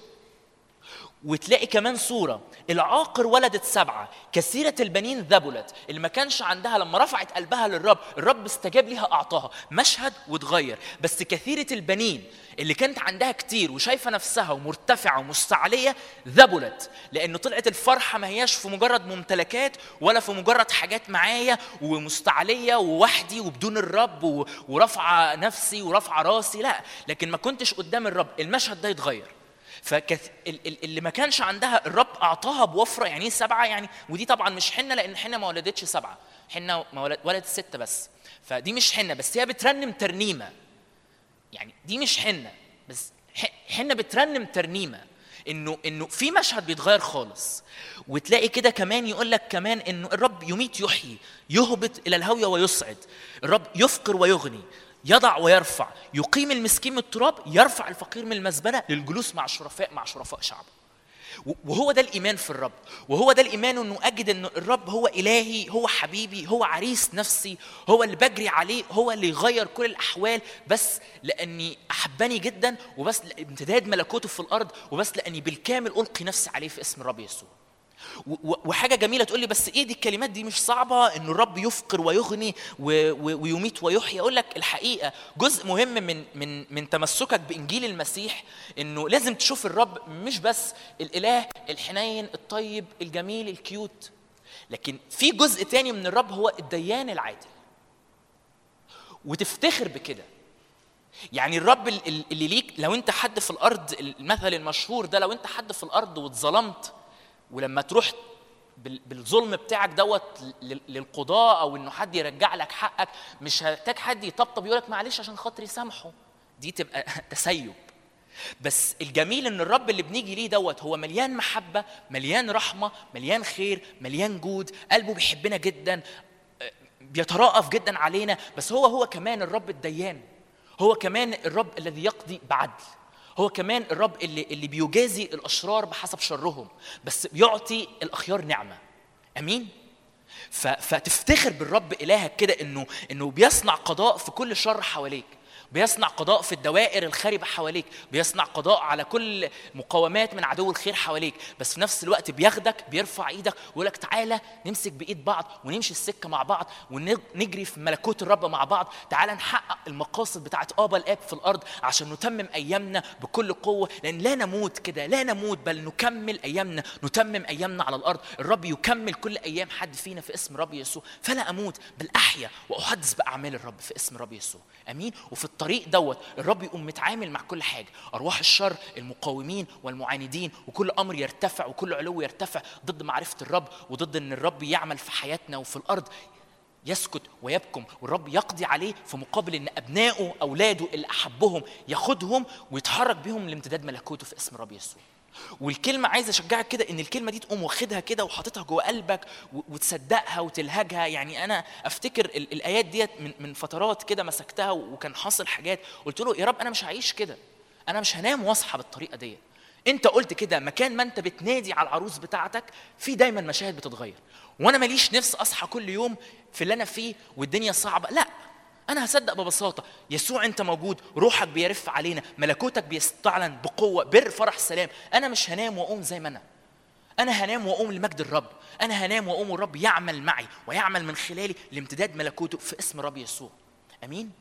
وتلاقي كمان صورة، العاقر ولدت سبعة كثيرة البنين ذبلت. اللي ما كانش عندها لما رفعت قلبها للرب الرب استجاب لها أعطاها مشهد وتغير. بس كثيرة البنين اللي كانت عندها كتير وشايفة نفسها ومرتفعة ومستعلية ذبلت، لأنه طلعت الفرحة ما هياش في مجرد ممتلكات ولا في مجرد حاجات معايا ومستعلية ووحدي وبدون الرب ورفع نفسي ورفع راسي، لا، لكن ما كنتش قدام الرب. المشهد ده يتغير. فاللي ما كانش عندها الرب أعطاها بوفرة. يعني سبعة يعني، ودي طبعا مش حنة لأن حنة ما ولدتش سبعة، حنة ولدت ستة بس، فدي مش حنة، بس هي بترنم ترنيمة. يعني دي مش حنة، بس حنة بترنم ترنيمة إنه إنه في مشهد بيتغير خالص. وتلاقي كده كمان يقول لك كمان إنه الرب يميت يحيي، يهبط إلى الهوية ويصعد. الرب يفقر ويغني، يضع ويرفع، يقيم المسكين من التراب، يرفع الفقير من المزبلة للجلوس مع الشرفاء مع شرفاء شعبه. وهو ده الإيمان في الرب، وهو ده الإيمان إنه أجد إن الرب هو إلهي، هو حبيبي، هو عريس نفسي، هو اللي بجري عليه، هو اللي يغير كل الأحوال، بس لأني أحبني جدا، وبس امتداد ملكوته في الأرض، وبس لأني بالكامل ألقي نفسي عليه في اسم الرب يسوع. وحاجة جميلة تقول لي بس إيه دي الكلمات دي مش صعبة إنه الرب يفقر ويغني ويميت ويحيي؟ أقول لك الحقيقة جزء مهم من من من تمسكك بإنجيل المسيح إنه لازم تشوف الرب مش بس الإله الحنين الطيب الجميل الكيوت، لكن في جزء تاني من الرب هو الديان العادل، وتفتخر بكده. يعني الرب اللي ليك، لو أنت حد في الأرض، المثل المشهور ده، لو أنت حد في الأرض واتظلمت، ولما تروح بالظلم بتاعك دوت للقضاء او انه حد يرجع لك حقك، مش هتحتاج حد يطبطب يقول لك معلش عشان خاطري سامحه، دي تبقى تسيب. بس الجميل ان الرب اللي بنيجي ليه دوت هو مليان محبه، مليان رحمه، مليان خير، مليان جود، قلبه بيحبنا جدا، بيترأف جدا علينا. بس هو هو كمان الرب الديان، هو كمان الرب الذي يقضي بعدل، هو كمان الرب اللي اللي بيجازي الاشرار بحسب شرهم، بس بيعطي الاخيار نعمه. امين. فتفتخر بالرب الهك كده انه انه بيصنع قضاء في كل شر حواليك، بيصنع قضاء في الدوائر الخاربة حواليك، بيصنع قضاء على كل مقاومات من عدو الخير حواليك، بس في نفس الوقت بياخدك بيرفع ايدك ويقول لك تعالى نمسك بايد بعض ونمشي السكة مع بعض ونجري في ملكوت الرب مع بعض. تعالى نحقق المقاصد بتاعت آبا الآب في الأرض عشان نتمم أيامنا بكل قوة، لأن لا نموت كده، لا نموت بل نكمل أيامنا، نتمم أيامنا على الأرض. الرب يكمل كل أيام حد فينا في اسم رب يسوع، فلا أموت بل أحيا وأحدث بأعمال الرب في اسم رب يسوع. أمين. وفي الطريق دوت الرب يقوم متعامل مع كل حاجة، أرواح الشر المقاومين والمعاندين، وكل أمر يرتفع وكل علو يرتفع ضد معرفة الرب وضد أن الرب يعمل في حياتنا وفي الأرض يسكت ويبكم، والرب يقضي عليه في مقابل ان ابنائه اولاده اللي احبهم ياخدهم ويتحرك بهم لامتداد ملكوته في اسم رب يسوع. والكلمه عايز اشجعك كده ان الكلمه دي تقوم واخدها كده وحاططها جوه قلبك وتصدقها وتلهجها. يعني انا افتكر الايات ديت من من فترات كده مسكتها وكان حاصل حاجات، قلت له يا رب انا مش هعيش كده، انا مش هنام واصحى بالطريقه ديت. انت قلت كده مكان ما انت بتنادي على العروس بتاعتك في دايما مشاهد بتتغير، وانا ماليش نفس اصحى كل يوم في اللي انا فيه والدنيا صعبه. لا، انا هصدق ببساطه يسوع انت موجود، روحك بيرف علينا، ملكوتك بيستعلن بقوه، بر فرح سلام. انا مش هنام واقوم زي ما انا انا هنام واقوم لمجد الرب، انا هنام واقوم والرب يعمل معي ويعمل من خلالي لامتداد ملكوته في اسم رب يسوع. امين.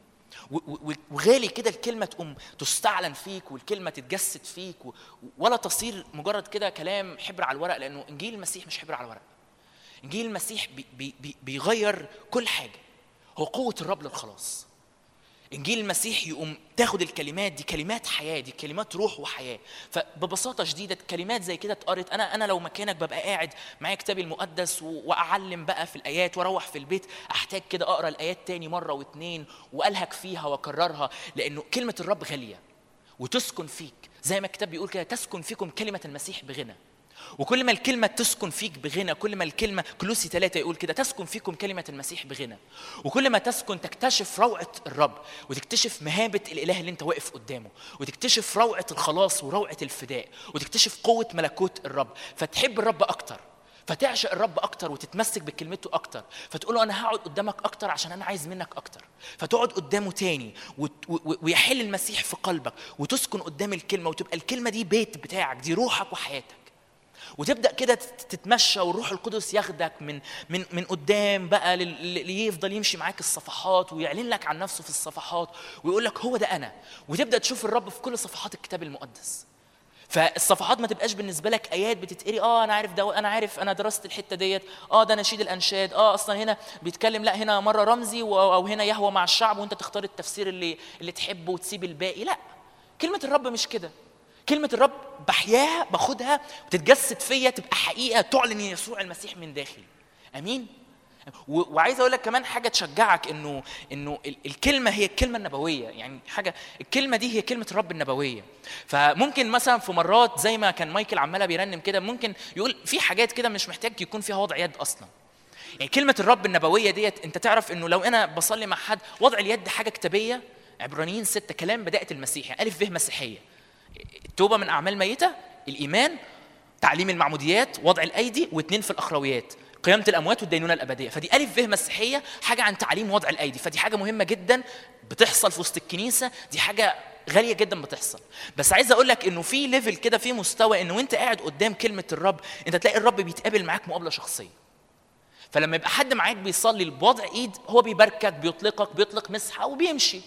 وغالي كده الكلمه تقوم تستعلن فيك والكلمه تتجسد فيك، ولا تصير مجرد كده كلام حبر على الورق، لانه انجيل المسيح مش حبر على الورق. انجيل المسيح بي بي بيغير كل حاجه، هو قوه الرب للخلاص. انجيل المسيح يقوم تاخد الكلمات دي كلمات حياه، دي كلمات روح وحياه. فببساطه شديده كلمات زي كده اتقرت، انا انا لو مكانك ببقى قاعد معايا كتابي المقدس واعلم بقى في الايات، واروح في البيت احتاج كده اقرا الايات تاني مره واثنين والهك فيها واكررها، لانه كلمه الرب غاليه وتسكن فيك. زي ما الكتاب بيقول كده تسكن فيكم كلمه المسيح بغنى. وكل ما الكلمة تسكن فيك بغنى، كل ما الكلمة كلوسي ثلاثة يقول كده تسكن فيكم كلمة المسيح بغنى، وكل ما تسكن تكتشف روعة الرب وتكتشف مهابة الإله اللي انت واقف قدامه، وتكتشف روعة الخلاص وروعة الفداء، وتكتشف قوة ملكوت الرب، فتحب الرب أكتر، فتعشق الرب أكتر وتتمسك بكلمته أكتر، فتقوله أنا هقعد قدامك أكتر عشان أنا عايز منك أكتر، فتقعد قدامه تاني ويحل المسيح في قلبك وتسكن قدام الكلمة، وتبقى الكلمة دي بيت بتاعك، دي روحك وحياتك. وتبدا كده تتمشى والروح القدس ياخدك من من من قدام بقى اللي يفضل يمشي معاك الصفحات ويعلن لك عن نفسه في الصفحات ويقول لك هو ده انا، وتبدا تشوف الرب في كل صفحات الكتاب المقدس. فالصفحات ما تبقاش بالنسبه لك ايات بتتقري، اه انا عارف ده، انا عارف انا درست الحته ديت، اه ده نشيد الانشاد، اه اصلا هنا بيتكلم، لا هنا مره رمزي او هنا يهوى مع الشعب وانت تختار التفسير اللي اللي تحبه وتسيب الباقي. لا، كلمه الرب مش كده. كلمة الرب بحياها باخدها وتتجسد فيا، تبقى حقيقة تعلن يسوع المسيح من داخلي. أمين. وعايز أقول لك كمان حاجة تشجعك، إنه إنه الكلمة هي الكلمة النبوية، يعني حاجة الكلمة دي هي كلمة الرب النبوية. فممكن مثلا في مرات زي ما كان مايكل عمالة بيرنم كده، ممكن يقول في حاجات كده مش محتاج يكون فيها وضع يد أصلا. يعني كلمة الرب النبوية ديت أنت تعرف إنه لو أنا بصلي مع حد وضع اليد حاجة كتابية. عبرانيين ستة كلام بداية المسيح، يعني ألف به مسيحية، التوبة من أعمال ميتة، الإيمان، تعليم المعموديات، وضع الأيدي، واثنين في الأخرويات، قيامة الأموات والدينونة الأبدية. فدي ألف به مسيحية، حاجة عن تعليم وضع الأيدي، فدي حاجة مهمة جدا بتحصل في وسط الكنيسة، دي حاجة غالية جدا بتحصل. بس عايز أقول لك إنه في ليفل كده، في مستوى إنه وأنت قاعد قدام كلمة الرب أنت تلاقي الرب بيتقابل معاك مقابلة شخصية. فلما يبقى حد معاك بيصلي بوضع إيد، هو بيباركك، بيطلقك، بيطلق مسحة وبيمشي.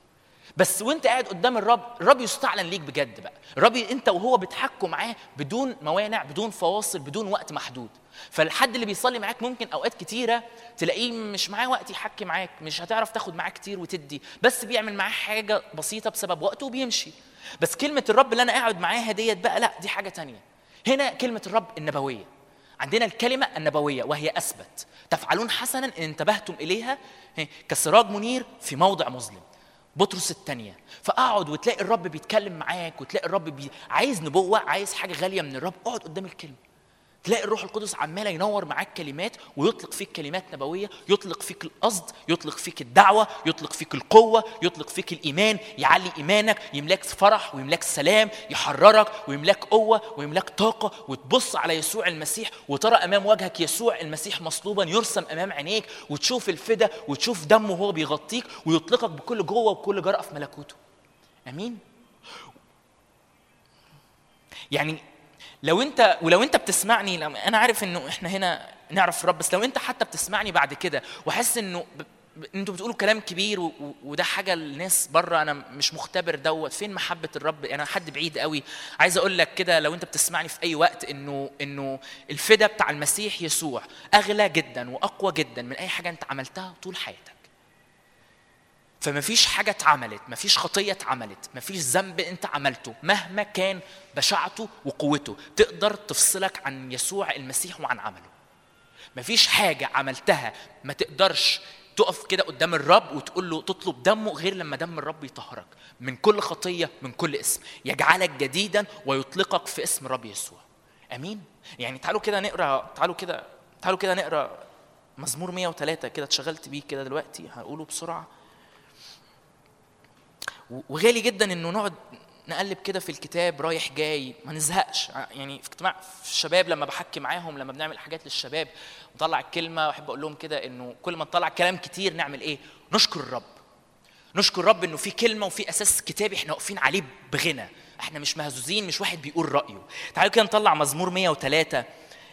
بس وانت قاعد قدام الرب، الرب يستعلن ليك بجد بقى. الرب انت وهو بتحكوا معاه بدون موانع، بدون فواصل، بدون وقت محدود. فالحد اللي بيصلي معاك ممكن اوقات كتيره تلاقيه مش معاه وقت يحكي معاك، مش هتعرف تاخد معاه كتير وتدي، بس بيعمل معاه حاجه بسيطه بسبب وقته وبيمشي. بس كلمه الرب اللي انا قاعد معاها ديت بقى لا، دي حاجه تانية. هنا كلمه الرب النبويه، عندنا الكلمه النبويه وهي اثبت تفعلون حسنا ان انتبهتم اليها كسراج منير في موضع مظلم. بطرس الثانية. فاقعد وتلاقي الرب بيتكلم معاك، وتلاقي الرب بي... عايز نبوة، عايز حاجة غالية من الرب، اقعد قدام الكلمة. تلاقي الروح القدس عمال ينور معاك كلمات ويطلق فيك كلمات نبويه، يطلق فيك القصد، يطلق فيك الدعوه، يطلق فيك القوه، يطلق فيك الايمان، يعلي ايمانك، يملاك فرح ويملاك سلام، يحررك ويملاك قوه ويملاك طاقه، وتبص على يسوع المسيح وترى امام وجهك يسوع المسيح مصلوبا يرسم امام عينيك، وتشوف الفدا وتشوف دمه وهو بيغطيك ويطلقك بكل جوه وبكل جرأة في ملكوته. امين. يعني لو انت ولو انت بتسمعني، انا عارف انه احنا هنا نعرف الرب، بس لو انت حتى بتسمعني بعد كده وحاسس انه ب... ب... انتوا بتقولوا كلام كبير و... وده حاجه الناس بره انا مش مختبر دوت، فين محبه الرب؟ انا حد بعيد قوي. عايز اقول لك كده لو انت بتسمعني في اي وقت انه انه الفدا بتاع المسيح يسوع اغلى جدا واقوى جدا من اي حاجه انت عملتها طول حياتك. فما فيش حاجة اتعملت، ما فيش خطية اتعملت، ما فيش ذنب انت عملته مهما كان بشاعته وقوته تقدر تفصلك عن يسوع المسيح وعن عمله. ما فيش حاجة عملتها ما تقدرش تقف كده قدام الرب وتقول له تطلب دمه غير لما دم الرب يطهرك من كل خطية، من كل اسم، يجعلك جديدا ويطلقك في اسم الرب يسوع. امين. يعني تعالوا كده نقرا تعالوا كده تعالوا كده نقرا مزمور مية وثلاثة كده، اتشغلت بيه كده دلوقتي هقوله بسرعة. وغالي جدا انه نقعد نقلب كده في الكتاب رايح جاي ما نزهقش. يعني في اجتماع في الشباب لما بحكي معاهم، لما بنعمل حاجات للشباب نطلع الكلمه، واحب اقول لهم كده انه كل ما نطلع كلام كتير نعمل ايه؟ نشكر الرب. نشكر الرب انه في كلمه وفي اساس كتابي احنا واقفين عليه بغنى، احنا مش مهزوزين، مش واحد بيقول رايه. تعالوا كده نطلع مزمور مية وثلاثة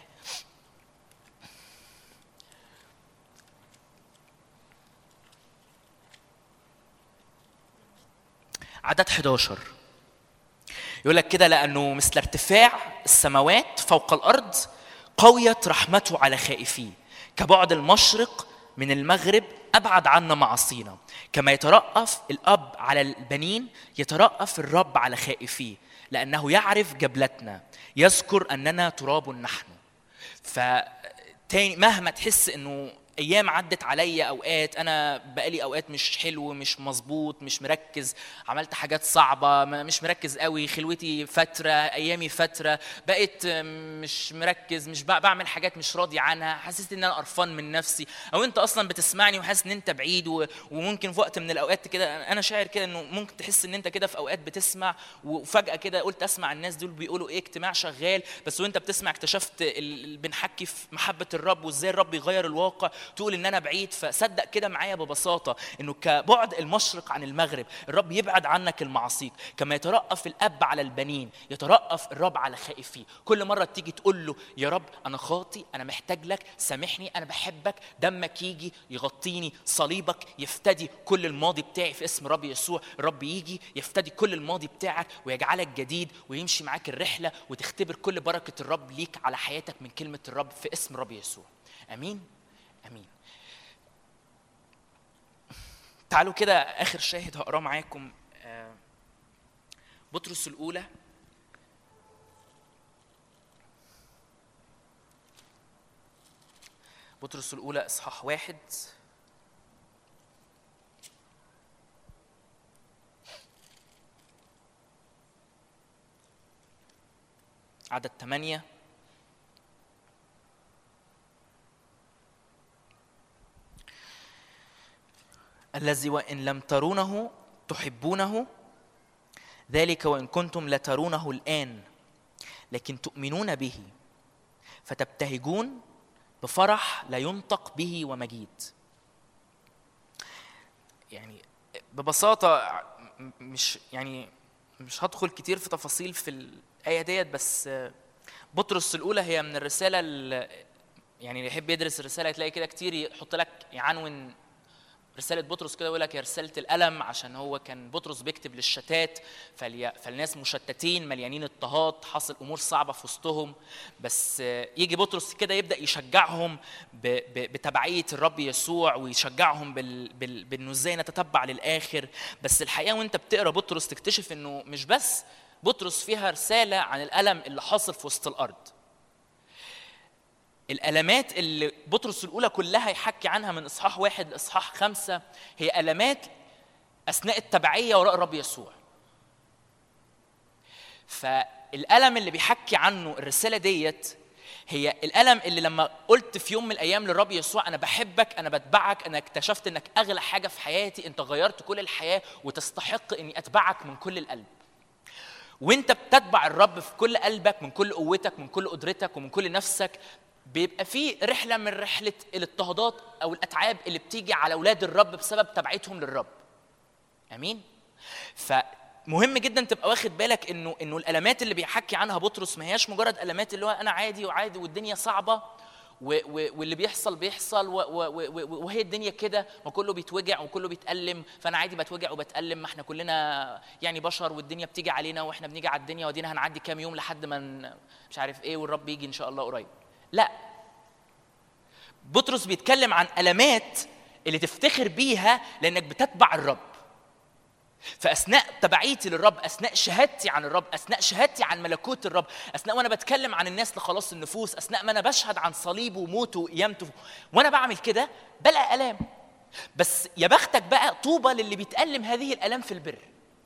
عدد إحدى عشر. يقول لك كده: لأنه مثل ارتفاع السماوات فوق الأرض قويت رحمته على خائفيه، كبعد المشرق من المغرب أبعد عنا معاصينا. كما يترأف الأب على البنين يترأف الرب على خائفيه، لأنه يعرف جبلتنا، يذكر أننا تراب نحن. فتاني مهما تحس إنه ايام عدت عليا، اوقات انا بقالي اوقات مش حلو، مش مظبوط، مش مركز، عملت حاجات صعبه، مش مركز قوي، خلوتي فتره، ايامي فتره، بقيت مش مركز، مش بعمل حاجات مش راضي عنها، حسيت ان انا قرفان من نفسي. او انت اصلا بتسمعني وحاسس ان انت بعيد، وممكن في وقت من الاوقات كده انا شاعر كده انه ممكن تحس ان انت كده في اوقات بتسمع وفجاه كده قلت اسمع الناس دول بيقولوا ايه، اجتماع شغال، بس وانت بتسمع اكتشفت بنحكي في محبه الرب وازاي الرب يغير الواقع، تقول ان انا بعيد. فصدق كده معايا ببساطه انه كبعد المشرق عن المغرب الرب يبعد عنك المعاصيك. كما يترأف الاب على البنين يترأف الرب على خائفيه. كل مره تيجي تقول له يا رب انا خاطي، انا محتاج لك، سامحني، انا بحبك، دمك يجي يغطيني، صليبك يفتدي كل الماضي بتاعي في اسم رب يسوع. الرب يجي يفتدي كل الماضي بتاعك ويجعلك جديد ويمشي معاك الرحله وتختبر كل بركه الرب ليك على حياتك من كلمه الرب في اسم رب يسوع. امين امين. تعالوا كده آخر شاهد هقراه معاكم، بطرس الأولى بطرس الأولى إصحاح واحد عدد ثمانية. الذي وإن لم ترونه تحبونه، ذلك وإن كنتم لا ترونه الآن لكن تؤمنون به، فتبتهجون بفرح لا ينطق به ومجيد. يعني ببساطة مش يعني مش هدخل كتير في تفاصيل في الآية ديت، بس بطرس الأولى هي من الرسالة يعني اللي يحب يدرس الرسالة تلاقي كده كتير يحط لك يعنون رسالة بطرس كده يقول لك هي رسالة الألم، عشان هو كان بطرس بيكتب للشتات، فالناس مشتتين مليانين اضطهاد، حصل أمور صعبة في وسطهم، بس يجي بطرس كده يبدأ يشجعهم بتبعية الرب يسوع ويشجعهم بأنه ازاي نتتبع للآخر. بس الحقيقة وانت بتقرأ بطرس تكتشف انه مش بس بطرس فيها رسالة عن الألم اللي حاصل في وسط الأرض. الألمات اللي بطرس الأولى كلها يحكي عنها من إصحاح واحد لإصحاح خمسة هي ألمات أثناء التبعية وراء الرب يسوع. فالألم اللي بيحكي عنه الرسالة ديت هي الألم اللي لما قلت في يوم من الأيام للرب يسوع أنا بحبك، أنا بتبعك، أنا اكتشفت أنك أغلى حاجة في حياتي، أنت غيرت كل الحياة وتستحق أني أتبعك من كل القلب. وأنت بتتبع الرب في كل قلبك، من كل قوتك، من كل قدرتك، ومن كل نفسك، بيبقى في رحلة من رحلة الاضطهادات أو الأتعاب اللي بتيجي على أولاد الرب بسبب تبعيتهم للرب. أمين؟ فمهم جدا تبقى واخد بالك إنه إنه الألمات اللي بيحكي عنها بطرس ما هياش مجرد ألمات اللي هو أنا عادي وعادي والدنيا صعبة واللي بيحصل بيحصل وهي الدنيا كده، ما كله بيتوجع وكله بيتألم، فأنا عادي بتوجع وبتألم، ما احنا كلنا يعني بشر والدنيا بتيجي علينا واحنا بنيجي على الدنيا ودينا هنعدي كام يوم لحد ما مش عارف ايه والرب يجي ان شاء الله قريب. لا، بطرس بيتكلم عن ألمات اللي تفتخر بيها لأنك بتتبع الرب. فأثناء تبعيتي للرب، أثناء شهادتي عن الرب، أثناء شهادتي عن ملكوت الرب، أثناء وأنا بتكلم عن الناس لخلاص النفوس، أثناء ما أنا بشهد عن صليبه وموته وقيامته، وأنا بعمل كده بلقى ألام. بس يا بختك بقى، طوبى للي بيتألم هذه الألام في البر.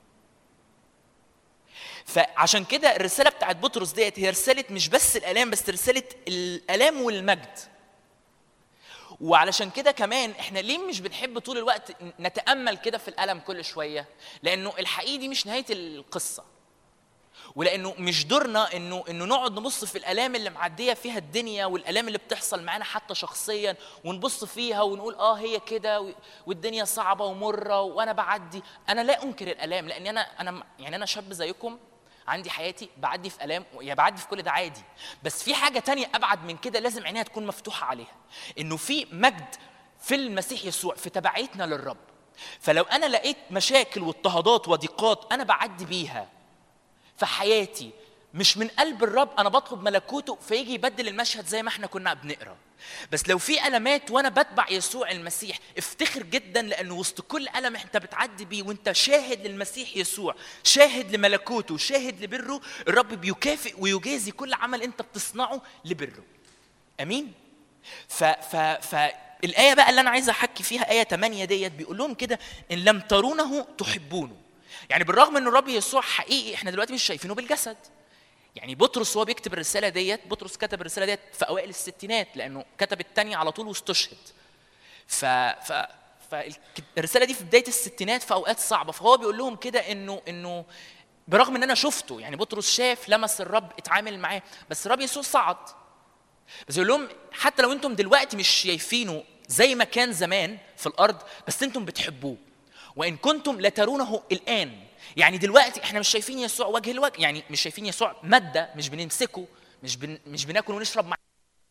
فعشان كده الرسالة بتاعت بطرس ديت هي رسالة مش بس الألام، بس رسالة الألام والمجد. وعلشان كده كمان احنا ليه مش بنحب طول الوقت نتأمل كده في الألم كل شوية؟ لأنه الحقيقة دي مش نهاية القصة، ولأنه مش دورنا إنه إنه نقعد نبص في الآلام اللي معدية فيها الدنيا والآلام اللي بتحصل معانا حتى شخصيا ونبص فيها ونقول آه هي كده والدنيا صعبة ومرة وأنا بعدي. أنا لا أنكر الآلام، لأني أنا أنا يعني أنا شاب زيكم، عندي حياتي، بعدي في ألام، يا بعدي في كل ده عادي. بس في حاجة تانية أبعد من كده لازم عينيها تكون مفتوحة عليها، إنه في مجد في المسيح يسوع في تبعيتنا للرب. فلو أنا لقيت مشاكل واضطهادات وضيقات أنا بعدي بيها في حياتي مش من قلب الرب، أنا بطلب ملكوته فيجي يبدل المشهد زي ما احنا كنا بنقرأ. بس لو في ألمات وأنا بتبع يسوع المسيح، افتخر جدا، لأنه وسط كل ألم أنت بتعدي بيه وأنت شاهد للمسيح يسوع، شاهد لملكوته، شاهد لبره، الرب بيكافئ ويجازي كل عمل أنت بتصنعه لبره. أمين؟ ف ف فالآية بقى اللي أنا عايز أحكي فيها آية ثمانية ديت، بيقول لهم كده: إن لم ترونه تحبونه. يعني بالرغم أن الرب يسوع حقيقي إحنا دلوقتي مش شايفينه بالجسد. يعني بطرس هو بيكتب الرسالة ديت، بطرس كتب الرسالة ديت في أوائل الستينات، لأنه كتب الثانية على طول واستشهد. ف ف فالرسالة دي في بداية الستينات في أوقات صعبة، فهو بيقول لهم كده إنه إنه برغم إن أنا شفته، يعني بطرس شاف لمس الرب، اتعامل معاه، بس الرب يسوع صعد. بس يقول لهم حتى لو أنتم دلوقتي مش شايفينه زي ما كان زمان في الأرض، بس أنتم بتحبوه، وإن كنتم لترونه الآن. يعني دلوقتي احنا مش شايفين يسوع وجه الوجه، يعني مش شايفين يسوع مادة، مش بنمسكه، مش بن مش بناكل ونشرب معاه.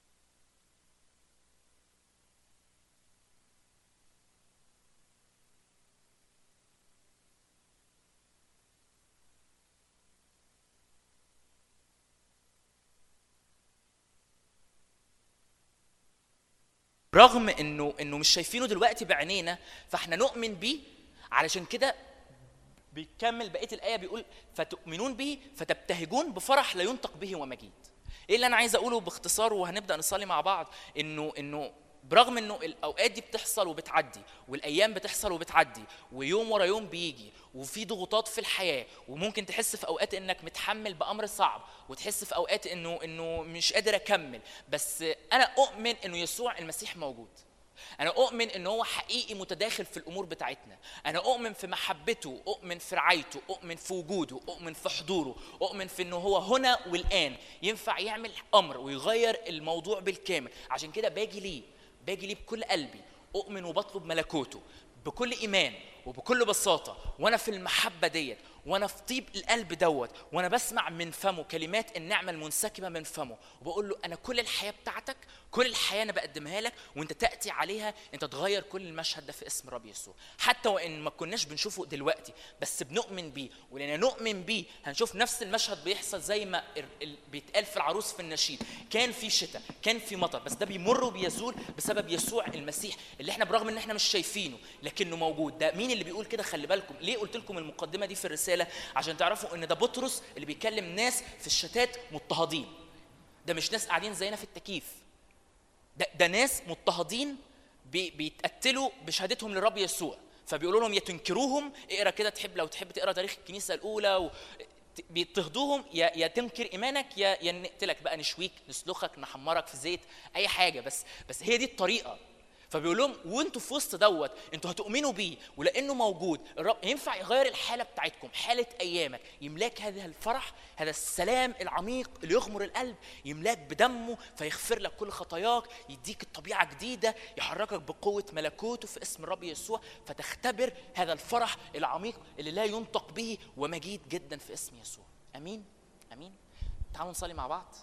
رغم انه انه مش شايفينه دلوقتي بعينينا، فاحنا نؤمن بيه. علشان كده بيكمل بقيه الايه بيقول: فتؤمنون به فتبتهجون بفرح لا ينطق به ومجيد. ايه اللي انا عايز اقوله باختصار وهنبدا نصلي مع بعض؟ انه انه برغم انه الاوقات دي بتحصل وبتعدي، والايام بتحصل وبتعدي، ويوم ورا يوم بيجي، وفي ضغوطات في الحياه، وممكن تحس في اوقات انك متحمل بامر صعب، وتحس في اوقات انه انه مش قادر اكمل. بس انا اؤمن انه يسوع المسيح موجود. أنا أؤمن إن هو حقيقي متداخل في الأمور بتاعتنا. أنا أؤمن في محبته، أؤمن في رعايته، أؤمن في وجوده، أؤمن في حضوره، أؤمن في إنه هو هنا والآن ينفع يعمل أمر ويغير الموضوع بالكامل. عشان كده باجي ليه، باجي ليه بكل قلبي، أؤمن وبطلب ملكوته بكل إيمان وبكل بساطة، وأنا في المحبة ديت، وأنا في طيب القلب دوت، وأنا بسمع من فمه كلمات النعمة المنسكبة من فمه، وبقول له أنا كل الحياة بتاعتك، كل الحياة أنا بقدمها لك، وأنت تأتي عليها، أنت تغير كل المشهد ده في اسم رب يسوع. حتى وإن ما كناش بنشوفه دلوقتي، بس بنؤمن بيه، ولأننا نؤمن بيه هنشوف نفس المشهد بيحصل زي ما بيتقال في العروس في النشيد: كان في شتاء، كان في مطر، بس ده بيمر وبيزول بسبب يسوع المسيح اللي احنا برغم ان احنا مش شايفينه لكنه موجود. ده مين اللي بيقول كده؟ خلي بالكم ليه قلت لكم المقدمة دي في الرسالة، عشان تعرفوا ان ده بطرس اللي بيكلم ناس في الشتات مضطهدين. ده مش ناس قاعدين زينا في التكييف، ده, ده ناس مضطهدين بي بيتقتلوا بشهادتهم للرب يسوع، فبيقولوا لهم يا تنكروهم. اقرا كده، تحب لو تحب تقرا تاريخ الكنيسة الأولى و... بيضطهدوهم، يا يا تنكر ايمانك، يا يا نقتلك بقى، نشويك، نسلخك، نحمرك في زيت، اي حاجه، بس بس هي دي الطريقه. فبيقول لهم وانتوا في وسط دوت انتوا هتؤمنوا بيه، ولانه موجود الرب ينفع يغير الحاله بتاعتكم، حاله ايامك، يملاك هذا الفرح، هذا السلام العميق اللي يغمر القلب، يملاك بدمه فيغفر لك كل خطاياك، يديك الطبيعه جديده، يحركك بقوه ملكوته في اسم الرب يسوع، فتختبر هذا الفرح العميق اللي لا ينطق به ومجيد جدا في اسم يسوع. امين امين. تعالوا نصلي مع بعض.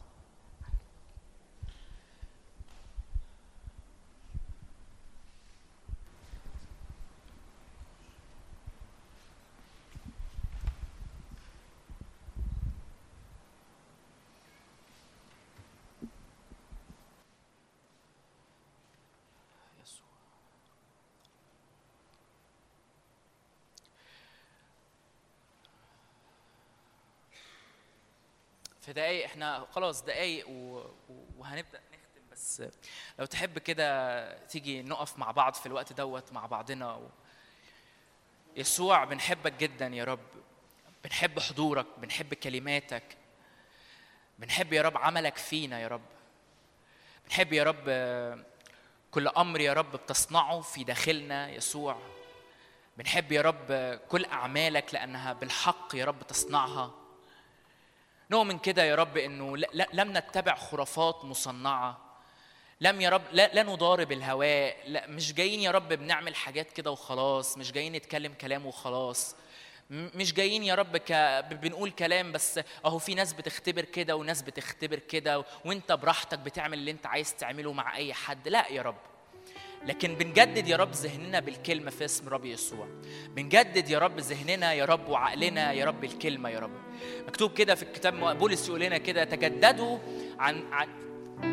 في دقايق، احنا خلاص دقايق وهنبدأ نختم، بس لو تحب كده تيجي نقف مع بعض في الوقت دوت مع بعضنا. و... يسوع بنحبك جدا يا رب، بنحب حضورك، بنحب كلماتك، بنحب يا رب عملك فينا يا رب، بنحب يا رب كل أمر يا رب بتصنعه في داخلنا يسوع، بنحب يا رب كل أعمالك لأنها بالحق يا رب تصنعها. نؤمن كده يا رب إنه لم نتبع خرافات مصنعة، لم يا رب لا, لا نضارب الهواء، لا مش جايين يا رب بنعمل حاجات كده وخلاص، مش جايين نتكلم كلام وخلاص، مش جايين يا رب ك... بنقول كلام بس اهو في ناس بتختبر كده وناس بتختبر كده وانت براحتك بتعمل اللي انت عايز تعمله مع اي حد. لا يا رب، لكن بنجدد يا رب ذهننا بالكلمة في اسم رب يسوع، بنجدد يا رب ذهننا يا رب وعقلنا يا رب بالكلمة يا رب. مكتوب كده في الكتاب، بولس يقول لنا كده تجددوا عن عن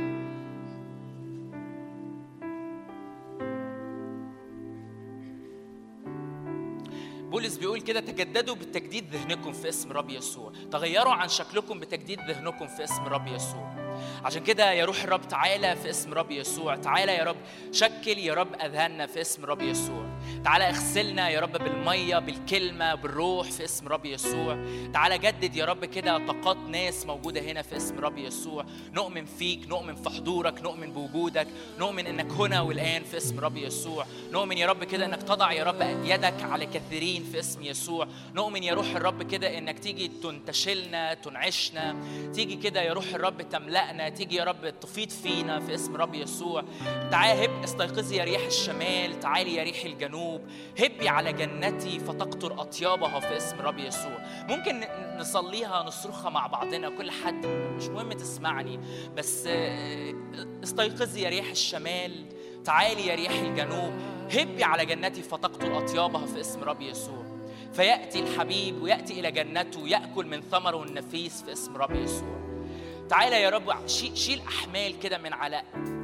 بولس بيقول كده تجددوا بالتجديد ذهنكم في اسم رب يسوع، تغيروا عن شكلكم بتجديد ذهنكم في اسم رب يسوع. عشان كده يا روح الرب تعالى في اسم رب يسوع، تعالى يا رب شكل يا رب أذهاننا في اسم رب يسوع، تعالى اغسلنا يا رب بالمية بالكلمة بالروح في اسم رب يسوع، تعالى جدد يا رب كده طاقات ناس موجودة هنا في اسم رب يسوع. نؤمن فيك، نؤمن في حضورك، نؤمن بوجودك، نؤمن انك هنا والآن في اسم رب يسوع. نؤمن يا رب كده انك تضع يا رب يدك على كثيرين في اسم يسوع. نؤمن يا روح الرب كده انك تيجي تنتشلنا تنعشنا، تيجي كده يا روح الرب تملأنا، تيجي يا رب تفيض فينا في اسم رب يسوع. تعالى هب استيقظي يا ريح الشمال، تعالي يا ريح الجنوب، هبي على جنتي فتقطر أطيابها في اسم رب يسوع. ممكن نصليها نصرخها مع بعضنا، كل حد مش مهم تسمعني، بس استيقظي يا ريح الشمال، تعالي يا ريح الجنوب، هبي على جنتي فتقطر أطيابها في اسم رب يسوع. فيأتي الحبيب ويأتي إلى جنته يأكل من ثمره النفيس في اسم رب يسوع. تعالى يا رب شيل أحمال كده من على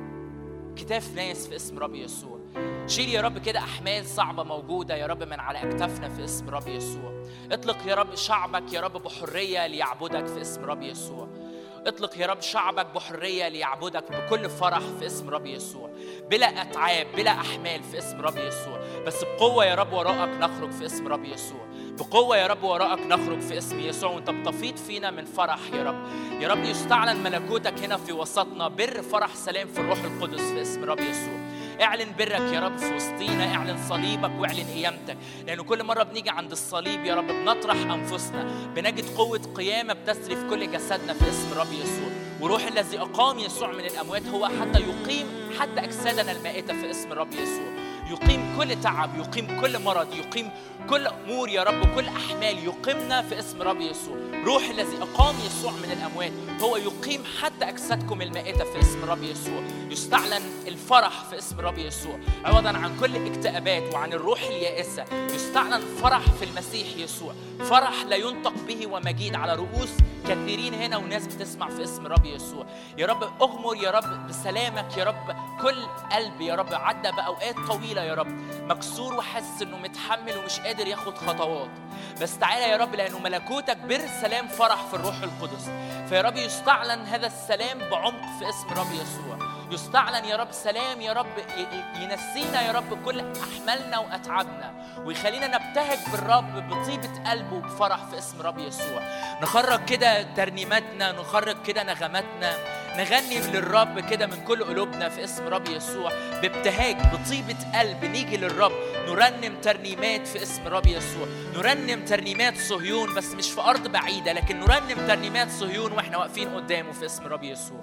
كتاف ناس في اسم رب يسوع. شيل يا رب كده أحمال صعبة موجودة يا رب من على أكتافنا في اسم رب يسوع. اطلق يا رب شعبك يا رب بحرية ليعبدك في اسم رب يسوع. اطلق يا رب شعبك بحرية ليعبدك بكل فرح في اسم رب يسوع، بلا أتعاب بلا أحمال في اسم رب يسوع، بس بقوة يا رب وراءك نخرج في اسم رب يسوع، بقوة يا رب وراءك نخرج في اسم يسوع، وانت بتفيض فينا من فرح يا رب. يا رب يستعلن ملكوتك هنا في وسطنا، بر فرح سلام في الروح القدس في اسم رب يسوع. اعلن برك يا رب في وسطينا، اعلن صليبك واعلن قيامتك، لأنه كل مرة بنيجي عند الصليب يا رب بنطرح أنفسنا، بنجد قوة قيامة بتسري في كل جسدنا في اسم رب يسوع. وروح الذي أقام يسوع من الأموات هو حتى يقيم حتى أجسادنا المائتة في اسم رب يسوع، يقيم كل تعب، يقيم كل مرض، يقيم كل أمور يا رب، كل أحمال، يقيمنا في اسم رب يسوع. روح الذي أقام يسوع من الأموات هو يقيم حتى أجسادكم المائتة في اسم رب يسوع. يستعلن الفرح في اسم رب يسوع عوضاً عن كل اكتئابات وعن الروح اليائسة. يستعلن فرح في المسيح يسوع، فرح لا ينطق به ومجيد على رؤوس كثيرين هنا وناس بتسمع في اسم رب يسوع. يا رب أغمر يا رب بسلامك يا رب كل قلب يا رب عدى بأوقات طويلة يا رب مكسور وحاسس إنه متحمل ومش قادر ياخد خطوات، بس تعالى يا رب لأنه ملكوتك بر سلام فرح في الروح القدس. فيا رب يستعلن هذا السلام بعمق في اسم رب يسوع. يستعلن يا رب سلام يا رب ينسينا يا رب كل أحمالنا وأتعابنا ويخلينا نبتهج بالرب بطيبة قلب وبفرح في اسم رب يسوع. نخرج كده ترنيماتنا، نخرج كده نغماتنا، نغني للرب كده من كل قلوبنا في اسم رب يسوع بابتهاج بطيبة قلب. نيجي للرب نرنم ترنيمات في اسم رب يسوع، نرنم ترنيمات صهيون بس مش في أرض بعيدة، لكن نرنم ترنيمات صهيون وإحنا واقفين قدامه في اسم رب يسوع.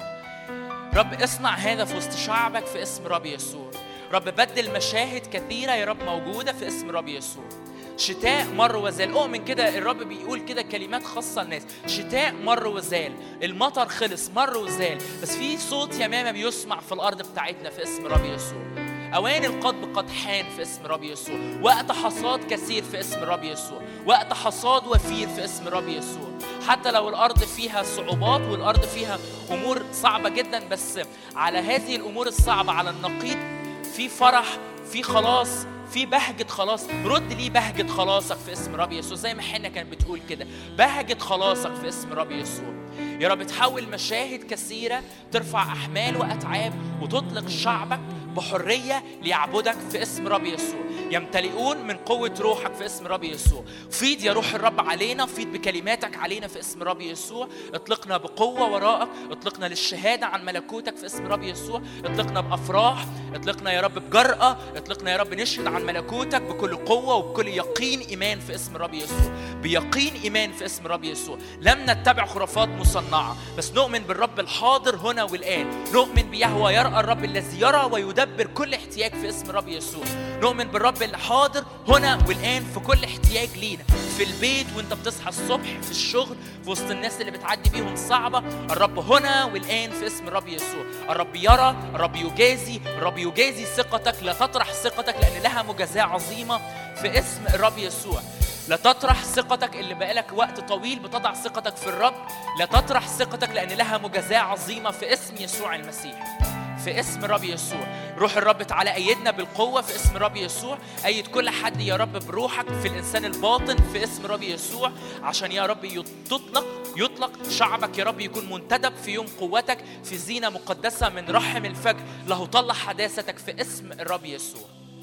رب اصنع هذا في وسط شعبك في اسم رب يسوع. رب بدل مشاهد كثيرة يا رب موجودة في اسم رب يسوع. شتاء مر وزال، أؤمن كده الرب بيقول كده كلمات خاصة للناس. شتاء مر وزال، المطر خلص مر وزال، بس في صوت يمامة بيسمع في الأرض بتاعتنا في اسم رب يسوع. أوان القضب قد حان في اسم رب يسوع. وقت حصاد كثير في اسم رب يسوع. وقت حصاد وفير في اسم رب يسوع. حتى لو الأرض فيها صعوبات والأرض فيها أمور صعبة جدا، بس على هذه الأمور الصعبة على النقيض في فرح، في خلاص، في بهجة خلاص. رد لي بهجة خلاصك في اسم رب يسوع، زي ما حنا كانت بتقول كده، بهجة خلاصك في اسم رب يسوع. يا رب تحول مشاهد كثيرة، ترفع أحمال وأتعاب وتطلق شعبك بحرية ليعبدك في اسم رب يسوع. يمتلئون من قوة روحك في اسم رب يسوع. فيض يا روح الرب علينا، فيض بكلماتك علينا في اسم رب يسوع. اطلقنا بقوة وراءك، اطلقنا للشهادة عن ملكوتك في اسم رب يسوع. اطلقنا بأفراح، اطلقنا يا رب بجرأة، اطلقنا يا رب نشهد عن ملكوتك بكل قوة وبكل يقين إيمان في اسم رب يسوع. بيقين إيمان في اسم رب يسوع. لم نتبع خرافات مصنعة، بس نؤمن بالرب الحاضر هنا والآن. نؤمن بيهوى يرأى الرب الذي يرى ويدبر كل احتياج في اسم رب يسوع. نؤمن بالرب الحاضر هنا والآن في كل احتياج لينا، في البيت وانت بتصحى الصبح، في الشغل، في وسط الناس اللي بتعدي بيهم صعبة. الرب هنا والآن في اسم رب يسوع. الرب يرى، الرب يجازي، الرب يجازي ثقتك. لا تطرح ثقتك لأن لها مجازاة عظيمة في اسم الرب يسوع. لا تطرح ثقتك اللي بقالك وقت طويل بتضع ثقتك في الرب. لا تطرح ثقتك لأن لها مجازاة عظيمة في اسم يسوع المسيح، في اسم رب يسوع. روح الرب تعالى أيدنا بالقوة في اسم رب يسوع. أيد كل حد يا رب بروحك في الإنسان الباطن في اسم رب يسوع، عشان يا رب تطلق يطلق شعبك يا رب يكون منتدب في يوم قوتك في زينة مقدسة من رحم الفجر. له طلع حداثتك في اسم الرب يسوع.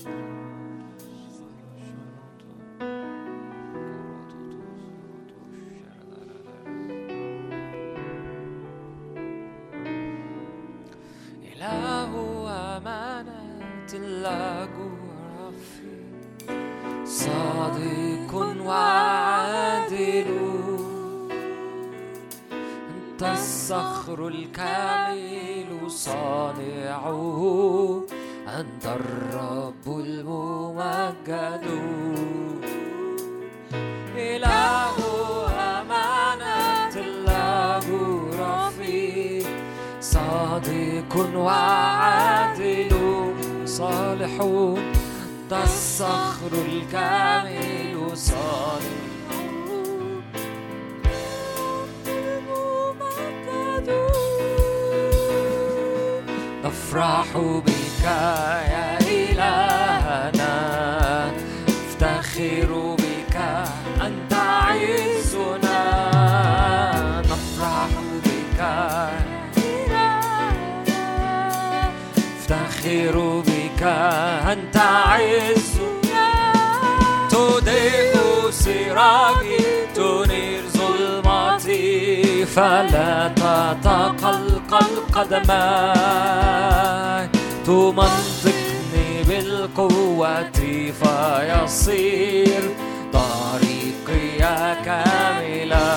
إله أمانة له رفيق، صادق وعادل، أنت الصخر الكامل صانعه، أنت الرب الممجد. إله أمانة له رفيق، صادق وعادل صالح، أنت الصخر الكامل صانع الممجد. نفرح بك يا إلهنا، نفتخر بك أنت عزنا. نفرح بك نفتخر بك أنت عزنا. تضيء سراجي تنير ظلمتي، فلا تتقلقل قدماي. تمنطقني بالقوة فيصير طريقي كاملا.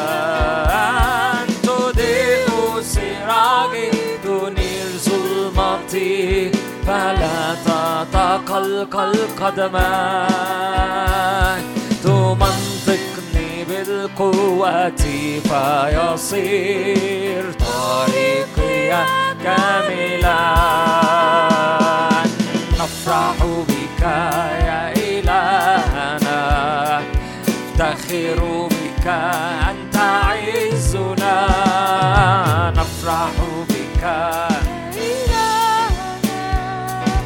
تضيء سراجي تنير ظلمتي، فلا تتقلقل قدماي. تمنطقني بالقوة فيصير طريقي كاملا. نفرح بك يا إلهنا، نفتخر بك أنت عزنا. نفرح بك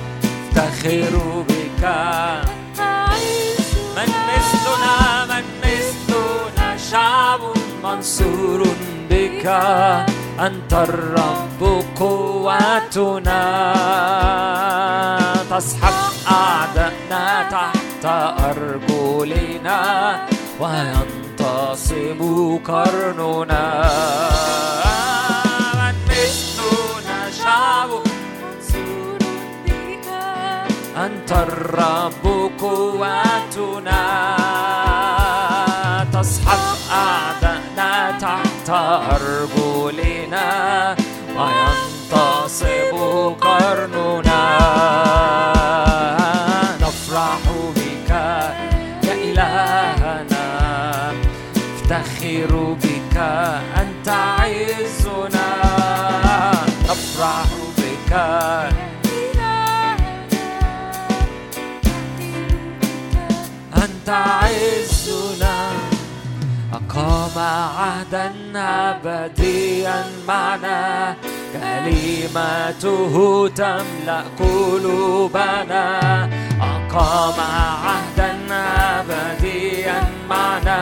نفتخر بك. من مثلنا من منصور بك، أنت الرب قوتنا، تسحق أعداءنا تحت أرجلنا وينتصب قرننا. من مثلنا شعب منصور بك، أنت الرب قوتنا، تسحق أعداءنا تحت أرجلنا وينتصب قرننا. نفرح بك يا إلهنا، افتخر بك أنت عزنا، نفرح بك أنت عزنا. أقام عهدا أبديا معنا، كلمته تملأ قلوبنا. أقام عهدا أبديا معنا،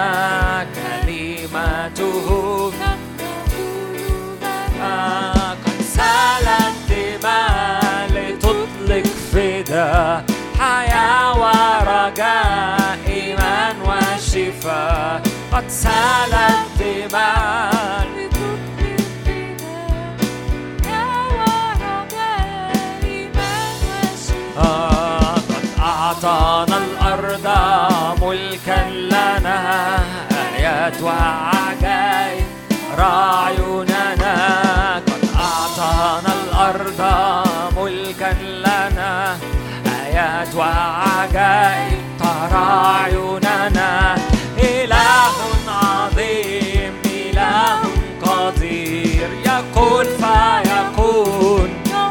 كلمته تملأ قلوبنا. قد سالت دماء لتطلق فدا، حياة ورجاء إيمان وشفاء. قد سالت دماء لتطلق فدا، حياة ورجاء إيمان وشفاء. قد أعطانا الأرض ملكا لنا، آيات وعجائب رعيوننا. قد أعطانا الأرض ملكا لنا، آيات وعجائب ترى عيوننا. إله عظيم، إله قدير، يقول فيكون،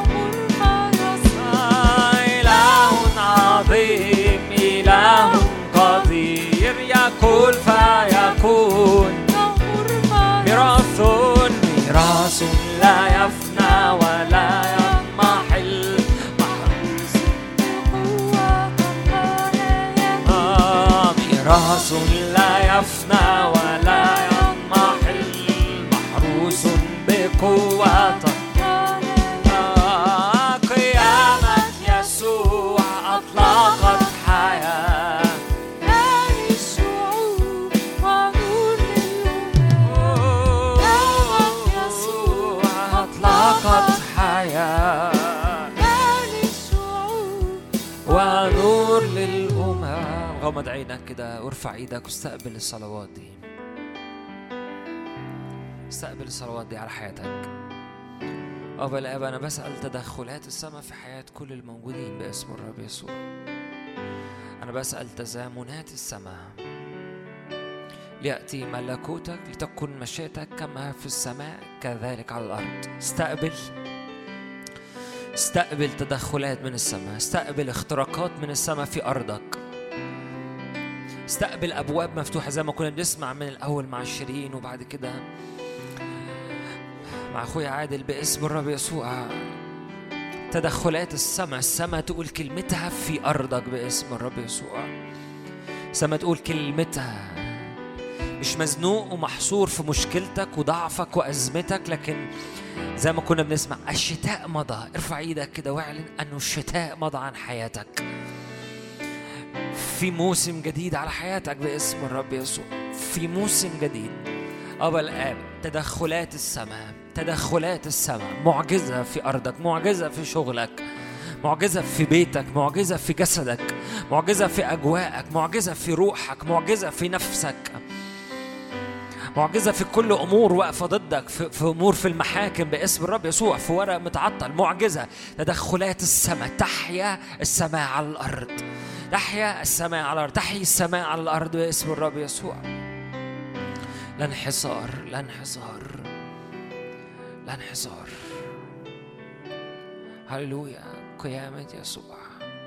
إله عظيم، إله قدير، يقول فيكون. ميراث ميراث لا يفنى ولا يضمحل، ميراث لا يفنى ولا يضمحل، محروس بقوة. قيامة يسوع أطلقت حياة للشعوب ونور للأمم. قيامة يسوع أطلقت حياة للشعوب ونور للأمم. غمض عينك كده وارفع ايدك واستقبل الصلوات دي، استقبل الصلوات دي على حياتك. أبا الآب، أنا بسأل تدخلات السماء في حياة كل الموجودين باسم الرب يسوع. أنا بسأل تزامنات السماء، ليأتي ملكوتك، لتكن مشيئتك كما في السماء كذلك على الأرض. استقبل استقبل تدخلات من السماء، استقبل اختراقات من السماء في أرضك، استقبل أبواب مفتوحة زي ما كنا بنسمع من الأول مع الشيرين وبعد كده مع أخويا عادل باسم الرب يسوع. تدخلات السماء، السماء تقول كلمتها في أرضك باسم الرب يسوع. السماء تقول كلمتها، مش مزنوق ومحصور في مشكلتك وضعفك وأزمتك، لكن زي ما كنا بنسمع الشتاء مضى. ارفع ايدك كده واعلن أنه الشتاء مضى عن حياتك، في موسم جديد على حياتك باسم الرب يسوع، في موسم جديد. أبا الآب، تدخلات السماء، تدخلات السماء، معجزة في أرضك، معجزة في شغلك، معجزة في بيتك، معجزة في جسدك، معجزة في أجواءك، معجزة في روحك، معجزة في نفسك، معجزة في كل أمور واقفة ضدك، في, في أمور في المحاكم باسم الرب يسوع، في ورق متعطل. معجزة، تدخلات السماء. تحيا السماء على الأرض، تحيا السماء على الأرض، تحيي السماء على الأرض باسم الرب يسوع. لا انحصار، لا انحصار، لا انحصار. هللويا. قيامة يسوع.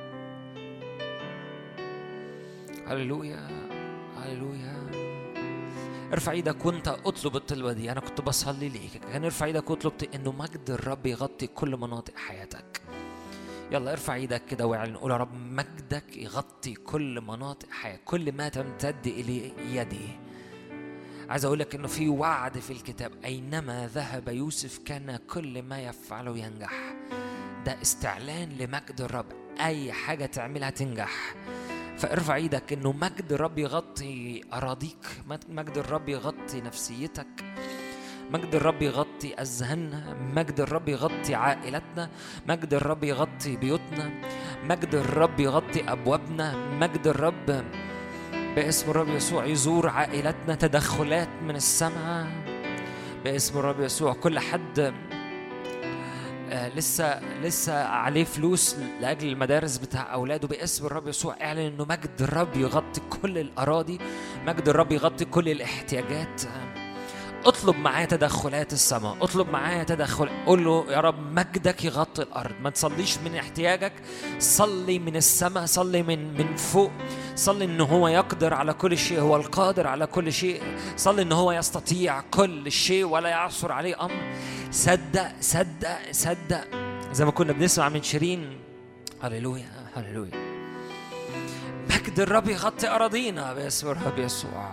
هللويا، هللويا. ارفع ايدك وانت اطلب الطلبة دي. انا كنت بصلي ليك، كان ارفع ايدك واطلب انه مجد الرب يغطي كل مناطق حياتك. يلا ارفع ايدك كده واعلن، قول يا رب مجدك يغطي كل مناطق حياتك، كل ما تمتد اليه يدي. عايز أقول لك إنه في وعد في الكتاب، أينما ذهب يوسف كان كل ما يفعله ينجح. ده استعلان لمجد الرب، أي حاجة تعملها تنجح. فارفع ايدك إنه مجد الرب يغطي أراضيك، مجد الرب يغطي نفسيتك، مجد الرب يغطي أذهاننا، مجد الرب يغطي عائلتنا، مجد الرب يغطي بيوتنا، مجد الرب يغطي أبوابنا، مجد الرب باسم الرب يسوع يزور عائلتنا. تدخلات من السماء باسم الرب يسوع. كل حد آه لسه لسه عليه فلوس لأجل المدارس بتاع أولاده، باسم الرب يسوع اعلن إنه مجد الرب يغطي كل الأراضي، مجد الرب يغطي كل الاحتياجات. اطلب معايا تدخلات السماء، اطلب معايا تدخل، قول له يا رب مجدك يغطي الارض. ما تصليش من احتياجك، صلي من السماء، صلي من من فوق، صلي ان هو يقدر على كل شيء، هو القادر على كل شيء. صلي ان هو يستطيع كل شيء ولا يعثر عليه امر. صدق صدق صدق زي ما كنا بنسمع من شيرين. هللويا هللويا. مجد الرب يغطي اراضينا باسم الرب يسوع.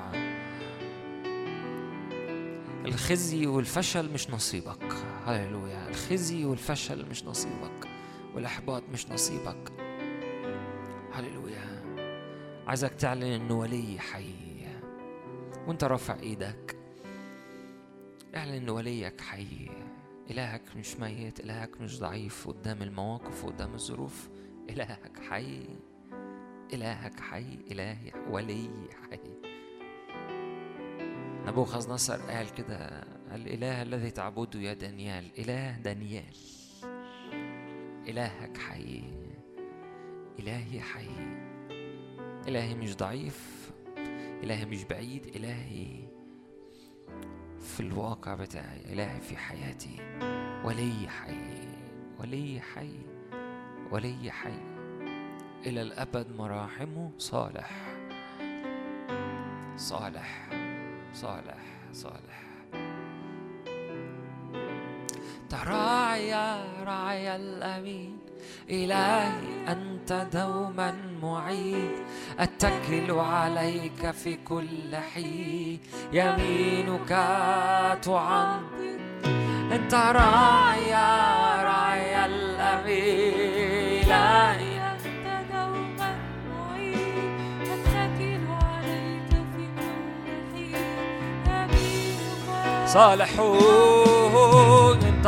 الخزي والفشل مش نصيبك. هللويا. الخزي والفشل مش نصيبك، والإحباط مش نصيبك. هللويا. عايزك تعلن إنه ولي حي وانت رافع ايدك. اعلن إنه وليك حي. إلهك مش ميت، إلهك مش ضعيف قدام المواقف وقدام الظروف. إلهك حي، إلهك حي، إلهي ولي حي. نبوخذ نصر قال كده: الإله الذي تعبده يا دانيال إله دانيال. إلهك حي، إلهي حي. إلهي مش ضعيف، إلهي مش بعيد، إلهي في الواقع بتاعي، إلهي في حياتي. ولي حي، ولي حي، ولي حي إلى الأبد. مراحمه صالح صالح صالح صالح. تراعي يا راعي الأمين، إلهي أنت دوما معين. أتكل عليك في كل حين، يمينك تعضد. أنت راعي يا راعي الأمين، إلهي أنت دوما معين. أتكل عليك في كل حين، يمينك صالحون. أنت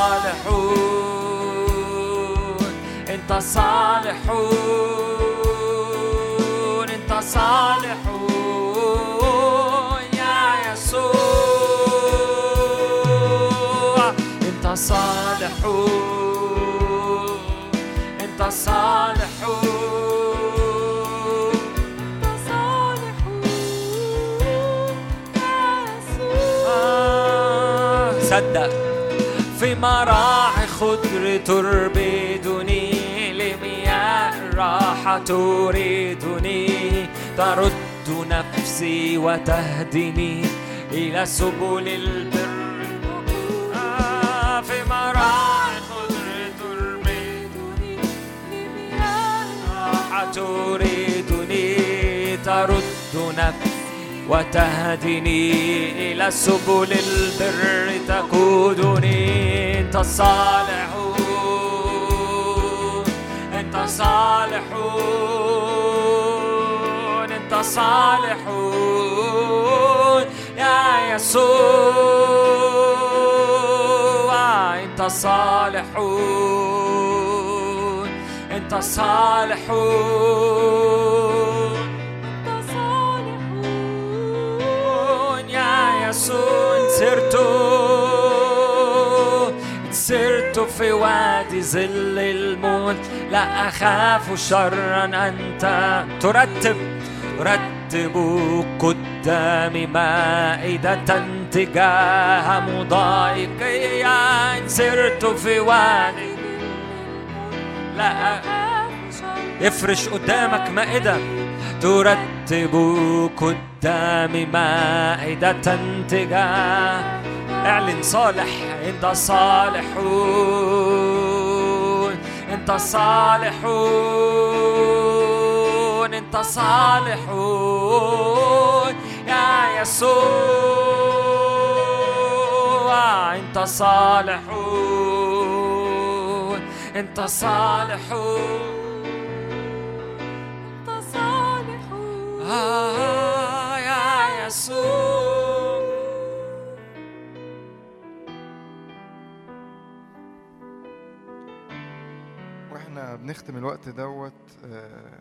صالحون، أنت صالحون، أنت صالحون يا يسوع. أنت صالحون، أنت صالحون، أنت صالحون يا يسوع. صدق في مراعي خضر تربدني، لمياه الراحة تريدني. ترد نفسي وتهدني إلى سبل البر. آه في مراعي خضر تربدني، لمياه الراحة تريدني. ترد نفسي وتهدني إلى سبل البر تقودني. أنت صالحون، أنت صالحون، أنت صالحون يا يسوع. أنت صالحون، أنت صالحون، سرت سرت في وادي ظل الموت، لا أخاف شرا. أنت ترتب رتب قدامي مائدة تجاه مضايقي. سرت في وادي لا يفرش قدامك مائدة، ترتب قدامي مائدة تجاه. اعلن صالح، انت صالحون، انت صالحون، انت صالحون يا يسوع. انت صالح انت صالح انت صالح آه يا يسوع. واحنا بنختم الوقت دوت آه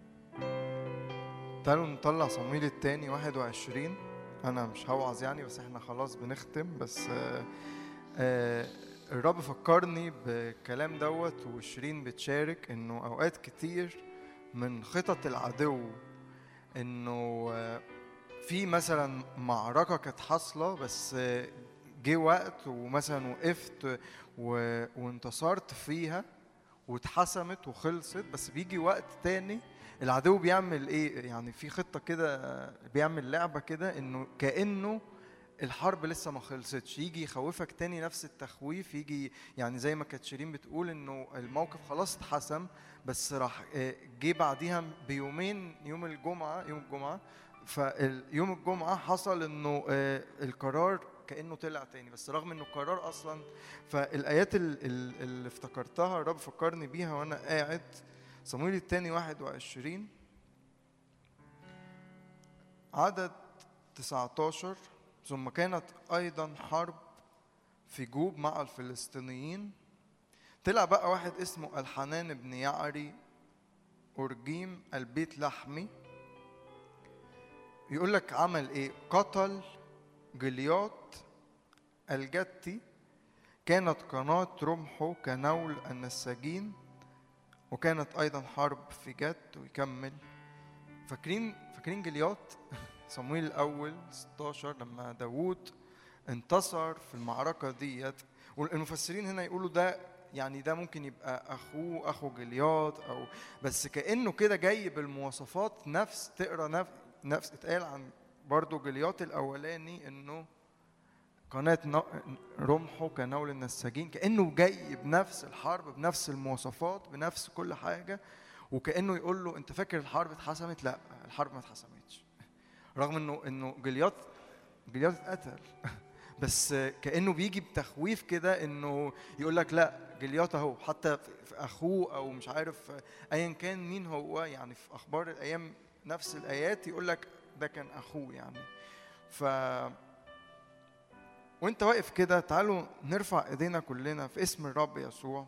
تعالوا نطلع صمويل التاني واحد وعشرين. انا مش هوعظ يعني، بس احنا خلاص بنختم. بس آه آه الرب فكرني بالكلام دوت، وشيرين بتشارك انه اوقات كتير من خطط العدو انه آه في مثلا معركة كانت حاصلة، بس آه جه وقت ومثلا وقفت و... وانتصرت فيها واتحسمت وخلصت، بس بيجي وقت تاني العدو بيعمل ايه؟ يعني في خطة كده، بيعمل لعبة كده انه كأنه الحرب لسه ما خلصتش، يجي يخوفك تاني نفس التخويف، يجي يعني زي ما كانت شيرين بتقول انه الموقف خلاص اتحسم، بس راح جه بعديها بيومين يوم الجمعة يوم الجمعة فاليوم الجمعة حصل انه القرار كأنه طلع تاني، بس رغم انه قرار اصلا. فالايات اللي افتكرتها الرب فكرني بيها وانا قاعد، صمويل الثاني واحد وعشرين عدد تسعة عشر. ثم كانت ايضا حرب في جوب مع الفلسطينيين. طلع بقى واحد اسمه الحنان بن يعري أورجيم البيت لحمي، يقول لك عمل ايه؟ قتل جليات الجتي، كانت قناة رمحه كنول النساجين، وكانت أيضا حرب في جت. ويكمل. فاكرين فاكرين جليات صمويل الأول ستة عشر لما داوود انتصر في المعركة ديت، والمفسرين هنا يقولوا ده يعني ده ممكن يبقى أخوه أخو جليات، أو بس كأنه كده جاي بالمواصفات نفس تقرأ نفس, نفس اتقال عن برضو جليات الأولاني إنه قناة رمحه كنول النساجين، كأنه جاي بنفس الحرب بنفس المواصفات بنفس كل حاجة، وكأنه يقول له أنت فاكر الحرب اتحسمت؟ لا، الحرب ما اتحسمتش، رغم إنه إنه جليات جليات اتقتل بس كأنه بيجي بتخويف كده، إنه يقول لك لا، جليات أهو، حتى في أخوه أو مش عارف أيا كان مين هو، يعني في أخبار الأيام نفس الآيات يقول لك ده كان أخوه يعني. ف وانت واقف كده تعالوا نرفع ايدينا كلنا في اسم الرب يسوع.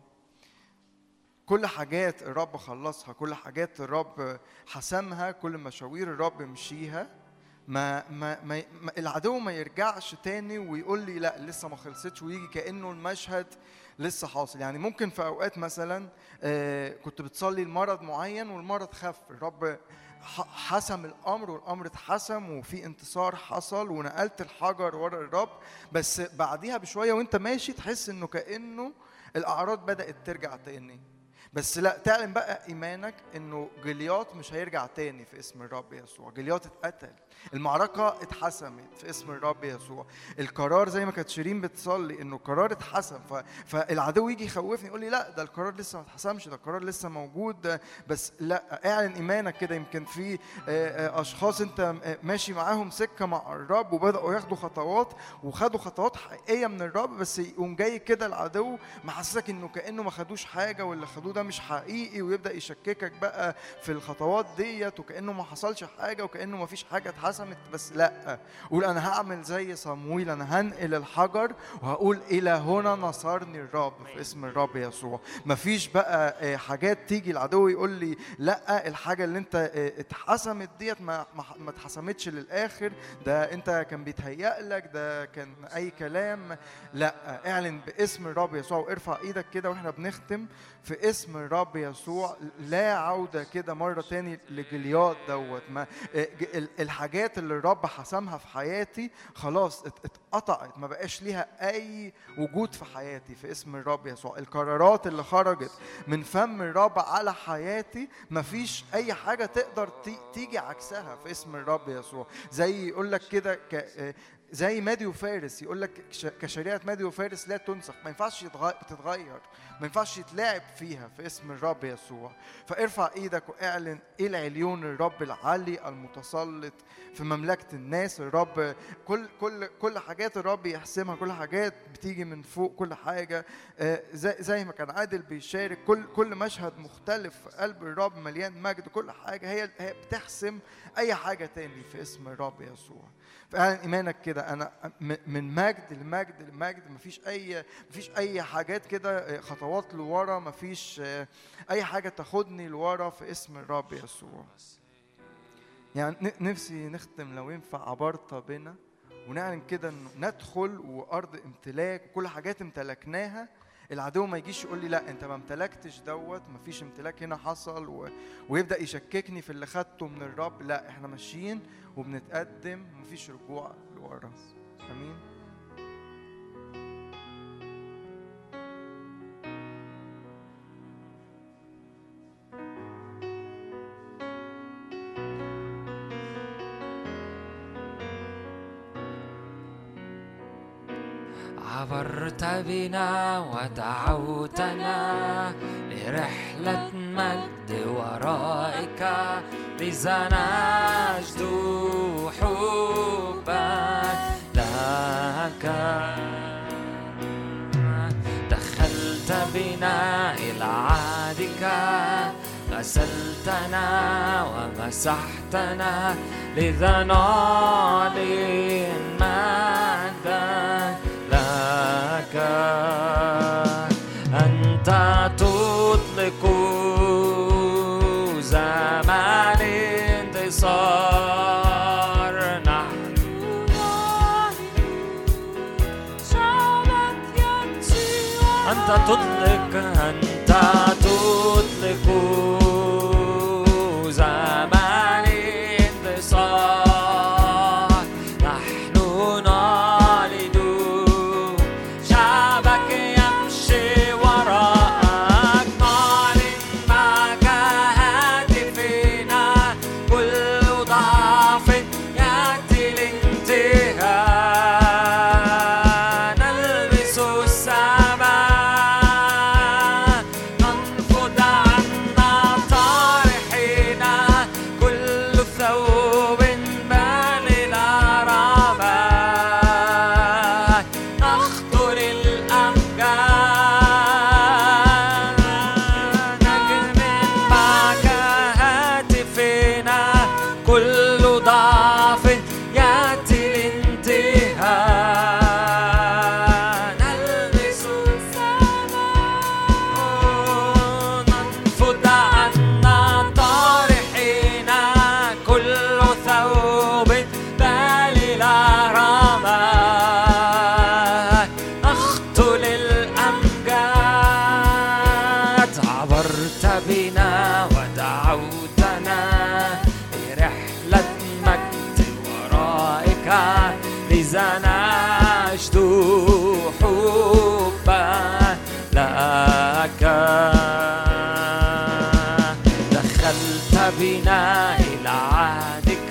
كل حاجات الرب خلصها، كل حاجات الرب حسمها، كل مشاوير الرب مشيها. ما, ما, ما, ما العدو ما يرجعش تاني ويقول لي لا لسه ما خلصتش، ويجي كأنه المشهد لسه حاصل. يعني ممكن في اوقات مثلا آه كنت بتصلي المرض معين والمرض خف، الرب حسم الامر والامر اتحسم وفي انتصار حصل ونقلت الحجر ورا الرب، بس بعديها بشويه وانت ماشي تحس انه كانه الاعراض بدات ترجع تاني. بس لا، تعلم بقى ايمانك انه جليات مش هيرجع تاني في اسم الرب يسوع. جليات اتقتل، المعركه اتحسمت في اسم الرب يسوع. القرار زي ما كانت شيرين بتصلي انه القرار اتحسم، فالعدو يجي يخوفني يقول لي لا ده القرار لسه ما اتحسمش، ده القرار لسه موجود. بس لا، اعلن ايمانك كده. يمكن في اشخاص انت ماشي معاهم سكه مع الرب وبداوا ياخدوا خطوات وخدوا خطوات حقيقيه من الرب، بس يقوم جاي كده العدو محسسك انه كانه ما خدوش حاجه، واللي خدوه ده مش حقيقي، ويبدا يشككك بقى في الخطوات ديت وكانه ما حصلش حاجه وكانه ما فيش حاجه اتحسمت. بس لا، قول انا هعمل زي صمويل، انا هنقل الحجر وهقول الى هنا نصرني الرب في اسم الرب يسوع. ما فيش بقى حاجات تيجي العدو يقول لي لا الحاجه اللي انت اتحسمت ديت ما ما اتحسمتش للاخر، ده انت كان بيتهيأ لك، ده كان اي كلام. لا، اعلن باسم الرب يسوع وارفع ايدك كده واحنا بنختم في اسم الرب يسوع. لا عودة كده مرة تاني لجليات دوت. ما الحاجات اللي الرب حسمها في حياتي خلاص اتقطعت، ما بقاش ليها أي وجود في حياتي في اسم الرب يسوع. القرارات اللي خرجت من فم الرب على حياتي ما فيش أي حاجة تقدر تيجي عكسها في اسم الرب يسوع. زي يقول لك كده زي مادي وفارس، يقول لك كشريعة مادي وفارس لا تنسخ، ما ينفعش تتغير، ما ينفعش يتلاعب فيها في اسم الرب يسوع. فارفع ايدك واعلن ايه العليون الرب العلي المتسلط في مملكة الناس. الرب كل كل كل حاجات الرب يحسمها، كل حاجات بتيجي من فوق، كل حاجة زي زي ما كان عادل بيشارك، كل كل مشهد مختلف في قلب الرب مليان مجد، كل حاجة هي هي بتحسم أي حاجة تاني في اسم الرب يسوع. فعلا إيمانك كده، أنا من مجد لمجد لمجد، مفيش أي مفيش أي حاجات كده خطوات لورا، مفيش أي حاجة تاخدني لورا في اسم الرب يسوع. يعني نفسي نختم لو ينفع عبارة بنا ونعلن كده إنه ندخل وأرض امتلاك، وكل حاجات امتلكناها العدو ما يجيش يقول لي لا انت ما امتلكتش دوت، ما فيش امتلاك هنا حصل و... ويبدأ يشككني في اللي خدته من الرب. لا، احنا ماشيين وبنتقدم، مفيش رجوع لورا. امين. عبرت بنا ودعوتنا لرحلة مجد ورائك، لذا نجد حبا لك. دخلت بنا إلى عهدك، غسلتنا ومسحتنا، لذا نعلن مجدا لك. أنت تطلق زمان انتصار، نحن شعبك يمشي. أنت تطلق أنت تطلق زمان انتصار، نحن نعلن شعبك يمشي وراءك. نعلن معك هاتفنا، كل ضعف يأتي الانتهاء. نلبس السماء، ننفض عنا طارحين، كل ثوب بال الأرامات. نخطر الأمجاد، نجمد معك هاتفنا، كل ضعف يأتي الانتهاء. نلبس السماء، ننفض عنا طارحين، كل ثوب بال الأرامات. نخطل الأمجاد. عبرت بنا ودعوتنا لرحلة مجد ورائك، لذا نجد حبا لك. دخلت بنا إلى عهدك،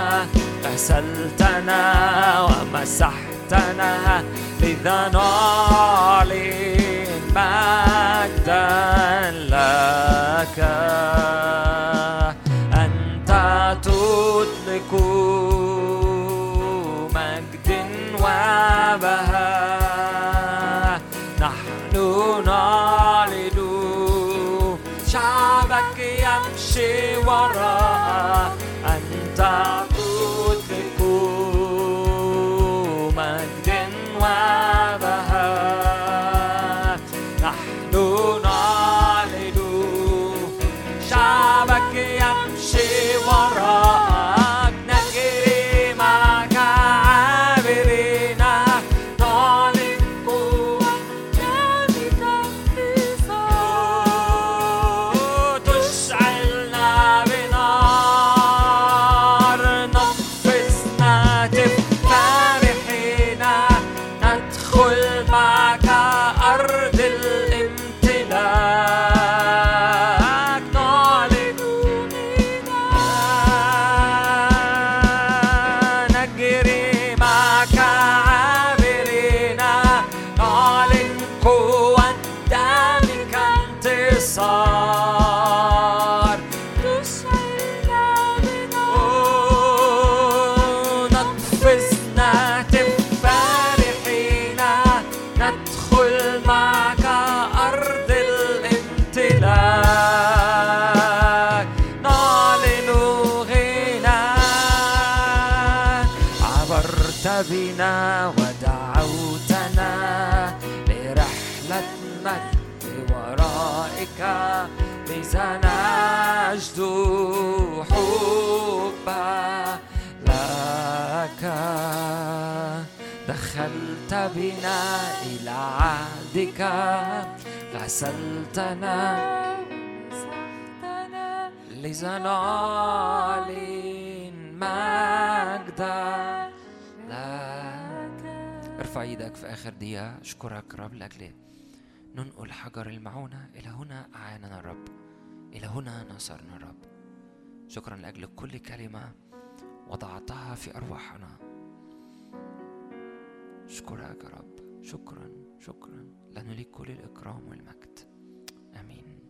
غسلتنا ومسحتنا، لذا نعلن مجدا لك. أنت تطلق مجد وبهاء، نحن نعلن شعبك يمشي وراء. أنت تطلق مجد وبهاء، نحن نعلن شعبك يمشي وراءك. نجري معك عابرين، نعلن قوة يدك انتصار. تشعلنا بنار دخلت بنا ودعوتنا لرحلة مجد ورائك، لذا نجد حبا لك. دخلت بنا إلى عهدك، غسلتنا لذا نعلن مجدا لك. ارفع ايدك في آخر دقيقة. اشكرك رب لأجل ننقل حجر المعونة. إلى هنا أعاننا الرب، إلى هنا نصرنا الرب. شكرا لأجل كل كلمة وضعتها في أرواحنا. شكرك يا رب، شكرا شكرا، لأنه ليك كل الإكرام والمجد. آمين.